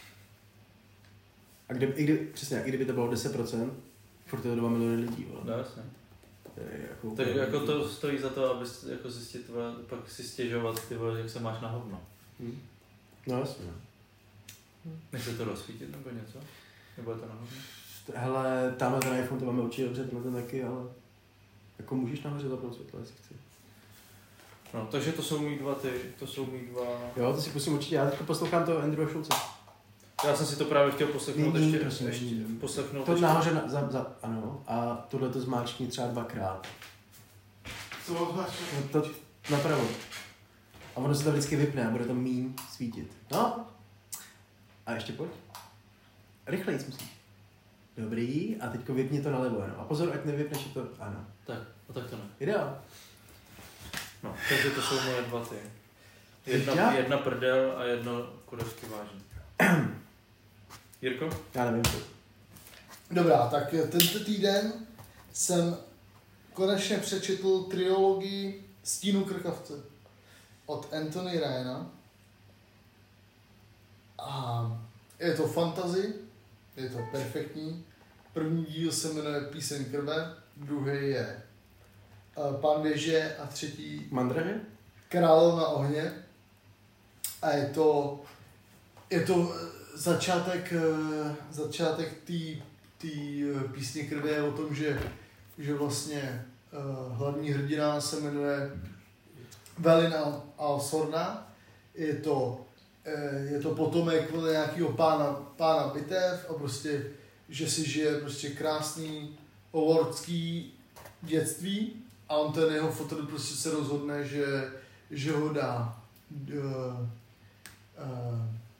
A kdy, i kdy, přesně, i kdyby to bylo deset procent, furt je to dva miliony lidí, vole. No jasně. Jako, tak jako to stojí za to, aby jako zjistit, vole, pak si stěžovat, ty vole, jak se máš na hovno. Hmm. No jasně. Hmm. Nechce to rozsvítit nebo něco? Nebo je to na hovno? Hele, tamhle ten iPhone to máme určitě dobře, tenhle ten taky, ale jako můžeš nahoře zapnout světlo, jestli chci. No, takže to jsou mý dva ty, to jsou mý dva... Jo, to si pustím určitě, já teď poslouchám to Andrewa Schulze. Já jsem si to právě chtěl poslechnout Nyní, ještě, prosím, ještě, ještě poslechnout to ještě. nahoře, na, za, za, ano, a tohle to zmáčkni třeba dvakrát. Co zmáčkni? No, to napravo. A ono se to vždycky vypne a bude to míň svítit. No, a ještě pojď. Rychlejc musíš. Dobrý, a teďko vypni to nalevo jenom. A pozor, ať nevypneš to, ano. Tak, a tak to ne. Ideál. No, takže to jsou moje dva ty. Jedna, jedna prdel a jedno kudevsky vážný. Jirko? Já nevím to. Dobrá, tak tento týden jsem konečně přečetl triologii Stínu krkavce od Anthony Ryana. A je to fantasy, je to perfektní. První díl se jmenuje Píseň krve, druhý je uh, Pán věže a třetí Mandraže? Královna ohně. A je to, je to začátek, začátek té písně krve je o tom, že, že vlastně uh, hlavní hrdina se jmenuje Velin al-Sorna. Je to, uh, je to potomek nějakého pána, pána bitev a prostě, že si žije prostě krásný lordský dětství a on ten jeho fotr prostě se rozhodne, že, že ho dá uh, uh,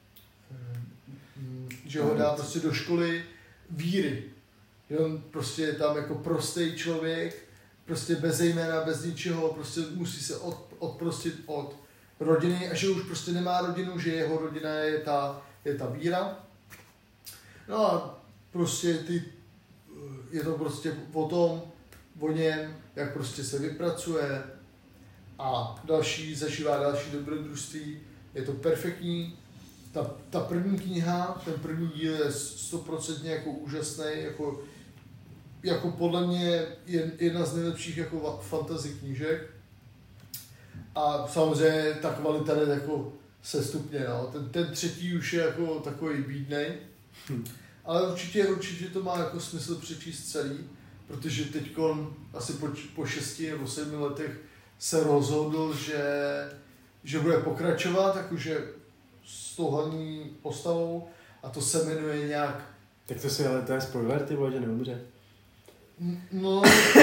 uh, že ho dá prostě do školy víry. Že on prostě je tam jako prostý člověk, prostě bez jména, bez ničeho, prostě musí se od, odprostit od rodiny a že už prostě nemá rodinu, že jeho rodina je ta, je ta víra. No a prostě ty, je to prostě o tom, o něm, jak prostě se vypracuje a další, zažívá další dobrodružství. Je to perfektní. Ta, ta první kniha, ten první díl je stoprocentně jako úžasný, jako, jako podle mě je jedna z nejlepších jako fantasy knížek. A samozřejmě ta kvalita je jako sestupně, no. Ten, ten třetí už je jako takový bídnej. Hm. Ale určitě, určitě to má jako smysl přečíst celý, protože teďkon asi po, po šesti nebo sedmi letech se rozhodl, že, že bude pokračovat, jakože s tou hlavní postavou a to se jmenuje nějak... Tak to si, ale to je spoiler, ty vole, že neumře. No...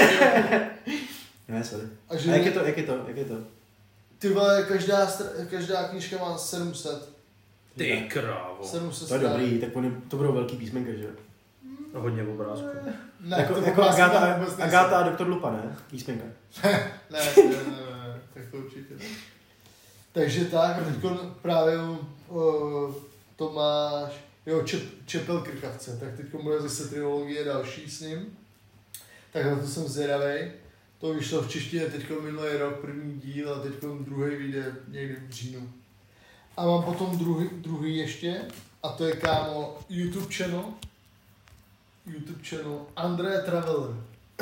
ne, sorry. A, že a jak je to, jak je to, jak je to? Ty vole, každá, každá knížka má sedm set. Ty krávo. sedm set to je dobrý, tak oni, to budou velký písmenka, že jo? Hodně obrázků. Ne, jako, jako Agáta, Agáta a doktor Lupa, ne? Písmenka. ne, ne, ne, ne, ne, tak to určitě ne. Takže tak, a teď právě uh, Tomáš, jo, Čep, Čepel Krkavce, tak teď bude zase trilogie další s ním. Tak na to jsem zvědavej. To vyšlo v češtině teď minulý rok, první díl a teď druhý vyjde někdy v říjnu. A mám potom druhý, druhý ještě, a to je kámo YouTube channel. YouTube channel André Traveler.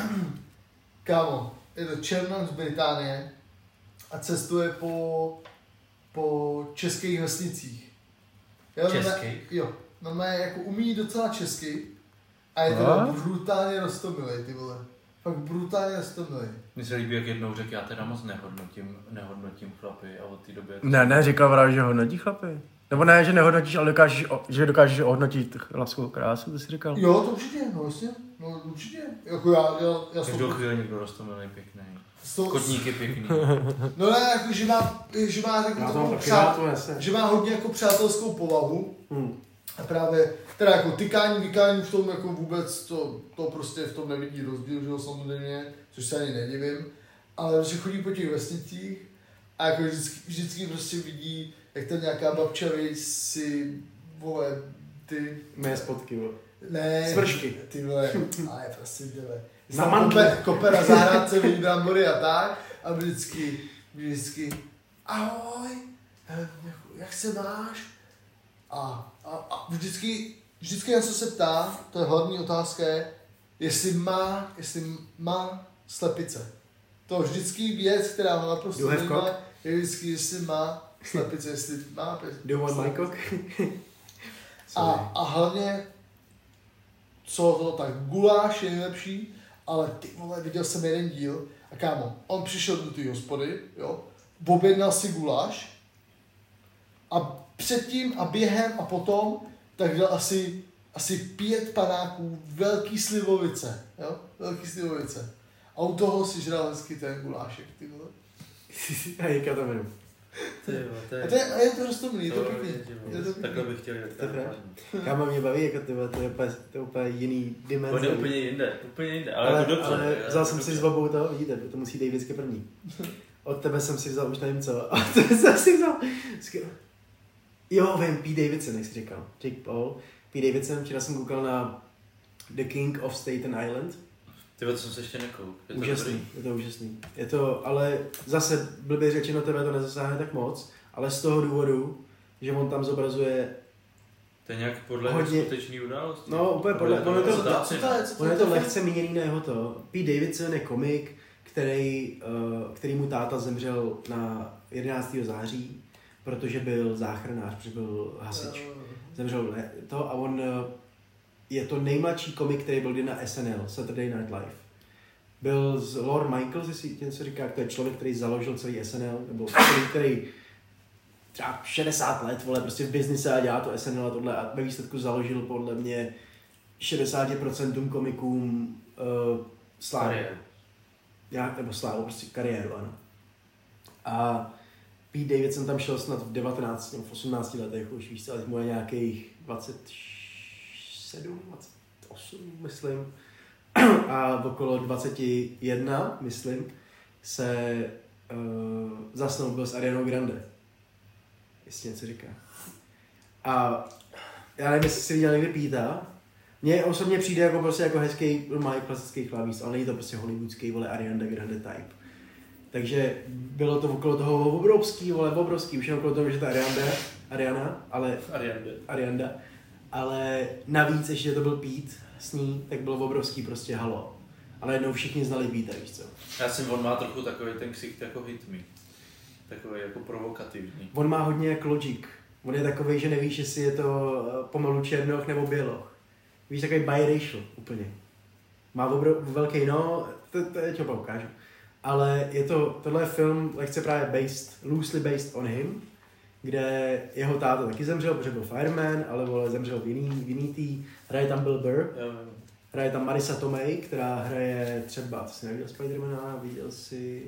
Kámo, je to Černok z Británie a cestuje po, po českých vesnicích. Českých? Jo, no má jako umí docela česky a je teda brutálně roztomilej, ty vole. Fakt brutálně roztomilej. Mně se líbí, jak jednou řekl, já teda moc nehodnotím, nehodnotím chlapy a od té doby... Ne, ne, říkal právě, že hodnotí chlapy. Nebo ne, že nehodnotíš, ale dokážeš, že dokážeš ohodnotit chlapskou krásu, to jsi říkal. Jo, to určitě, no jasně, no určitě. Jako já, já, já Každou jsem... chvíli někdo roztomilej pěkný. Sto... Kotník je pěkný. No ne, jako, že má, že má, jako, to přát... že má hodně jako přátelskou povahu. Hmm. A právě, teda jako tykání, vykání v tom jako vůbec, to, to prostě v tom nevidí rozdíl, že jo, samozřejmě, což se ani nedivím. Ale že chodí po těch vesnicích a jako vždycky, vždycky prostě vidí, jak tam nějaká babča, víš, si, vole, ty... Mé spotky, vole. Ne, svršky. Ty vole, ale prostě, tyhle. Na mantle. Kope na zahrádce, vidí brambory a tak. A vždycky, vždycky, ahoj, jak se máš? A, a, a vždycky, vždycky na co se ptá, to je hlavní otázka je, jestli má, jestli má slepice. To vždycky věc, která ho naprosto zajímá, je vždycky, jestli má slepice, jestli má Do you want my cock? a, a hlavně, co to tak, guláš je nejlepší, ale ty vole, viděl jsem jeden díl a kámo, on přišel do té hospody, jo, objednal si guláš a předtím a během a potom tak dal asi, asi pět panáků velký slivovice, jo, velký slivovice. A u toho si žral hezky ten gulášek, ty vole. A jaká to jmenuji? Ty jo, to je... A, to je, a je to roztomilý, je to pěkný. Takhle bych chtěl jít. Kámo, mě baví, jako ty, to je úplně, to je úplně jiný dimenze. To je úplně jinde, úplně jinde, ale, ale jako dobře. Ale vzal jsem si s babou toho, vidíte, to musí dej vždycky první. Od tebe jsem si vzal už nevím co, a od tebe jsem si vzal... Jo, vím, Pete Davidson, jak jsi říkal. Jake Paul. Pete Davidson, včera jsem koukal na The King of Staten Island. Tyhle, to jsem se ještě nekouk. Je úžasný, to je to úžasný. Je to, ale zase blbě řečeno, tebe to nezasáhne tak moc, ale z toho důvodu, že on tam zobrazuje To je nějak podle hodně... skutečný události. No, úplně podle... podle Ono je to, toho, co to je, co to ono je, je to lehce míněný na jeho to. Pete Davidson je komik, který, uh, který mu táta zemřel na jedenáctého září, protože byl záchranář, protože byl hasič. Zemřel to a on uh, je to nejmladší komik, který byl kdy na S N L, Saturday Night Live. Byl z Lorne Michaels, jestli ti něco říká, to je člověk, který založil celý S N L, nebo který, který třeba šedesát let, vole, prostě v biznise a dělá to S N L a tohle a ve výsledku založil podle mě šedesát procent komikům uh, slávu. Já, nebo slávu, prostě kariéru, ano. A Pete Davidson tam šel snad v devatenácti nebo v osmnácti letech, už víš, ale mu je nějakých dvacet sedm, dvacet osm, myslím. A okolo dvacet jedna, myslím, se uh, zasnoubil s Arianou Grande. Jestli něco říká. A já nevím, jestli jsi viděl někdy Píta. Mně osobně přijde jako prostě jako hezký, normální klasický klavíz, ale není to prostě hollywoodský, vole, Ariana Grande type. Takže bylo to okolo toho obrovský, vole, obrovský, už jen okolo toho, že to Ariana, Ariana, ale... Arianda. Arianda. Ale navíc, ještě to byl Pete s ní, tak bylo obrovský prostě halo. Ale jednou všichni znali Pete, víš co? Já si, on má trochu takový ten ksicht jako Hit Me. Takový jako provokativní. On má hodně jak Logic. On je takovej, že nevíš, jestli je to pomalu černoch nebo běloch. Víš, takový biracial úplně. Má obrov, velký no, to, to je čo ukážu. Ale je to, tohle je film lehce právě based, loosely based on him, kde jeho táta taky zemřel, protože byl fireman, ale vole, zemřel v jiný, v jiný tý. Hraje tam Bill Burr, hraje tam Marisa Tomei, která hraje třeba, to jsi neviděl Spidermana, viděl jsi...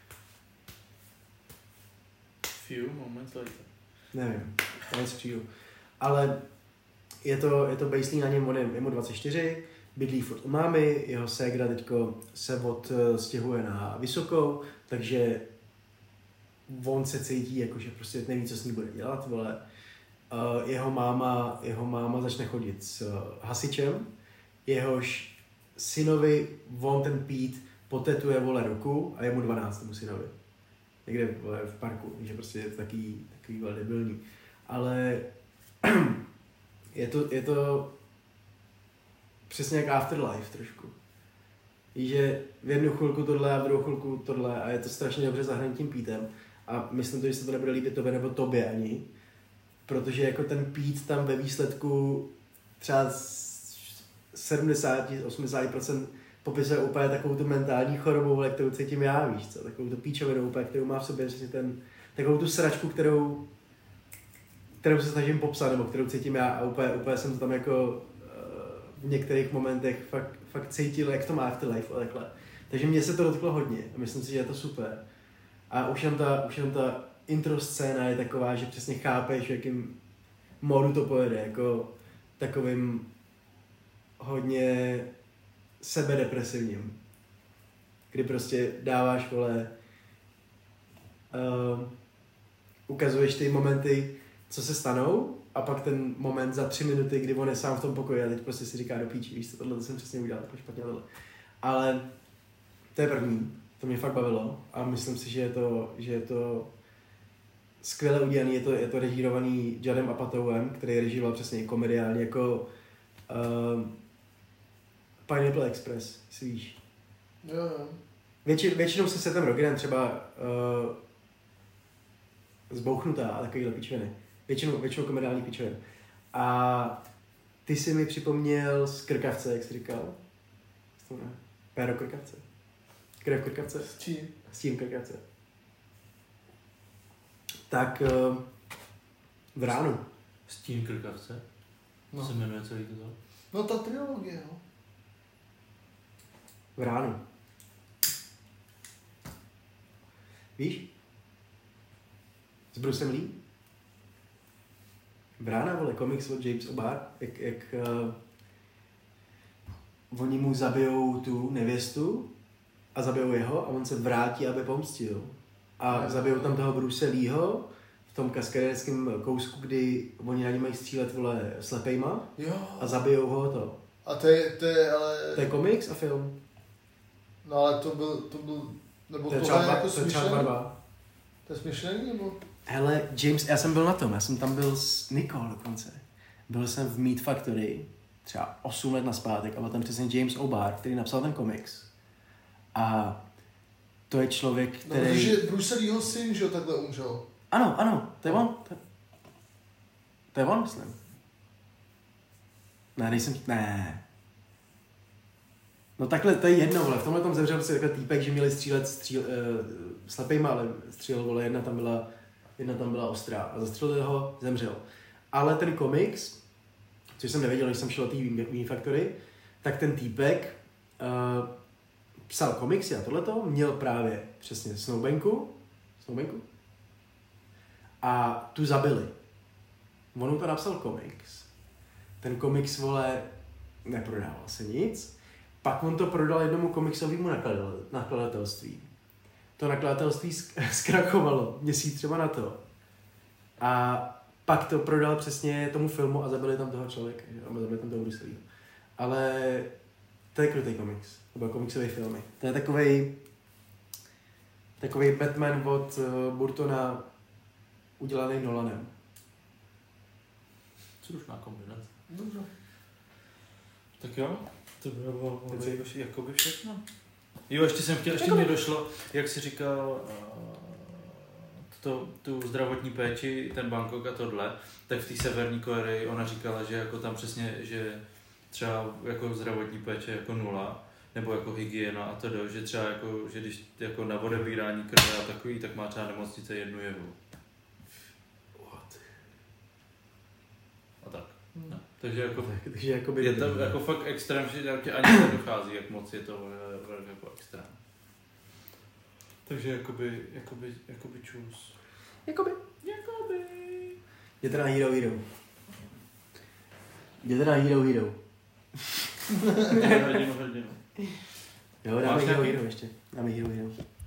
Few moments later. Nevím, tam si přijdu. Ale je to, je to based na něm, on je, je mu dvacet čtyři, bydlí furt u mámy, jeho ségra teďko se od stěhuje na Vysokou, takže on se cítí jako, že prostě neví, co s ní bude dělat, vole. Uh, jeho máma, jeho máma začne chodit s uh, hasičem, jehož synovi, on ten Pete, potetuje, vole, ruku a je mu dvanáct tomu synovi. Někde vole, v parku, že prostě je to takový, takový vole, debilní. Ale je to, je to přesně jak Afterlife trošku. Víš, že v jednu chvilku tohle a v druhou chvilku tohle a je to strašně dobře zahraný tím Pítem. A myslím to, že se to nebude líbit tobě nebo tobě ani. Protože jako ten Pete tam ve výsledku třeba sedmdesát až osmdesát procent popisuje úplně takovou tu mentální chorobu, kterou cítím já, víš co, takovou tu píčovinu úplně, kterou má v sobě přesně ten, takovou tu sračku, kterou, kterou se snažím popsat, nebo kterou cítím já a úplně, úplně jsem to tam jako v některých momentech fakt, fakt cítil, jak to má Afterlife a takhle. Takže mně se to dotklo hodně a myslím si, že je to super. A už jen ta, už jen ta intro scéna je taková, že přesně chápeš, v jakým modu to pojede, jako takovým hodně sebedepresivním. Kdy prostě dáváš, vole, uh, ukazuješ ty momenty, co se stanou a pak ten moment za tři minuty, kdy on je sám v tom pokoji a teď prostě si říká do píči, víš co, tohle to jsem přesně udělal, tak špatně tohle. Ale to je první, to mě fakt bavilo a myslím si, že je to, že je to skvěle udělaný, je to, je to režírovaný Juddem Apatowem, který režíroval přesně komediálně jako uh, Pineapple Express, si víš. Jo, jo. Větši, většinou se Sethem Rogenem třeba uh, zbouchnutá a takovýhle pičoviny. Většinou, většinou komediální pičoviny. A ty jsi mi připomněl z Krkavce, jak jsi říkal. Péro Krkavce. Krev Krkavce. S čím? S tím Krkavce. Tak uh, v ránu. Stín Krkavce? No. Se jmenuje celý to? No ta trilogie, no. V ránu. Víš? S Brucem Lee? Brána, vole, komiks od James O'Barr, jak, jak uh, oni mu zabijou tu nevěstu a zabijou jeho a on se vrátí, aby pomstil. A no. Zabijou tam toho Bruce Leeho v tom kaskadérském kousku, kdy oni na ně mají střílet, vole, slepejma Jo. a zabijou ho to. A to je, to je ale... To je komiks a film. No ale to byl, to byl, nebo To je tohle třeba jako dva, to je třeba smyšlený? dva. To je smyšlený, nebo? Hele, James, já jsem byl na tom, já jsem tam byl s Nicole dokonce. byl jsem v Meat Factory třeba osm let naspátek a byl tam přesně James O'Barr, který napsal ten komiks. A to je člověk, který... No, protože Bruce Leeho syn, že jo, takhle umřel. Ano, ano, to je on. To, to je on, myslím. Ne, nejsem... Ne. No takhle, to je jedno, vole. V tomhle tom zemřel si takový týpek, že měli střílet stříl, uh, slepejma, ale střílel, vole, jedna tam byla, jedna tam byla ostrá a zastřelil ho, zemřel. Ale ten komiks, což jsem nevěděl, než jsem šel do té Meat Factory, tak ten týpek uh, psal komiksy a tohleto, měl právě přesně Snowbanku, Snowbanku a tu zabili. On to napsal komiks. Ten komiks, vole, neprodával se nic. Pak on to prodal jednomu komiksovému nakladatelství. To nakladatelství zkrachovalo měsíc třeba na to. A pak to prodal přesně tomu filmu a zabili tam toho člověka. A zabili tam toho Bruce Leeho. Ale to je krutý komiks. Nebo komiksový filmy. To je takovej takovej Batman od uh, Burtona udělaný Nolanem. Slušná kombinace. Dobře. Tak jo, to bylo jakoby všechno. Jo, ještě jsem chtěl, ještě mi došlo, jak jsi říkal, to, tu zdravotní péči, ten Bangkok a tohle, tak v té Severní Koreji ona říkala, že jako tam přesně, že třeba jako zdravotní péče jako nula, nebo jako hygiena a to, že třeba jako, že když jako na odebírání krve a takový, tak má třeba nemocnice jednu jevu. What? A tak. No. Takže jako, tak, takže jako by je to jako fakt extrém, že tě ani nedochází, jak moc je to jako extrém. Takže jakoby, jakoby, jakoby čus. Jakoby. Jakoby. Jděte na Hero Hero. Jděte na Hero Hero. Hrdinu, hrdinu. Jo, dáme Hero Hero ještě. Dáme Hero Hero.